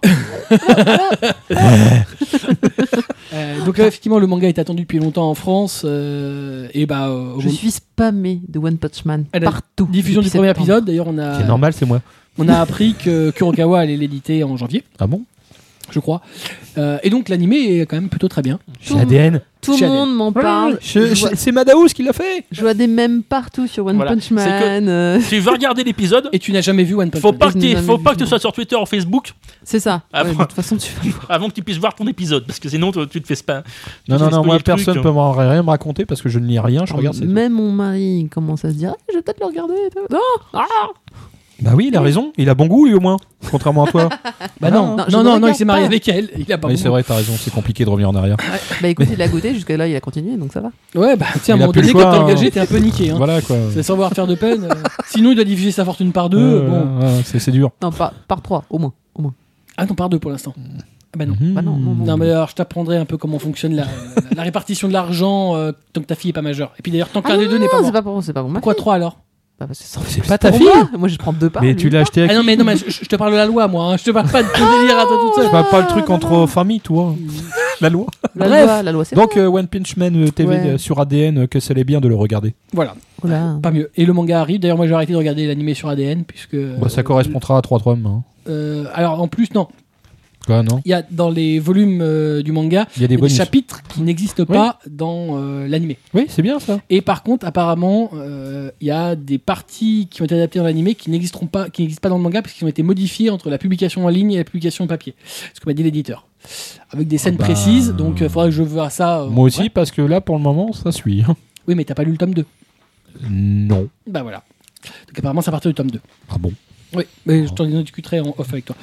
Euh, donc là, effectivement, le manga est attendu depuis longtemps en France. euh, et bah, euh, au Je moment- suis spammé de One Punch Man Elle a partout. diffusion du depuis premier septembre. épisode. D'ailleurs, on C'est a, normal, c'est moi. on a appris que Kurokawa allait l'éditer en janvier, Ah bon? je crois. Euh, et donc, l'animé est quand même plutôt très bien. J'ai A D N. Tout le Chez monde m'en parle. Je- Je je- vois- C'est Madhouse qui l'a fait. Je vois des mèmes partout sur One Voilà. Punch C'est que- Man. euh, Tu veux regarder l'épisode, Et tu n'as jamais vu One Punch faut Man. pas que, Je n'ai t'aies- jamais faut vu. pas que tu sois sur Twitter ou Facebook C'est ça. Ah Ouais, bon. de toute façon, tu vas voir. avant que tu puisses voir ton épisode, parce que sinon tu tu te fais spam. Non, Tu non, fais non, spoiler moi le truc, personne hein. peut m'en rien me raconter parce que je ne lis rien, je regarde. c'est tout. Même mon mari il commence à se dire ah, je vais peut-être le regarder. et tout. Non ah Bah oui, il a raison. Il a bon goût lui au moins, contrairement à toi. Bah non, Non, non, je non, ne non, il regarde s'est marié pas. avec elle. Il a pas Oui, bon c'est goût. vrai, t'as raison. C'est compliqué de revenir en arrière. Bah écoute, il a goûté, jusqu'à là il a continué, donc ça va. Ouais, bah tiens, à un Il a moment plus le donné, choix, quand t'es hein. engagé, t'es un peu niqué. Hein. Voilà quoi. C'est sans vouloir faire de peine. euh. Sinon, il doit diviser sa fortune par deux. Euh, bon. ouais, c'est c'est dur. Non, pas par trois, au moins. Au moins. Ah non, par deux pour l'instant. Ah bah non. Mhm. Bah non, non, non. Non, mais alors je t'apprendrai un peu comment fonctionne la, la, la répartition de l'argent euh, tant que ta fille est pas majeure. Et puis d'ailleurs, tant qu'un Ah des deux n'est pas non, mort. c'est pas pour, c'est pas pour ma Pourquoi fille. trois alors? Bah, parce que c'est C'est pas ta pour fille. moi. Moi, je prends deux parts. Mais lui, tu l'as une acheté à Ah qui? non, mais non, mais je, je te parle de la loi, moi. Hein. Je te parle pas de ton délire à toi toute Tu seule. vas pas le truc entre familles, toi. La loi. part. La Bref. loi, la loi, c'est Donc euh, One Punch Man euh, T V Ouais. euh, sur A D N, euh, que ça l'est bien de le regarder. Voilà, Oh là. pas mieux. Et le manga arrive. D'ailleurs, moi j'ai arrêté de regarder l'animé sur A D N puisque. Bah, ça correspondra à trois tomes. Hein. Euh, alors en plus, non. Quoi, non? Il y a dans les volumes euh, du manga Il y a des il y a des bonus. chapitres qui n'existent pas dans euh, l'animé. Oui, c'est bien ça. Et par contre, apparemment, euh, il y a des parties qui ont été adaptées dans l'animé qui n'existeront pas, qui n'existent pas dans le manga parce qu'ils ont été modifiées entre la publication en ligne et la publication en papier. C'est ce que m'a dit l'éditeur. Avec des scènes bah, précises, donc il faudra que je vois ça. euh, Moi aussi, ouais. parce que là, pour le moment, ça suit. Oui, mais t'as pas lu le tome deux. Non. Bah voilà. Donc apparemment, c'est à partir du tome deux. Ah bon? Oui, mais je t'en discuterai en off avec toi.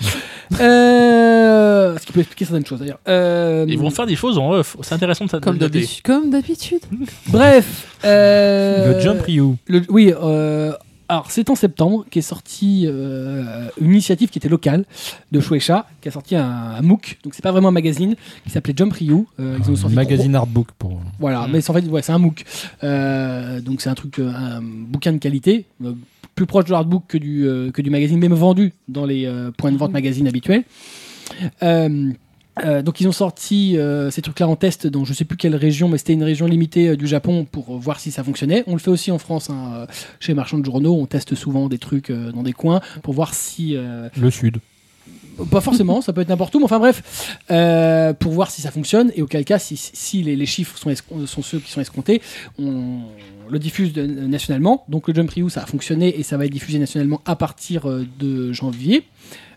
euh, ce qui peut expliquer certaines choses d'ailleurs. Euh, Ils vont faire des choses en off. C'est intéressant de ça. Comme de noter. d'habitude. Comme d'habitude. Bref. euh, Le Jump Ryu. le- oui, euh, alors c'est en septembre qu'est sortie euh, une initiative qui était locale de Shueisha, qui a sorti un, un MOOC, donc c'est pas vraiment un magazine, qui s'appelait Jump Ryu. Euh, ils ont Un sorti magazine artbook pour. Voilà, Mm. mais c'est en fait, ouais, c'est un MOOC. Euh, donc c'est un truc, euh, un bouquin de qualité, euh, plus proche de l'artbook que du, euh, que du magazine, même vendu dans les euh, points de vente magazine habituels. Euh, euh, donc ils ont sorti euh, ces trucs-là en test dans je sais plus quelle région, mais c'était une région limitée euh, du Japon pour euh, voir si ça fonctionnait. On le fait aussi en France, hein, euh, chez Marchand de Journaux, on teste souvent des trucs euh, dans des coins pour voir si... euh, Le Sud. pas forcément, ça peut être n'importe où, mais enfin bref, euh, pour voir si ça fonctionne, et auquel cas, si, si les, les chiffres sont, esco- sont ceux qui sont escomptés, on le diffuse de- nationalement. Donc le Jump Ryu, ça a fonctionné, et ça va être diffusé nationalement à partir euh, de janvier.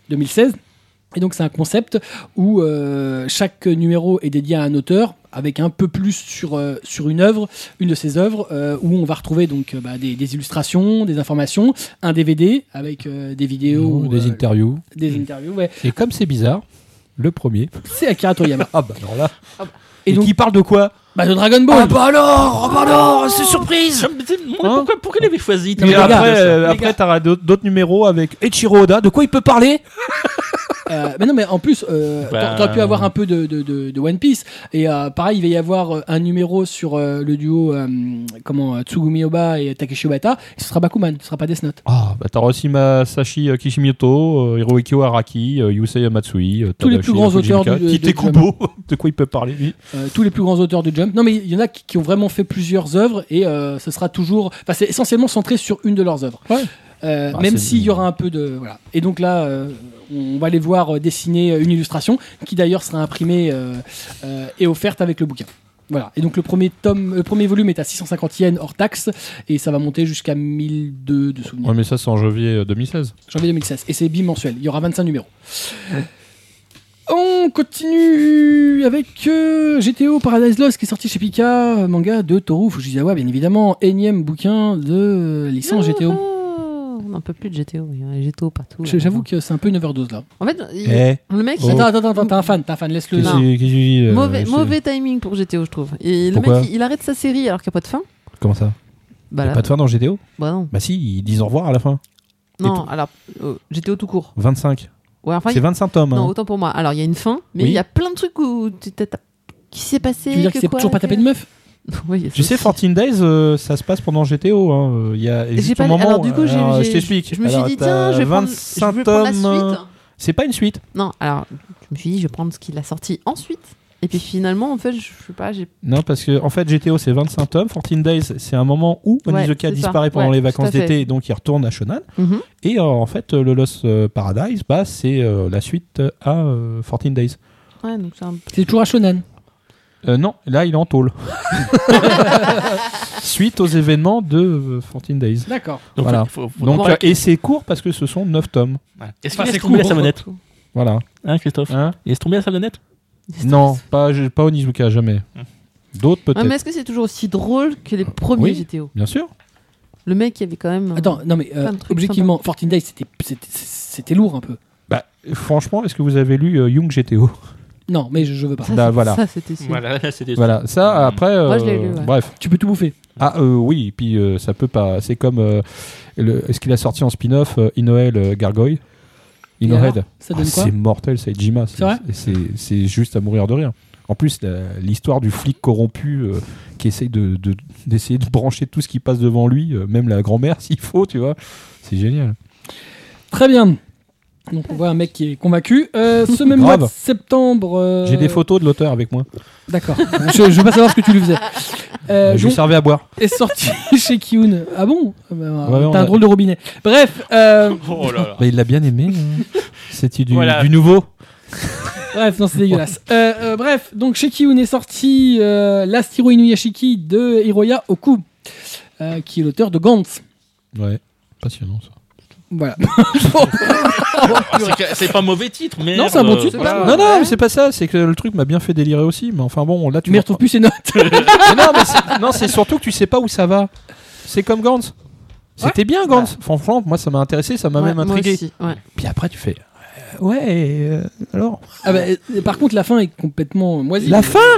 deux mille seize. Et donc c'est un concept où euh, chaque numéro est dédié à un auteur avec un peu plus sur, euh, sur une œuvre, une de ses œuvres, euh, où on va retrouver donc euh, bah, des, des illustrations, des informations, un D V D avec euh, des vidéos, Ou des euh, interviews. des interviews. Ouais. Et comme c'est bizarre, le premier. C'est Akira Toriyama. Ah bah alors là. Et Et, donc- qui parle de quoi? Bah de Dragon Ball. Ah bah alors, ah bah alors, c'est surprise. Je me disais, moi, Hein pourquoi, pourquoi il avait choisi Non, mais Et les après, gars, euh, les après gars. t'auras d'autres d'autres numéros avec Eiichiro Oda. De quoi il peut parler? Euh, mais non, mais en plus, euh, Bah, t'a- t'aurais pu avoir un peu de, de, de, de One Piece. Et euh, pareil, il va y avoir euh, un numéro sur euh, le duo euh, comment, euh, Tsugumi Oba et Takeshi Obata. Et ce sera Bakuman, ce sera pas Death Note. Ah bah t'auras aussi Masashi euh, Kishimoto, euh, Hirohiko Araki, euh, Yusei Matsui, euh, Tous les Tadashi plus grands Fujimoto, auteurs du- de- Tite de Kubo. De quoi il peut parler lui? Euh, tous les plus grands auteurs de Jump. Non, mais il y en a qui, qui ont vraiment fait plusieurs œuvres et euh, ce sera toujours. Enfin, c'est essentiellement centré sur une de leurs œuvres. Ouais. Euh, Ah, même c'est- s'il y aura un peu de. Voilà. Et donc là, euh, on va les voir euh, dessiner une illustration qui d'ailleurs sera imprimée euh, euh, et offerte avec le bouquin. Voilà. Et donc le premier tome, le premier volume est à six cent cinquante yens hors taxe et ça va monter jusqu'à mille deux de souvenirs. Ouais mais ça c'est en janvier euh, deux mille seize. Janvier deux mille seize. Et c'est bimensuel. Il y aura vingt-cinq numéros. On continue avec euh, G T O Paradise Lost qui est sorti chez Pika, euh, manga de Toru Fujisawa, bien évidemment. Énième bouquin de euh, licence G T O. Oh, on n'en peut plus de G T O. Il y a G T O partout. J- J'avoue que c'est un peu une overdose là. En fait, il- Eh. le mec, Oh. il- Attends, attends, attends, t'as un fan, t'as un fan, laisse-le. Qu'est-ce Non. que- qu'est-ce que tu dis, euh, mauvais, c'est- mauvais timing pour G T O, je trouve. Et le Pourquoi mec, il, il arrête sa série alors qu'il n'y a pas de fin. Comment ça? Bah, Y a là, pas de fin dans G T O? bah non. Bah si, ils disent au revoir à la fin. Non, tout. alors, euh, G T O tout court. vingt-cinq. Ouais, enfin, C'est il- vingt-cinq tomes. non, hein. autant pour moi. Alors, il y a une fin, mais il Oui. y a plein de trucs où tu t'as- t'as- qui s'est passé. Tu veux dire que c'est quoi, toujours pas tapé de meuf? Oui, il y a ça Tu sais, aussi. quatorze Days, euh, ça se passe pendant G T O. Hein. euh, Il y a J'ai juste pas au lu- moment. alors du coup, j'ai- alors, j'ai- je t'explique. Je me suis Alors, dit, t'as tiens, je vais prendre, je vingt-cinq vais prendre la tomes. suite. euh, C'est pas une suite. Non, alors, je me suis dit, je vais prendre ce qu'il a sorti ensuite. Et puis finalement, en fait, je sais pas, j'ai. Non, parce que en fait, G T O c'est vingt-cinq tomes. quatorze Days, c'est un moment où Ouais, Onizuka c'est disparaît ça. pendant Ouais, les tout à vacances fait. d'été, donc il retourne à Shonan. Mhm. Et euh, en fait, euh, le Lost euh, Paradise, bah, c'est euh, la suite euh, à euh, quatorze Days. Ouais, donc c'est un. C'est toujours à Shonen. Euh, non, là, il est en tôle. Suite aux événements de euh, quatorze Days. D'accord. Donc, Voilà. il faut- faut- Donc, faut- euh, et c'est court parce que ce sont neuf tomes. Ouais. Est-ce Enfin, qu'il c'est laisse tomber la court. savonnette? Voilà. Hein, Christophe? Hein Il laisse tomber la savonnette? Non, pas, je- pas Onizuka, jamais. D'autres Ouais, peut-être. mais est-ce que c'est toujours aussi drôle que les premiers Oui. G T O? Bien sûr. Le mec, il y avait quand même. euh, Attends, non mais euh, Plein de trucs objectivement, quatorze Days c'était c'était- c'était lourd un peu. Bah, franchement, est-ce que vous avez lu euh, Young G T O? Non, mais je, je veux pas. Ça, Bah, c'est- voilà. ça, c'était sûr. Voilà, là, c'était Voilà, ça après. Moi, je l'ai euh, lu, ouais. Bref. Tu peux tout bouffer. Ah euh, oui, puis euh, ça peut pas. C'est comme euh, le- est-ce qu'il a sorti en spin-off euh, Inohead euh, Gargoyle. Et Inohead. alors, ça donne Ah, quoi c'est mortel, c'est Ejima. C'est vrai c'est, c'est juste à mourir de rire. En plus, la- l'histoire du flic corrompu euh, qui essaye de, de- d'essayer de brancher tout ce qui passe devant lui, euh, même la grand-mère s'il faut, tu vois. C'est génial. Très bien. Donc on voit un mec qui est convaincu. Euh, ce même Grave. mois de septembre. euh, J'ai des photos de l'auteur avec moi. D'accord. je, je veux pas savoir ce que tu lui faisais. Euh, je lui donc, servais à boire. est sorti chez Kiun. Ah bon Ah bah, Ouais, on T'as un a- drôle de robinet. Bref. euh, Oh là là. Bah, il l'a bien aimé. hein. C'était du, Voilà. du nouveau. Bref, non, c'est dégueulasse. Euh, euh, bref, donc chez Kiun est sorti euh, Last Hero Inuyashiki de Hiroya Oku, euh, qui est l'auteur de Gantz. Ouais, passionnant ça. Voilà. Ah, c'est que- c'est pas un mauvais titre, mais. Non, c'est un bon titre. voilà. pas- Non, non, Ouais. mais c'est pas ça. C'est que le truc m'a bien fait délirer aussi. Mais enfin bon, là tu Mais il vois- retrouve plus ses notes. Mais non, mais c'est, non, c'est surtout que tu sais pas où ça va. C'est comme Gantz. C'était bien Gantz. Franchement, moi ça m'a intéressé, ça m'a Ouais, même moi intrigué. aussi, ouais. Puis après tu fais euh, ouais, euh, alors Ah bah, euh, par contre, la fin est complètement moisie. la fin.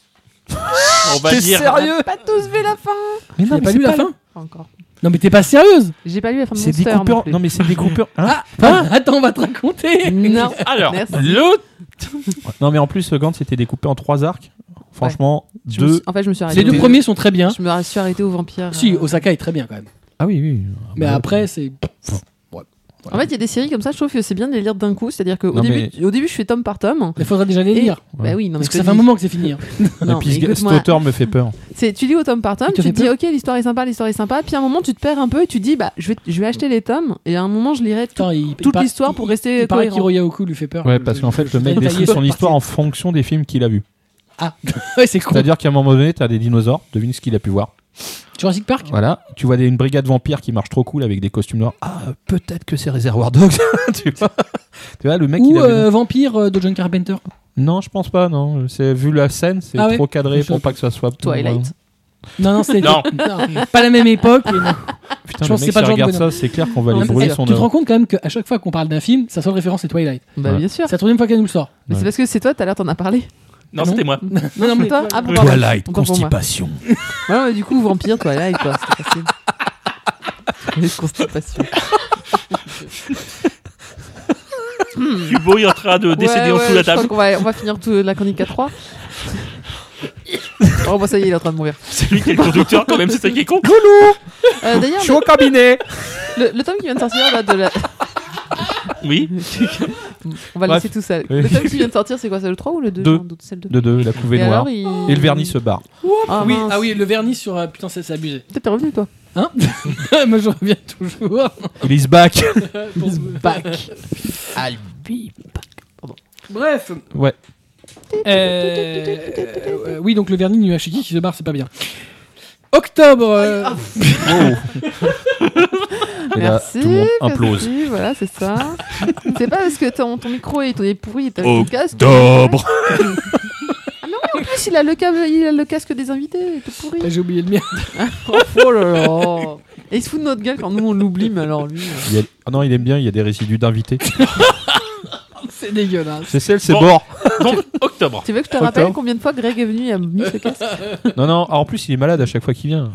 On va T'es dire. sérieux? On a pas tous vu la fin. Mais T'as mais pas c'est lu la fin Pas encore. Non mais t'es pas sérieuse. J'ai pas lu la fin de C'est des Monster non coupures. plus. Non mais c'est des coupures. Hein Ah, ah, attends, on va te raconter. Non. Alors, Merci. l'autre. Non mais en plus Gantz c'était découpé en trois arcs. Franchement, Je me deux. suis- En fait, je me suis Les arrêté. deux au- premiers sont très bien. Je me suis arrêté au vampire. Si, euh, Osaka est très bien quand même. Ah oui oui. Mais Bah, après, c'est. En fait, il y a des séries comme ça, je trouve que c'est bien de les lire d'un coup. C'est-à-dire qu'au Non, début, mais- au début, je fais tome par tome. Il faudra déjà les Et- lire. Bah oui, non, mais Parce que je ça te fait un dis- moment que c'est fini. hein. Non, et puis mais ce- cet écoute-moi. auteur me fait peur. C'est, tu lis au tome par tome, Il te tu te fait dis peur. ok, l'histoire est sympa, l'histoire est sympa. Puis à un moment, tu te perds un peu et tu te dis bah je vais, je vais acheter les tomes et à un moment, je lirai tout- Attends, il- il toute par- l'histoire pour rester Il paraît cohérent. qu'Hiroya Oku lui fait peur. Ouais, parce qu'en fait Je- le je mec vais décide détailler son cette histoire en partie. fonction des films qu'il a vus. Ah, ouais, c'est con. C'est-à-dire qu'à un moment donné, t'as des dinosaures. Devine ce qu'il a pu voir. Jurassic Park. Voilà, tu vois des, une brigade vampire qui marche trop cool avec des costumes noirs. Ah, peut-être que c'est Reservoir Dogs. tu, vois tu vois, le mec Ou il avait... euh, Vampire euh, de John Carpenter. Non, je pense pas, non. C'est, vu la scène, c'est Ah ouais trop cadré Je pour sais pas que ça soit... Twilight. Non, non, c'était Non. non, pas la même époque. et non. Putain, Je le pense que mec, c'est pas si le genre de regarde bonhomme. ça, c'est clair qu'on va Non, les mais brûler c'est- son Tu te œuvre. rends compte quand même qu'à chaque fois qu'on parle d'un film, sa seule référence c'est Twilight. Bah Ouais. bien sûr. C'est la troisième fois qu'elle nous le sort. Mais Ouais. c'est parce que c'est toi, tout à l'heure, t'en as parlé. Non, Ah non c'était moi. Non, non, mais Toi Ah bon, Oui. pardon. Twilight, Autant pour moi. constipation. Ouais, mais du coup, vampire, Twilight, quoi. C'était facile. Les constipation. Hugo est en train de décéder ouais, en ouais, dessous de la je crois table. qu'on va, on va finir tout, la chronique à trois. Oh, bah ça y est, il est en train de mourir. C'est lui qui est le conducteur, quand même, c'est ça qui est con. Euh, D'ailleurs, Je suis au cabinet. le, le tome qui vient de sortir, là, de la... Oui. On va le Bref. laisser tout seul. Oui. Le tome qui vient de sortir, c'est quoi? C'est le trois ou le deux? Deux. J'ai un doute, c'est le deux. De deux, la couvée Et noire. alors, il... Et le vernis se barre. Ah, oui, mince. ah oui, le vernis sur. euh, putain, c'est c'est abusé. Peut-être t'es revenu, toi. Hein Moi je reviens toujours. Il is back. Back. Bref. Ouais. Euh, euh, oui, donc le vernis nu Hachiki qui se barre, c'est pas bien. Octobre. euh, Et là, Merci. tout le monde implose. merci, voilà, c'est ça. C'est pas parce que ton, ton micro est, est pourri et t'as le casque. Octobre. En plus, il a le, câble, il a le casque des invités, il est tout pourri. J'ai oublié le mien. Oh là là. Et il se fout de notre gueule quand nous on l'oublie, mais alors lui. euh, Il y a- Ah non, il aime bien, il y a des résidus d'invités. C'est dégueulasse. C'est celle, c'est Bon. bord. Donc, octobre. Tu veux que je te Octobre. rappelle combien de fois Greg est venu et a mis ce casque? Non, non, ah, en plus, il est malade à chaque fois qu'il vient.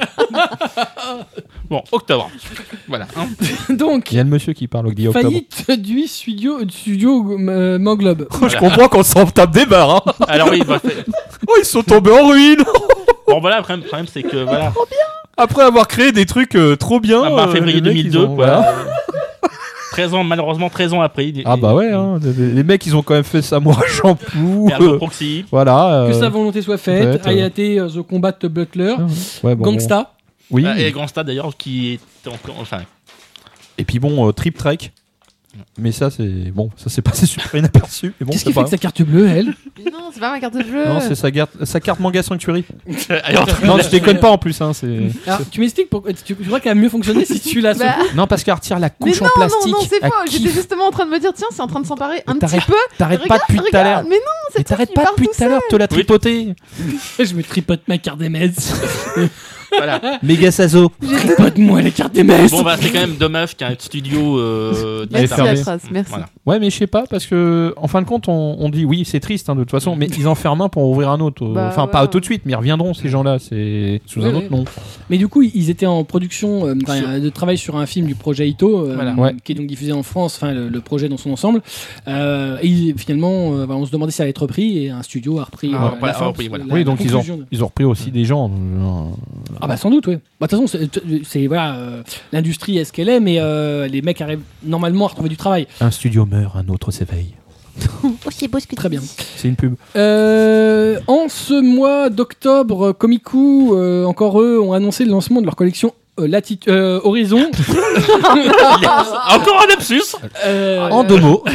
Bon, octobre. Voilà. hein. Donc, Il y a le monsieur qui parle au dit octobre. faillite du studio, studio euh, Manglobe. Je comprends qu'on s'en tape des barres. Hein. Alors oui, bah, fait- Oh, ils sont tombés en ruine. bon voilà, le problème, le problème, c'est que voilà, Après avoir créé des trucs euh, trop bien. Ah bah, euh, février les mecs, deux mille deux, ils ont- quoi. voilà. treize ans, malheureusement treize ans après. il- Ah bah ouais, hein, les, les mecs, ils ont quand même fait Samurai Champloo. Merde, euh, Proxy. voilà. euh, Que sa volonté soit faite. peut-être, euh. Ayate, euh, The Combat Butler. ouais, bon, Gangsta. bon. Oui. Ah, Et Grand Stade d'ailleurs, qui est encore. Enfin, Et puis bon, euh, Trip Trek. Mais ça, c'est bon, ça s'est passé super inaperçu. Mais bon, Qu'est-ce c'est qui pas fait que sa carte bleue, elle Mais non, c'est pas ma carte de jeu. Non, c'est sa, carte- sa carte Manga Sanctuary. elle est en train Non, de- je déconne pas en plus. Hein, c'est... Alors, tu m'expliques pourquoi tu, tu crois qu'elle a mieux fonctionné si tu la Bah, secoues Non, parce qu'elle retire la mais couche non, en plastique. non, non, c'est Elle faux. J'étais kiffe. justement en train de me dire, tiens, c'est en train de s'emparer un Mais petit t'arrêtes- peu. T'arrêtes Regarde, pas depuis tout à l'heure. regarde. Mais non, Mais c'est toi t'arrêtes qui pas pars depuis tout tout à l'heure, te la Oui. tripoter. Je me tripote ma carte des Mets. Voilà. Méga Sazo. Tripote-moi la carte des Mets. Bon bah c'est quand même dommage qu'un studio euh, Elle est Merci fermée. la phrase, merci. Voilà. Ouais, mais je sais pas, parce que en fin de compte, on, on dit oui, c'est triste hein, de toute façon, mais ils en ferment un pour en ouvrir un autre. Bah, enfin, ouais, pas ouais. tout de suite, mais ils reviendront ces gens-là. C'est sous Oui, un oui. autre nom. Mais du coup, ils étaient en production, euh, enfin, Sur- euh, de travail sur un film du projet Ito, euh, Voilà. Ouais. qui est donc diffusé en France, enfin le, le projet dans son ensemble. Euh, et ils- finalement, euh, bah, on se demandait si ça allait être repris et un studio a repris. Ah, euh, voilà, la fin, repris, voilà. la- Oui, la donc ils ont, conclusion de- ils ont repris aussi des gens. euh, Ah bah sans doute, oui. Bah, de toute façon, c'est- c'est voilà, euh, l'industrie est ce qu'elle est, mais euh, les mecs arrivent normalement à retrouver du travail. Un studio meurt, un autre s'éveille. Oh, c'est beau ce que Très bien. C'est une pub. Euh, en ce mois d'octobre, Komiku, euh, encore eux, ont annoncé le lancement de leur collection euh, Latitu- euh, Horizon. Encore un lapsus. Euh, En deux mots.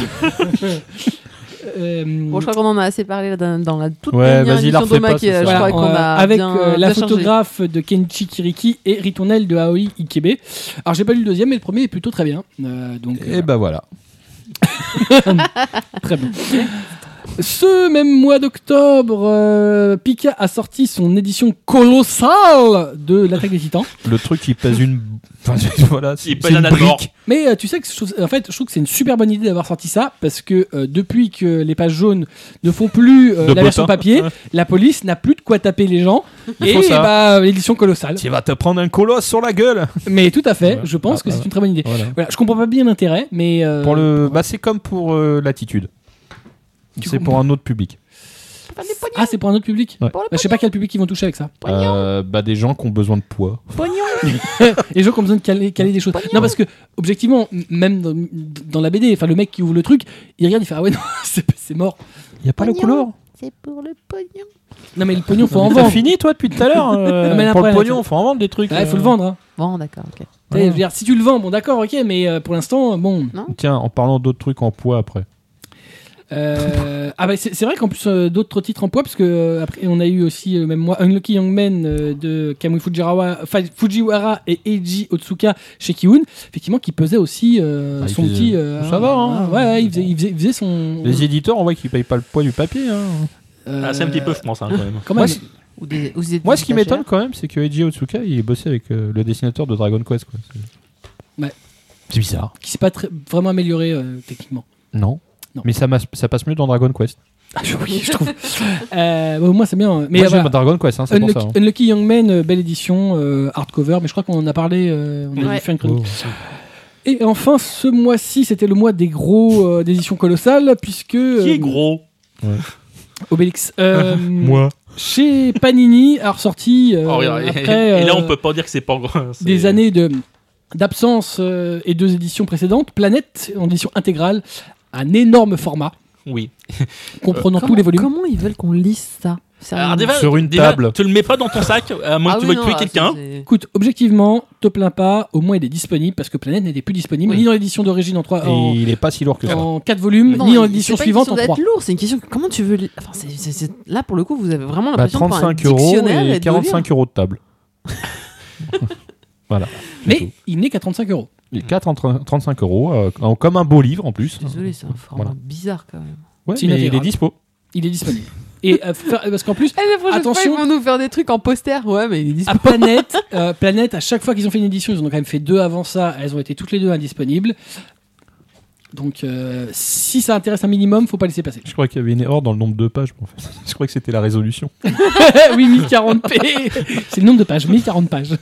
euh, Bon, je crois qu'on en a assez parlé là, dans, dans la toute Ouais, dernière vas-y, la émission refais d'Oma pas, qui, c'est euh, je ça. crois Voilà, qu'on euh, a avec bien, euh, la bien chargé. photographe de Kenji Kiriki et ritournelle de Aoi Ikebe. Alors j'ai pas lu le deuxième, mais le premier est plutôt très bien. Euh, donc euh, Et bah voilà. très bien. Ce même mois d'octobre, euh, Pika a sorti son édition colossale de l'Attaque des Titans. Le truc qui pèse une. Enfin, voilà, c'est Il c'est pèse une un Almor. brique. Mais euh, tu sais que je trouve- en fait, je trouve que c'est une super bonne idée d'avoir sorti ça parce que euh, depuis que les pages jaunes ne font plus euh, De la version bottin. papier, la police n'a plus de quoi taper les gens. Il Et faut ça. bah l'édition colossale. Tu vas te prendre un colosse sur la gueule. Mais tout à fait, Ouais. je pense Ah, que ah, c'est une très bonne idée. Voilà. Voilà, je comprends pas bien l'intérêt, mais euh, Pour le, bah c'est comme pour euh, l'attitude. Tu C'est comprends. pour un autre public. ah c'est pour un autre public. Ouais. Bah, je sais pas quel public ils vont toucher avec ça. Euh, bah des gens qui ont besoin de poids. Les gens qui ont besoin de caler, caler des choses. Non parce que objectivement, m- même dans, dans la B D, enfin le mec qui ouvre le truc, il regarde, il fait ah ouais non c'est c'est mort. Il y a pas le couleur. C'est pour le pognon. Non mais le pognon faut en T'as vendre. fini toi depuis tout à l'heure. euh, Non, mais pour après, le là, pognon, tu- faut en vendre des trucs. Il faut euh. le vendre. Hein. Bon, d'accord, ok. Tu sais, je veux dire, si tu le vends, bon d'accord, ok, mais euh, pour l'instant, bon. Tiens, en parlant d'autres trucs en poids après. Euh, ah bah c'est, c'est vrai qu'en plus euh, d'autres titres en poids parce que euh, après on a eu aussi euh, même moi Unlucky Young Men euh, de Kamui Fujiwara, enfin, Fujiwara et Eiji Otsuka chez Kiun, effectivement qui pesait aussi euh, Ah, il son faisait- petit. euh, ça va, hein. ouais, ouais, il faisait, il faisait, il faisait son. Les éditeurs, on voit qu'ils payent pas le poids du papier. Hein. euh, Ah, c'est un petit peu, je pense, hein, quand même. Quand Moi, même. c'est- Ou des, ou des Moi, ce qui étagères. m'étonne quand même, c'est que Eiji Otsuka, il est bossé avec euh, le dessinateur de Dragon Quest. Quoi. C'est... Ouais. C'est bizarre. Qui s'est pas très, vraiment amélioré euh, techniquement. Non. Non. Mais ça, mas- ça passe mieux dans Dragon Quest. Ah, je- oui, je trouve. euh, bah, au moins c'est bien. Mais Moi, euh, j'aime voilà. Dragon Quest, hein, c'est Unlucky, pour ça. hein. Unlucky Young Men, euh, belle édition, euh, hardcover, mais je crois qu'on en a parlé. Euh, on a Ouais. dû faire une chronique. Oh. Et enfin, ce mois-ci, c'était le mois des gros euh, d'éditions colossales, puisque Qui euh, est gros? Obélix. Euh, Moi. Chez Panini a ressorti euh, Oh, regarde, et- après et là, euh, on peut pas dire que c'est pas gros. c'est- des années de d'absence euh, et deux éditions précédentes. Planète en édition intégrale, un énorme format Oui. comprenant Comment- tous les volumes. Comment ils veulent qu'on lise ça Sérieusement. Alors, déjà, Sur une déjà, table. Tu le mets pas dans ton sac, à moins Ah que tu oui, veuilles non, tuer ah, quelqu'un. c'est- Écoute, objectivement, te plains pas, au moins il est disponible parce que Planète n'était plus disponible Oui. ni dans l'édition d'origine en trois, Et en, il est pas si lourd que ça. en quatre volumes, Non, ni dans c'est l'édition pas une suivante en question trois. d'être lourd, c'est une question de comment tu veux. li- Enfin, c'est, c'est- c'est- Là, pour le coup, vous avez vraiment Bah, l'impression de prendre un trente-cinq euros dictionnaire et et de quarante-cinq euros de table. Voilà. c'est Mais tout. il n'est qu'à trente-cinq euros. Et quatre en tre- trente-cinq euros, euh, en- comme un beau livre en plus. lire. Désolé, c'est un format Voilà. bizarre quand même. Ouais, C'est une mais il est intégrale. dispo. Il est disponible. Et euh, faire- parce qu'en plus, Eh, la prochaine Attention. fois, ils vont nous faire des trucs en poster. Ouais, mais il est à dispo. Planète, euh, Planète, à chaque fois qu'ils ont fait une édition, ils en ont quand même fait deux avant ça. Elles ont été toutes les deux indisponibles. Donc, euh, si ça intéresse un minimum, faut pas laisser passer. Je crois qu'il y avait une erreur dans le nombre de pages. En fait. Je crois que c'était la résolution. Oui, mille quarante p. C'est le nombre de pages, mille quarante pages.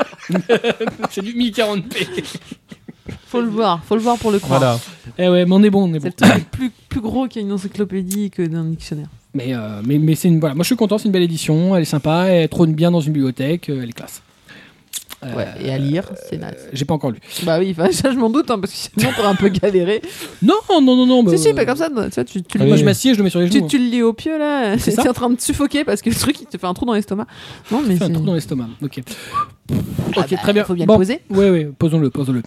C'est du mille quarante p. Faut le voir, faut le voir pour le croire. Voilà. Eh ouais, mais on est bon, on est bon. C'est le truc plus, plus gros qu'il y a une encyclopédie que d'un dictionnaire. Mais, euh, mais, mais c'est une, voilà. Moi, je suis content, c'est une belle édition. Elle est sympa, elle trône bien dans une bibliothèque, euh, elle est classe. Euh, Ouais, et à lire, c'est nice. J'ai pas encore lu. Bah oui, enfin, ça je m'en doute, hein, parce que sinon t'aurais un peu galéré. Non, non, non, non. bah, si, si, pas comme ça, tu, vois, tu, tu, Oui. Moi, le- je m'assieds, je le mets sur les genoux. tu, tu le lis au pieu là, C'est c'est ça. en train de te suffoquer parce que le truc il te fait un trou dans l'estomac. Non, mais fait un c'est- trou dans l'estomac. Ok. Ah Ok, bah, très bien. Faut bien Bon. le poser. Oui, oui, posons-le, posons-le.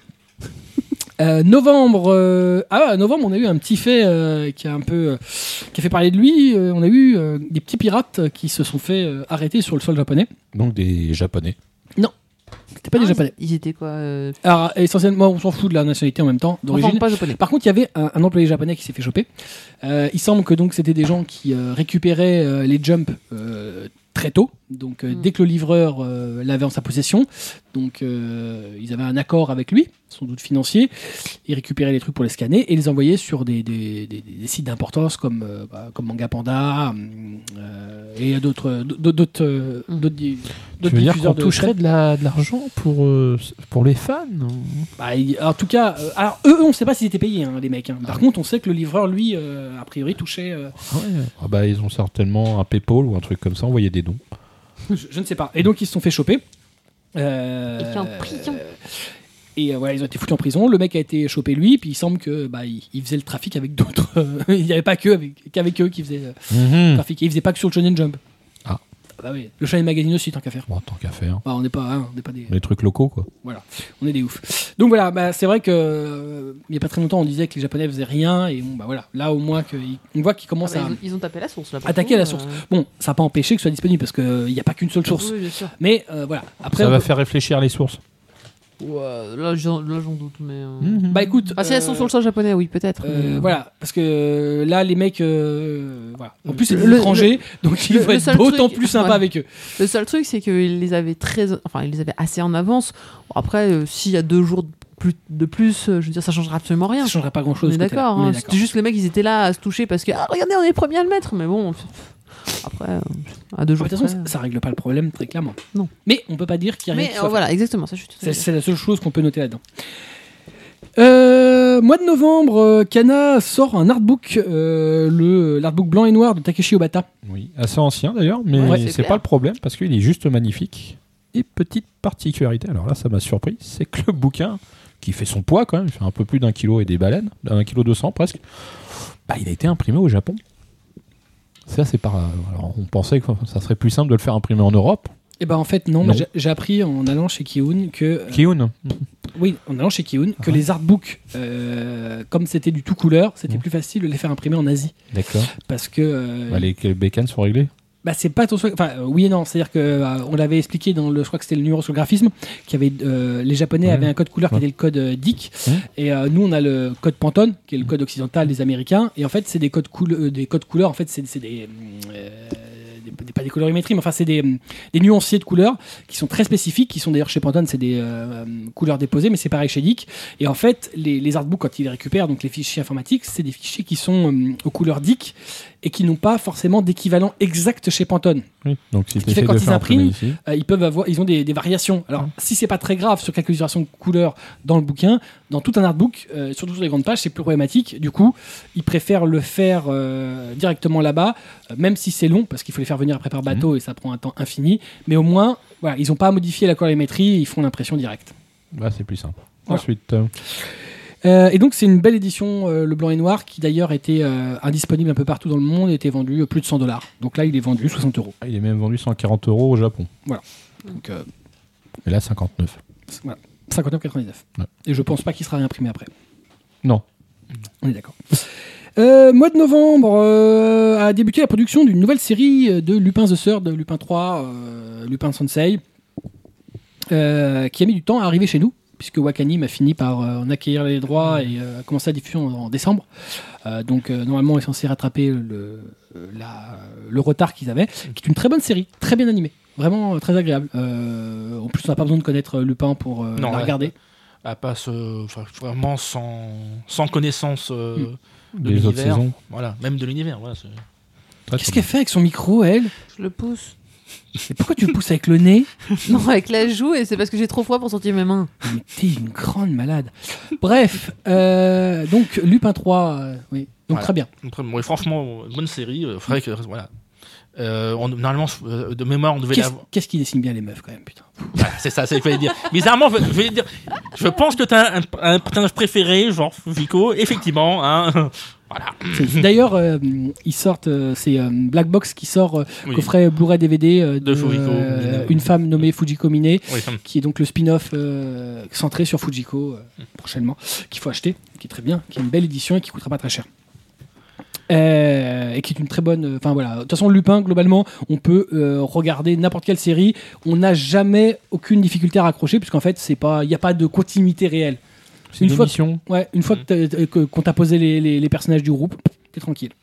Euh, novembre, euh, ah novembre, on a eu un petit fait euh, qui a un peu, euh, qui a fait parler de lui. Euh, on a eu euh, des petits pirates qui se sont fait euh, arrêter sur le sol japonais. Donc des japonais. C'était pas des Ah, japonais. Ils étaient quoi euh, Alors essentiellement, on s'en fout de la nationalité en même temps d'origine. Enfin, pas japonais. Par contre, il y avait un, un employé japonais qui s'est fait choper. Euh, il semble que donc c'était des gens qui euh, récupéraient euh, les jumps euh, très tôt, donc euh, Mm. dès que le livreur euh, l'avait en sa possession. Donc euh, ils avaient un accord avec lui, sans doute financier. Ils récupéraient les trucs pour les scanner et les envoyaient sur des, des, des- des sites d'importance comme, euh, bah, comme Manga Panda hum, euh, et d'autres d'autres d'autres euh, Mm. d'autres di- Tu d'autres veux dire diffuseurs qu'on de toucherait de la- de l'argent pour, euh, pour les fans Bah, il- en tout cas, euh, alors eux, on ne sait pas s'ils étaient payés, hein, les mecs. hein. Par contre, on sait que le livreur, lui, euh, a priori, touchait. euh, Ah ouais. Ah bah, ils ont certainement un PayPal ou un truc comme ça, envoyer des dons. je, je ne sais pas. Et donc, ils se sont fait choper. Euh, Et puis en prison. Et euh, voilà, ils ont été foutus en prison. Le mec a été chopé lui, puis il semble que bah, il, il faisait le trafic avec d'autres. Il n'y avait pas que avec, qu'avec eux qui faisaient euh, le trafic. Et il faisait pas que sur le Shonen Jump. Ah. Ah bah oui. Le Shonen Magazine aussi, tant qu'à faire. Bon, tant qu'à faire. Bah, on n'est pas, hein, on n'est pas des. Les trucs locaux, quoi. On est des oufs. Donc voilà, bah, c'est vrai que euh, il y a pas très longtemps, on disait que les Japonais faisaient rien, et bon, bah voilà, là au moins que, on voit qu'ils Ah commencent bah, à. ils, ont, ils ont tapé la source là. pour Attaquer le la coup, source. euh, Bon, ça n'a pas empêché que ce soit disponible parce qu'il n'y a pas qu'une seule source. Oui, bien sûr. Mais euh, voilà. Après, Ça on va peut- faire réfléchir les sources. Ouais, là, j'en, là, j'en doute, mais. euh, Mhm. Bah écoute. Ah, si elles sont euh, sur le sol japonais, oui, peut-être. euh, mais, euh, Voilà, parce que euh, là, les mecs, euh, voilà. En plus, c'est Le- des étrangers, donc il le- faut le être seul d'autant truc- plus sympa ouais. avec eux. Le seul truc, c'est qu'ils les avaient très, enfin, ils les avaient assez en avance. Bon, après, euh, s'il y a deux jours de plus, de plus, euh, je veux dire, ça changera absolument rien. Ça ne changerait pas grand chose. On est d'accord. hein. C'était juste que les mecs, ils étaient là à se toucher parce que, ah, regardez, on est les premiers à le mettre. Mais bon, pff, après, euh, à deux De jours. toute façon, près, ça, ça règle pas le problème très clairement. Non. Mais on peut pas dire qu'il y a rien Mais qui euh, soit fait. voilà, exactement, ça, je suis tout à C'est fait c'est la seule chose qu'on peut noter là-dedans. Euh, mois de novembre, euh, Kana sort un artbook, euh, le l'artbook blanc et noir de Takeshi Obata. Oui, assez ancien d'ailleurs, mais Ouais, c'est c'est clair. pas le problème parce qu'il est juste magnifique. Et petite particularité, alors là ça m'a surpris, c'est que le bouquin, qui fait son poids quand même, il fait un peu plus d'un kilo et des baleines, d'un kilo deux cents presque, bah, il a été imprimé au Japon. Ça c'est pas. Alors on pensait que ça serait plus simple de le faire imprimer en Europe. Et ben en fait non, Non. mais j'ai- j'ai appris en allant chez Kiun que euh, Kiun, Oui, en allant chez Kiun, que Ouais. les artbooks, euh, comme c'était du tout couleur, c'était Mhm. plus facile de les faire imprimer en Asie. D'accord. Parce que. euh, Bah, les, les bécanes sont réglées. Bah, c'est pas ton souhait. Enfin, euh, oui et non. C'est-à-dire que euh, on l'avait expliqué dans le, je crois que c'était le numéro sur le graphisme, qu'il y avait euh, les Japonais Ouais. avaient un code couleur qui Ouais. était le code euh, D I C, Ouais. et euh, nous on a le code Pantone, qui est le code occidental des Américains. Et en fait, c'est des codes coul- euh, des codes couleurs. En fait, c'est c'est des, euh, des- des- pas des colorimétries, mais enfin c'est des, des nuanciers de couleurs qui sont très spécifiques, qui sont d'ailleurs chez Pantone, c'est des euh, couleurs déposées, mais c'est pareil chez D I C. Et en fait, les, les artbooks quand ils les récupèrent, donc les fichiers informatiques, c'est des fichiers qui sont euh, aux couleurs D I C et qui n'ont pas forcément d'équivalent exact chez Pantone. Oui. Donc si qui tu fait essaies quand de ils faire imprimer impriment, ici. Euh, ils peuvent avoir, ils ont des, des variations. Alors, Ouais. si c'est pas très grave sur quelques illustrations de couleurs dans le bouquin, dans tout un artbook, euh, surtout sur les grandes pages, c'est plus problématique. Du coup, ils préfèrent le faire euh, directement là-bas, euh, même si c'est long, parce qu'il faut les faire venir après par bateau et ça prend un temps infini. Mais au moins, voilà, ils n'ont pas à modifier la colorimétrie, ils font l'impression directe. Bah, c'est plus simple. Voilà. Ensuite, euh, Euh, et donc, c'est une belle édition, euh, le blanc et noir, qui d'ailleurs était euh, indisponible un peu partout dans le monde, était vendu euh, plus de cent dollars. Donc là, il est vendu soixante euros. il est même vendu cent quarante euros au Japon. Donc, euh, Et là, cinquante-neuf. voilà, cinquante-neuf quatre-vingt-dix-neuf. Ouais. Et je pense pas qu'il sera réimprimé après. Non. On est d'accord. Euh, mois de novembre euh, a débuté la production d'une nouvelle série de Lupin the Third, Lupin trois, euh, Lupin Sensei, euh, qui a mis du temps à arriver chez nous, puisque Wakanim a fini par euh, en acquérir les droits et euh, a commencé la diffusion en, en décembre. Euh, donc euh, normalement, on est censé rattraper le, la- le retard qu'ils avaient, qui est une très bonne série, très bien animée. Vraiment euh, très agréable. Euh, en plus, on n'a pas besoin de connaître euh, Lupin pour euh, Non, la ouais. regarder. Elle passe euh, enfin, vraiment sans, sans connaissance euh, de Les autres l'univers. saisons. Voilà, même de l'univers. Voilà, c'est- Très, Qu'est-ce très qu'elle fait avec son micro, elle? Je le pousse. Et pourquoi tu le pousses avec le nez? Non, avec la joue, et c'est parce que j'ai trop froid pour sortir mes mains. Mais t'es une grande malade. Bref, euh, donc Lupin trois, euh, oui, donc Voilà. très bien. Après, bon, et franchement, bonne série. Euh, faudrait que, voilà. Euh, on- normalement, euh, de mémoire, on devait Qu'est-ce l'avoir. qu'est-ce qui dessine bien les meufs quand même, putain. Voilà, c'est ça, c'est ce qu'il fallait dire. Bizarrement, je, je vais dire, je pense que t'as un, un personnage préféré, genre Vico, effectivement. Hein, voilà. C'est- D'ailleurs, euh, ils sortent, euh, c'est euh, Black Box qui sort euh, Oui. coffret Blu-ray D V D euh, De Fujiko euh, Mine. une femme nommée Fujiko Mine, Oui, qui est donc le spin-off euh, centré sur Fujiko euh, prochainement, qu'il faut acheter, qui est très bien, qui est une belle édition et qui coûtera pas très cher. Euh, et qui est une très bonne. Enfin voilà. De toute façon, Lupin, globalement, on peut euh, regarder n'importe quelle série. On n'a jamais aucune difficulté à raccrocher, puisqu'en fait, c'est pas, il n'y a pas de continuité réelle. C'est Une une fois émission. Ouais, une fois que t'as- que- qu'on t'a posé les, les- les personnages du groupe, t'es tranquille.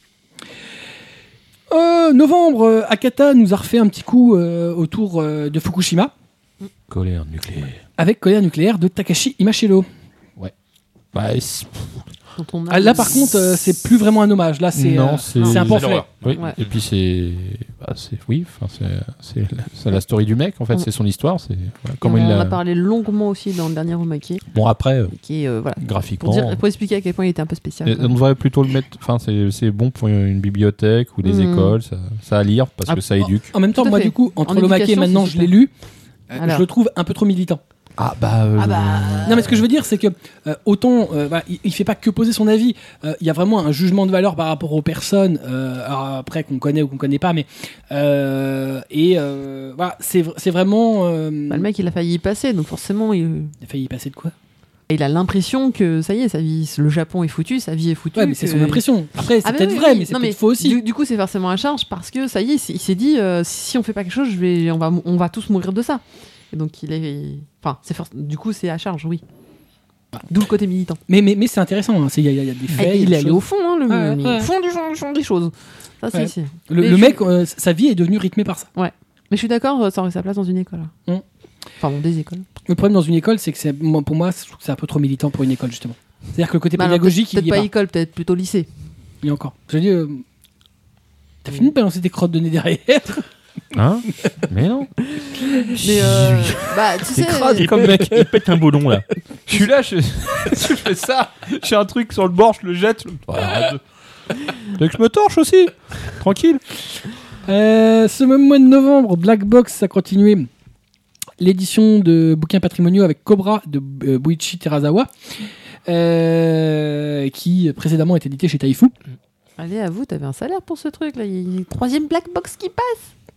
Euh, novembre, euh, Akata nous a refait un petit coup euh, autour euh, de Fukushima Colère nucléaire. avec Colère nucléaire de Takashi Imashiro. Bah, c'est- Dont on a Ah, là, par contre, euh, c'est plus vraiment un hommage. Là, c'est Non, euh, c'est- c'est un C'est pamphlet. l'horreur. oui. Ouais. Et puis c'est, bah, c'est, oui, enfin c'est, c'est, c'est la story du mec en fait, On- c'est son histoire, c'est voilà, Et comment on il en l'a. a parlé longuement aussi dans le dernier Rumaki, Bon après, euh, qui est euh, voilà. Pour, graphiquement, dire, pour expliquer à quel point il était un peu spécial. euh, quoi. on devrait plutôt le mettre. Enfin, c'est, c'est bon pour une, une bibliothèque ou des Mhm. écoles, ça, ça à lire parce Ah, que ça éduque. En même temps, Tout à moi, fait. du coup, entre En Lomake et éducation, maintenant, c'est je l'ai super. lu, euh, Alors. je le trouve un peu trop militant. Ah bah. euh, Ah bah. Non, mais ce que je veux dire, c'est que euh, autant euh, voilà, il, il fait pas que poser son avis. Euh, Il y a vraiment un jugement de valeur par rapport aux personnes. Euh, alors après qu'on connaît ou qu'on connaît pas, mais euh, et euh, voilà, c'est v- c'est vraiment. Euh, Bah, le mec, il a failli y passer, donc forcément, il, il a failli y passer de quoi? il a l'impression que ça y est, sa vie, le Japon est foutu, sa vie est foutue. Ouais, mais c'est que- son impression. Après, c'est Ah, mais peut-être oui, vrai, oui. mais c'est Non, peut-être faux aussi. Du, du coup, c'est forcément à charge parce que ça y est, c'est- il s'est dit euh, si on fait pas quelque chose, je vais, on va, on va tous mourir de ça. Et donc il est, enfin, c'est forc- du coup, c'est à charge, oui. D'où le côté militant. Mais, mais, mais c'est intéressant. hein. C'est- Il y, a- il y a des faits. Et il y il a est des allé au choses. fond, hein, le, Ouais, mais ouais. au fond du fond, du fond des choses. Ça, Ouais. c'est. c'est- Le, Mais le je- mec, euh, sa vie est devenue rythmée par ça. Mais je suis d'accord, euh, ça aurait sa place dans une école. Mm. Enfin, bon, des écoles. Le problème dans une école, c'est que c'est, moi, pour moi, je trouve que c'est un peu trop militant pour une école, justement. C'est-à-dire que le côté Bah, alors, pédagogique, peut-être il y est pas pas. école, peut-être plutôt lycée. Il y a encore. Je dis, euh, t'as fini de balancer tes crottes de nez derrière? Hein Mais non. Mais euh, bah, tu sais, crade, euh, comme mec. Il pète un boulon là. Je suis là, je, je fais ça. J'ai un truc sur le bord, je le jette. Je... Oh, arrête de- Tu veux que je me torche aussi. Tranquille. Euh, ce même mois de novembre, Black Box a continué l'édition de bouquins patrimoniaux avec Cobra de euh, Buichi Terazawa, euh, qui précédemment était édité chez Taifu. allez, à vous, t'avais un salaire pour ce truc là. Il y a une troisième black box qui passe.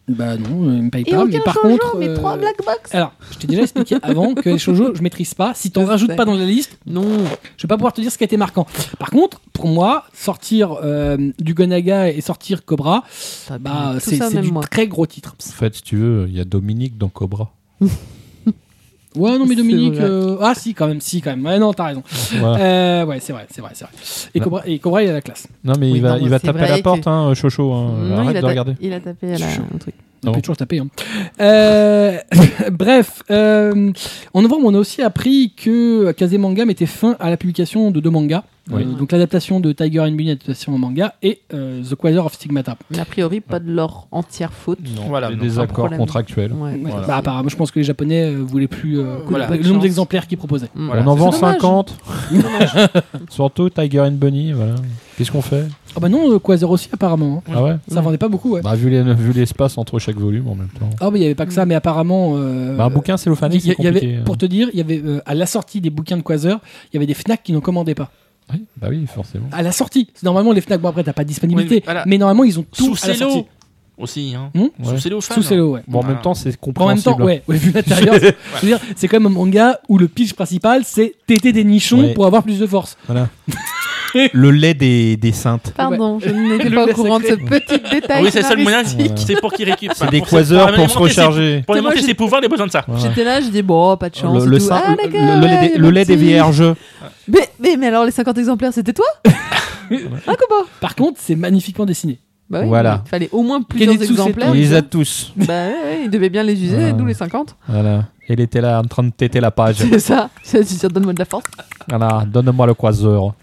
Bah non, il me paye Et pas. aucun Mais par shoujo, contre, mais euh, trois black box. alors, je t'ai déjà expliqué avant que les shoujo, je maîtrise pas. Si t'en Je rajoutes sais. pas dans la liste, Non. je vais pas pouvoir te dire ce qui a été marquant. Par contre, pour moi, sortir euh, du Gonaga et sortir Cobra, T'as bah tout c'est ça, c'est même du moi. très gros titre. En fait, si tu veux, il y a Dominique dans Cobra. Ouais, non mais C'est Dominique, vrai. euh, ah si quand même, si quand même. Ouais, non, t'as raison. Voilà. Euh, ouais, c'est vrai, c'est vrai, c'est vrai. Et Non. Cobra, et Cobra, il a la classe. Non, mais Oui, il va, non, il va c'est taper vrai à la porte, que- hein, Chocho. Hein. Non, Arrête il a, de ta- regarder. il a tapé à la... un truc. On Non. peut toujours taper. Hein. Euh, bref, euh, en novembre, on a aussi appris que Kazemanga mettait fin à la publication de deux mangas. Oui. Euh, donc l'adaptation de Tiger and Bunny, adaptation en manga, et euh, The Quasar of Stigmata. Mais a priori, pas de leur entière faute. Non, Voilà, des donc, désaccords problème. contractuels. Ouais. Ouais, Voilà. bah, apparemment, je pense que les Japonais euh, voulaient plus euh, Voilà. le Pas de nombre chance. d'exemplaires qu'ils proposaient. Mm. Voilà. On en C'est vend dommage. cinquante. Surtout Tiger and Bunny, voilà. Qu'est-ce qu'on fait? Ah bah non, euh, Quasar aussi apparemment. hein. Ah ouais? Ça Ouais. vendait pas beaucoup. Ouais. Bah, vu les- vu l'espace entre chaque volume en même temps. Ah bah il y avait pas que ça, mais apparemment. euh, Bah, un bouquin cellophane, il y- c'est il y avait, compliqué. hein. pour te dire, il y avait euh, à la sortie des bouquins de Quasar, il y avait des Fnac qui n'en commandaient pas. Oui, bah oui, forcément. À la sortie. C'est Normalement, les Fnac, bon après, t'as pas de disponibilité, Oui, mais voilà. mais normalement, ils ont tout Sous à la sortie. cello aussi. Hein. Hmm Sous Ouais. cello fan. Sous cello, ouais. Bon, en Voilà. même temps, c'est En même compréhensible. temps, ouais, ouais, vu l'intérieur, c'est- je veux dire, c'est quand même un manga où le pitch principal, c'est téter des nichons Ouais. pour avoir plus de force. Voilà. Le lait des, des saintes. Pardon, je n'étais Le pas au lait courant de ce sacré. petit Ah détail. oui, c'est le seul moyen. Voilà. C'est pour qu'il récupère. C'est des pour- quaseurs pour se alimenter ses- recharger. Pour C'est moi, alimenter j'ai- ses pouvoirs, il a besoin de ça. Voilà. J'étais là, j'ai dit, bon, pas de chance. Le, le, et tout. sein- Ah, le- d'accord, le lait ouais, des, il le est lait des petit. vierges. Mais, mais, mais alors, les cinquante exemplaires, c'était toi Un copain Par contre, c'est magnifiquement dessiné. Bah oui, Voilà. il fallait au moins plusieurs Kenetsu, c'est- exemplaires. Il les a tous. Bah ouais, ouais, il devait bien les user, Voilà. d'où les cinquante. Voilà. Il était là en train de téter la page. C'est ça, c'est sûr, donne-moi de la force. Voilà, donne-moi le croiseur.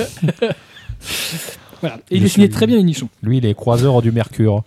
Voilà. Et il Je dessinait suis- très bien les nichons. Lui, il est croiseur du Mercure.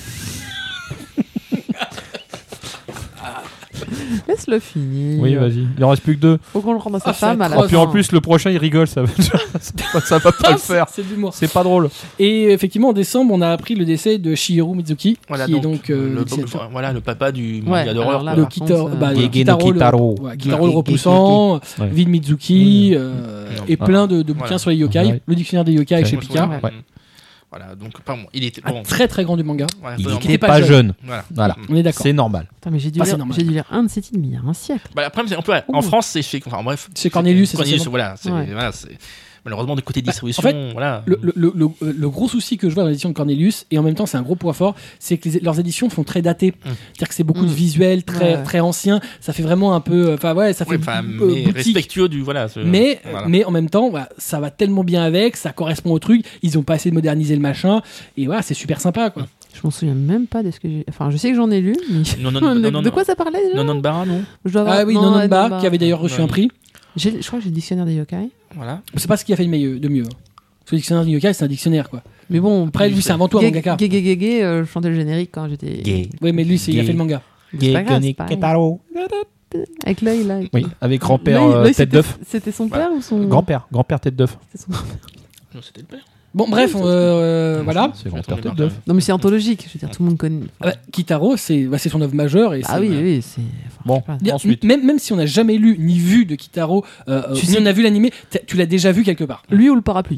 Laisse-le finir. Oui, vas-y. Il en reste plus que deux. Faut qu'on le rende à sa Ah, ça femme à la croise. Et puis en fin. plus, le prochain, il rigole. Ça va, ça va pas le faire. C'est de l'humour. C'est pas drôle. Et effectivement, en décembre, on a appris le décès de Shigeru Mizuki, Voilà, qui donc, est donc euh, le, le dessinateur. voilà, le papa du Ouais, manga d'horreur. alors là, quoi. Le par Kitaro, contre, bah, euh, le Gege no Kitaro, le- Kitaro. ouais, Kitaro le repoussant, Ouais. Vide Mizuki, euh, Non. et Ah. plein de, de bouquins Voilà. sur les yokai. Ouais. Le dictionnaire des yokai Ouais. chez Ouais, Pika. ouais. Ouais. Voilà, donc, pardon, il était Un bon. très très grand du manga. Voilà, Il vraiment. était pas pas jeune. jeune. Voilà. Voilà. On est d'accord. C'est normal. Putain, mais j'ai dû, Ah, c'est lire, normal. j'ai dû lire un de ces titres, mais il y a un siècle. Bah, le problème, c'est on peut, en Ouh. France, c'est chez. Enfin, bref. Chez Cornelius, c'est Cornelius, essentiellement. voilà. c'est- Ouais. voilà, c'est- Malheureusement, du côté distribution, Bah, en voilà. Le, le, le, le- le gros souci que je vois dans l'édition de Cornelius, et en même temps c'est un gros point fort, c'est que les- leurs éditions font très daté. C'est-à-dire que c'est beaucoup Mm. de visuels très, Ouais. très anciens. Ça fait vraiment un peu. Enfin, ouais, ça fait Oui, enfin, euh, mais boutique. respectueux du. Voilà. ce- Mais, voilà. mais en même temps, voilà, ça va tellement bien avec, ça correspond au truc. Ils ont pas essayé de moderniser le machin, et voilà, c'est super sympa quoi. Je m'en souviens même pas de ce que j'ai. Enfin, je sais que j'en ai lu, mais. Non, non, de, non, non, de non. quoi ça parlait déjà Non, non, de Bara, non. Je dois avoir- Ah oui, non, Nononba, ouais, Nononba. qui avait d'ailleurs reçu Ouais. un prix. J'ai- Je crois que j'ai le dictionnaire des yokai. Voilà. C'est pas ce qui a fait de mieux. De mieux. Parce que le dictionnaire du yokai, c'est un dictionnaire quoi. Mais bon, Après, lui, c'est avant toi, mangaka. Gege Gege, euh, je chantais le générique quand j'étais. Gay. Oui, mais lui, c'est- il a Gay. fait le manga. C'est pas grave, c'est pareil. Kitaro. Avec l'œil là. avec- Oui, avec grand-père L'œil- euh, l'œil, tête c'était- d'œuf. C'était son père ou son. Grand-père, grand-père tête d'œuf. C'était son- Non, c'était le père. Bon, bref, on, euh, voilà. C'est grand-père Attendez, tête Bara. d'œuf. Non, mais c'est anthologique. Je veux dire, tout le monde connaît. Ah bah, Kitaro, c'est bah, c'est son œuvre majeure. Et Ah c'est- oui, voilà. oui, c'est. enfin, Bon. je sais pas. Dire, Ensuite. Même, même si on n'a jamais lu ni vu de Kitaro, euh, euh, Tu ni sais- on a vu l'animé, t'as- tu l'as déjà vu quelque part. Lui ou le parapluie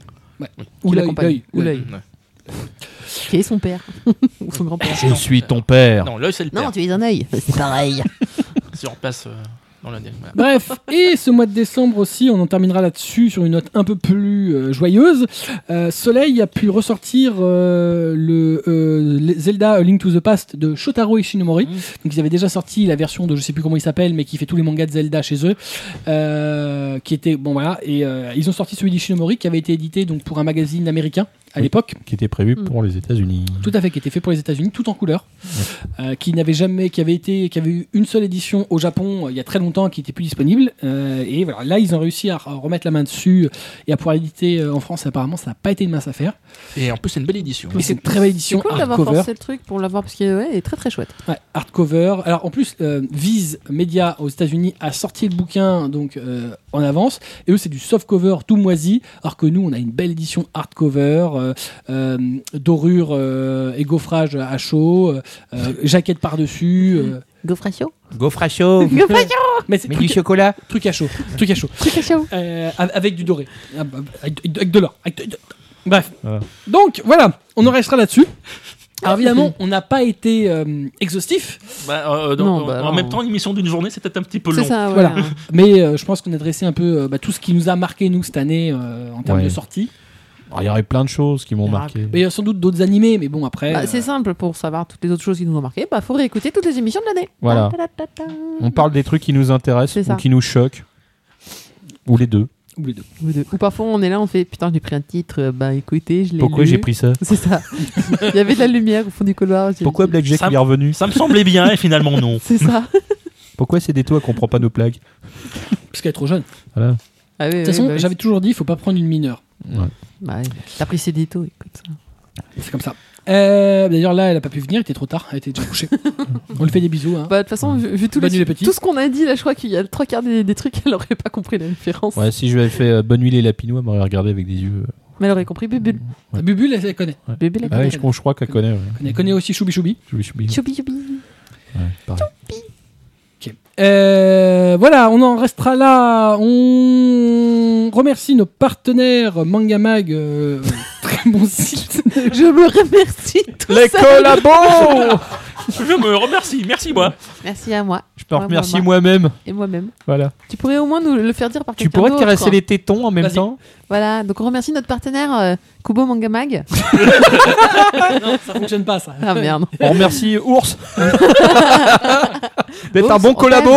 Ou Qui l'œil, l'accompagne. l'œil, Ou l'œil. Ouais. Qui est son père ou son grand-père. Je suis ton père. Non, l'œil, c'est le père. Non, tu es un œil. C'est pareil. Si on repasse euh, dans la. Voilà. Bref, et ce mois de décembre aussi, on en terminera là-dessus sur une note un peu plus euh, joyeuse. Euh, Soleil a pu ressortir euh, le euh, le Zelda A Link to the Past de Shotaro Ishinomori. Mmh. Donc ils avaient déjà sorti la version de je sais plus comment il s'appelle, mais qui fait tous les mangas de Zelda chez eux, euh, qui était bon voilà. Et euh, ils ont sorti celui d'Ishinomori qui avait été édité donc pour un magazine américain à Oui. l'époque. Qui était prévu Mm. pour les États-Unis. Tout à fait, qui était fait pour les États-Unis, tout en couleur, euh, qui n'avait jamais, qui avait été, qui avait eu une seule édition au Japon euh, il y a très longtemps, qui était plus disponible. Euh, et voilà, là ils ont réussi à r- remettre la main dessus et à pouvoir l'éditer euh, en France. Apparemment, ça n'a pas été une mince affaire. Et en plus, c'est une belle édition. Mais c'est une très belle C'est édition cool d'avoir hardcover. forcé le truc pour l'avoir parce qu'il ouais, il est très très chouette. Ouais, hardcover. Alors en plus, euh, Viz Media aux États-Unis a sorti le bouquin donc euh, en avance. Et eux, c'est du softcover tout moisi, alors que nous, on a une belle édition hardcover, euh, euh, dorure euh, et gaufrage à chaud, euh, euh, jaquette par dessus. Euh, Gaufre à chaud. Gaufre à chaud. Gaufre à chaud. mais c'est Mais truc, du chocolat. truc à chaud, truc à chaud, Truc à chaud. Euh, avec du doré, Ah, bah, avec, avec de l'or. avec de- de- Bref. Voilà. Donc voilà, on en restera là-dessus. Alors évidemment, on n'a pas été euh, exhaustif, Bah, euh, dans- Non, en, bah, en non. même temps, une émission d'une journée, c'est peut-être un petit peu long. C'est ça, ouais. voilà. mais euh, je pense qu'on a dressé un peu euh, bah, tout ce qui nous a marqué nous cette année euh, en termes Ouais. de sortie. Alors, il y aurait plein de choses qui m'ont Il y aura- marqué. Mais il y a sans doute d'autres animés, mais bon après. Bah, euh, c'est simple, pour savoir toutes les autres choses qui nous ont marqué, bah faut réécouter toutes les émissions de l'année. Voilà. Ta, ta, ta, ta. On parle des trucs qui nous intéressent C'est ça. ou qui nous choquent. Ou les deux. ou les deux. Ou, deux. Ou parfois on est là, on fait putain, j'ai pris un titre, euh, bah écoutez, je l'ai Pourquoi lu. j'ai pris ça C'est ça. Il y avait de la lumière au fond du couloir. j'ai Pourquoi dit- Blackjack Ça- il est revenu Ça me semblait bien, et finalement, non. C'est ça. Pourquoi c'est des toits qu'on comprend pas nos plaques Parce qu'elle est trop jeune. Voilà. Ah, oui, De oui, toute façon, bah, oui. j'avais toujours dit, il faut pas prendre une mineure. Ouais. Bah, oui. T'as pris ses détos, écoute. C'est comme ça. Euh, D'ailleurs, là, elle a pas pu venir, il était trop tard, elle était déjà couchée. On lui fait des bisous. Hein. Bah, de toute façon, vu, vu tout, Bonne les- nuit, les petits. tout ce qu'on a dit, là, je crois qu'il y a le trois quarts des, des trucs, elle aurait pas compris la référence. Ouais, si je lui avais fait euh, Bonne nuit les lapinois, elle m'aurait regardé avec des yeux. euh, Mais elle aurait compris Bubule. Ouais. Bubule, elle, elle connaît. Bubule, elle Ah ouais, connaît. je, crois- je crois qu'elle connaît. Ouais. Elle connaît aussi Choubi Choubi. Je lui suis bien. Choubi choubi. Ouais, pareil. Ok. Euh, voilà, on en restera là. On remercie nos partenaires Mangamag, euh, très bon site. Je me remercie tous. Les collabos Je me remercie, merci moi. Merci à moi. Je me Ouais, remercie moi, moi-même. Et moi-même. Voilà. Tu pourrais au moins nous le faire dire par Tu quelqu'un pourrais te d'autre, caresser quoi. les tétons en même Vas-y. temps Voilà, donc on remercie notre partenaire euh, Kubo Mangamag. Non, ça fonctionne pas, ça. Ah merde. On remercie Ours d'être Ours, un bon on collabo.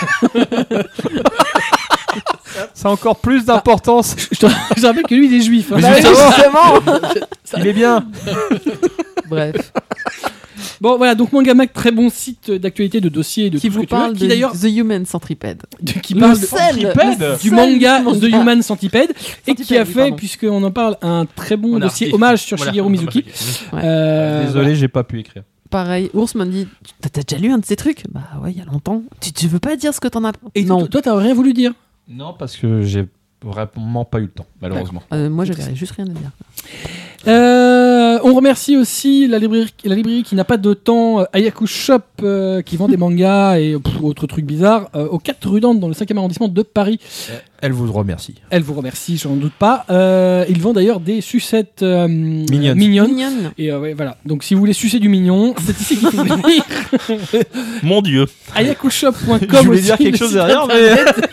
Ça a encore plus d'importance. Je te je rappelle que lui, il est juif. hein. Mais Bah oui, justement. justement. Il est bien. Bref, Bon, voilà, donc Mangamag, très bon site d'actualité, de dossiers, de qui tout ce vous que tu veux, parle qui de d'ailleurs The Human Centipede. de- qui Le parle de- seul, Centipede. le du seul manga manga. The Human Centipede et qui Centipede, a oui, fait, pardon. puisqu'on en parle, un très bon On a dossier artiste. hommage sur Voilà. Shigeru Mizuki. Ouais. Euh, Désolé, j'ai pas pu écrire. Pareil, Ours m'a dit T'as t'as déjà lu un de ces trucs Bah ouais, il y a longtemps. Tu, tu veux pas dire ce que t'en as Et Non. toi, toi, t'as rien voulu dire. Non, parce que j'ai vraiment pas eu le temps, malheureusement. Euh, moi, j'avais juste rien à dire. Euh, on remercie aussi la librairie, la librairie qui n'a pas de temps, euh, Ayaku Shop, euh, qui vend des mangas et pff, autres trucs bizarres, euh, aux quatre rue d'Anne, dans le cinquième arrondissement de Paris. Elle vous remercie. Elle vous remercie, je n'en doute pas. Euh, ils vendent d'ailleurs des sucettes euh, Mignonnes. euh, mignonnes. Mignonne. Et euh, ouais, voilà. Donc si vous voulez sucer du mignon, c'est ici qu'il faut venir. Mon Dieu. ayakushop point com. Je voulais aussi, dire quelque le chose site derrière, mais internet.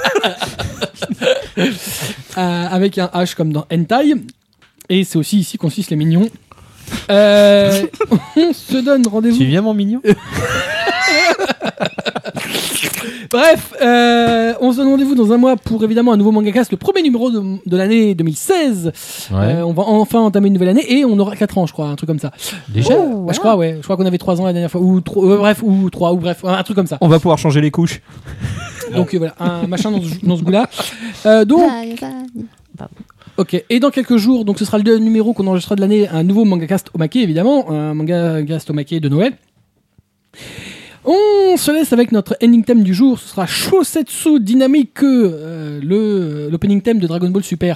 Euh, avec un H comme dans Hentai. Et c'est aussi ici qu'on suce les mignons. Euh, on se donne rendez-vous. tu viens mon mignon. Bref, euh, on se donne rendez-vous dans un mois pour évidemment un nouveau MangaCast, le premier numéro de, de l'année deux mille seize. Ouais. Euh, on va enfin entamer une nouvelle année et on aura quatre ans, je crois, un truc comme ça. Déjà, Oh, Bah, voilà. Je crois, ouais. Je crois qu'on avait trois ans la dernière fois, ou trois, euh, bref, ou trois, ou bref, un truc comme ça. on va pouvoir changer les couches. Donc euh, voilà, un machin dans ce, dans ce goût-là. Euh, donc, ok. Et dans quelques jours, donc ce sera le deux numéro qu'on enregistrera de l'année, un nouveau MangaCast Omake, évidemment, un MangaCast Omake de Noël. On se laisse avec notre ending theme du jour. Ce sera Shosetsu Dynamique, euh, le l'opening theme de Dragon Ball Super.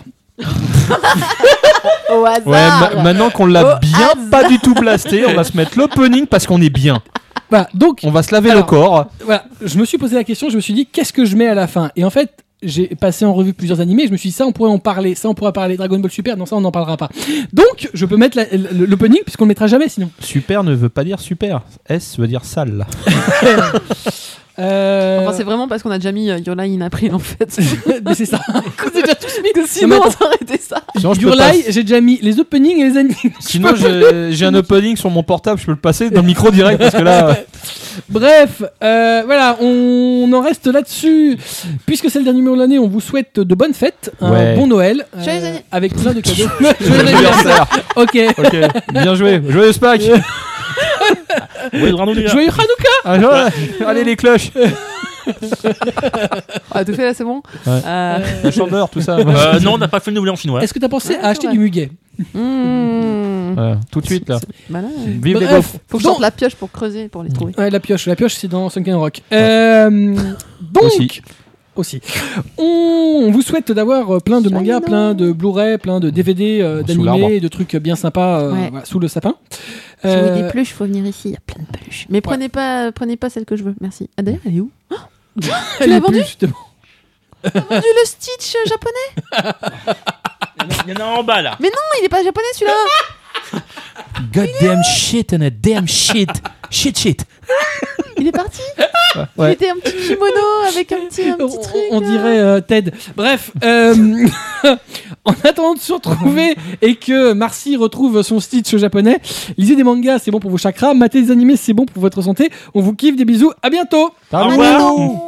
Au hasard. Ouais, ma- maintenant qu'on l'a Au bien hasard. pas du tout blasté, on va se mettre l'opening parce qu'on est bien. Voilà. Donc, On va se laver Alors, le corps. voilà. Je me suis posé la question. Je me suis dit, qu'est-ce que je mets à la fin? Et en fait, j'ai passé en revue plusieurs animés. Je me suis dit, ça, on pourrait en parler. Ça, on pourrait parler. Dragon Ball Super. Non, ça, on n'en parlera pas. Donc, je peux mettre la- le- l'opening puisqu'on le mettra jamais sinon. Super ne veut pas dire super. S veut dire sale. Euh... Enfin, c'est vraiment parce qu'on a déjà mis euh, Your Lie in April en fait. mais c'est ça. Qu'on a déjà tous mis que mais sinon attends. on s'arrêtait ça. Sinon, je peux Your pas- Lie, j'ai déjà mis les openings et les animés. Sinon, j'ai j'ai un opening sur mon portable, je peux le passer dans le micro direct parce que là. euh, Bref, euh, voilà, on en reste là-dessus. Puisque c'est le dernier numéro de l'année, on vous souhaite de bonnes fêtes, un Ouais. bon Noël, euh, Joyeux anniversaire. avec plein de cadeaux. Joyeux anniversaire. Ok. Ok, bien joué. Joyeux Pâques. Oui, Rano, les gars. Joyeux Hanouka. Ah, ouais. Allez, les cloches. Ah, tout fait là, c'est bon. Ouais. Euh, Le chanteur, tout ça. Euh, non, on n'a pas fait le nouvel an chinois. Est-ce que t'as pensé Ouais, à c'est acheter vrai. du muguet? mmh. Voilà, tout de suite, là. Malin. Vive les Bref, gaufres. Faut que je donc- sorte la pioche pour creuser, pour les trouver. Ouais, la pioche. La pioche, c'est dans Sunken Rock. Euh, donc, Aussi. aussi. On vous souhaite d'avoir euh, plein de Joyeux mangas, Noël. plein de Blu-ray, plein de D V D, euh, Sous l'arbre. d'animés, de trucs bien sympas euh, Ouais. voilà, sous le sapin. Si vous voulez Euh, des peluches, faut venir ici, il y a plein de peluches. Mais prenez pas, prenez pas celle que je veux, merci. Ah d'ailleurs, elle est où elle l'as est plus, vendue justement. Vendu le Stitch euh, japonais. Il y en a en bas là. Non, il est pas japonais celui-là. Goddamn shit and a damn shit. Shit shit. Il est parti. Il Ouais. était un petit kimono avec un petit, un petit On, truc. on euh. dirait euh, Ted. Bref, euh, en attendant de se retrouver et que Marcy retrouve son Stitch japonais, lisez des mangas, c'est bon pour vos chakras. Matez des animés, c'est bon pour votre santé. On vous kiffe, des bisous. À bientôt. Salut. Au revoir. bientôt.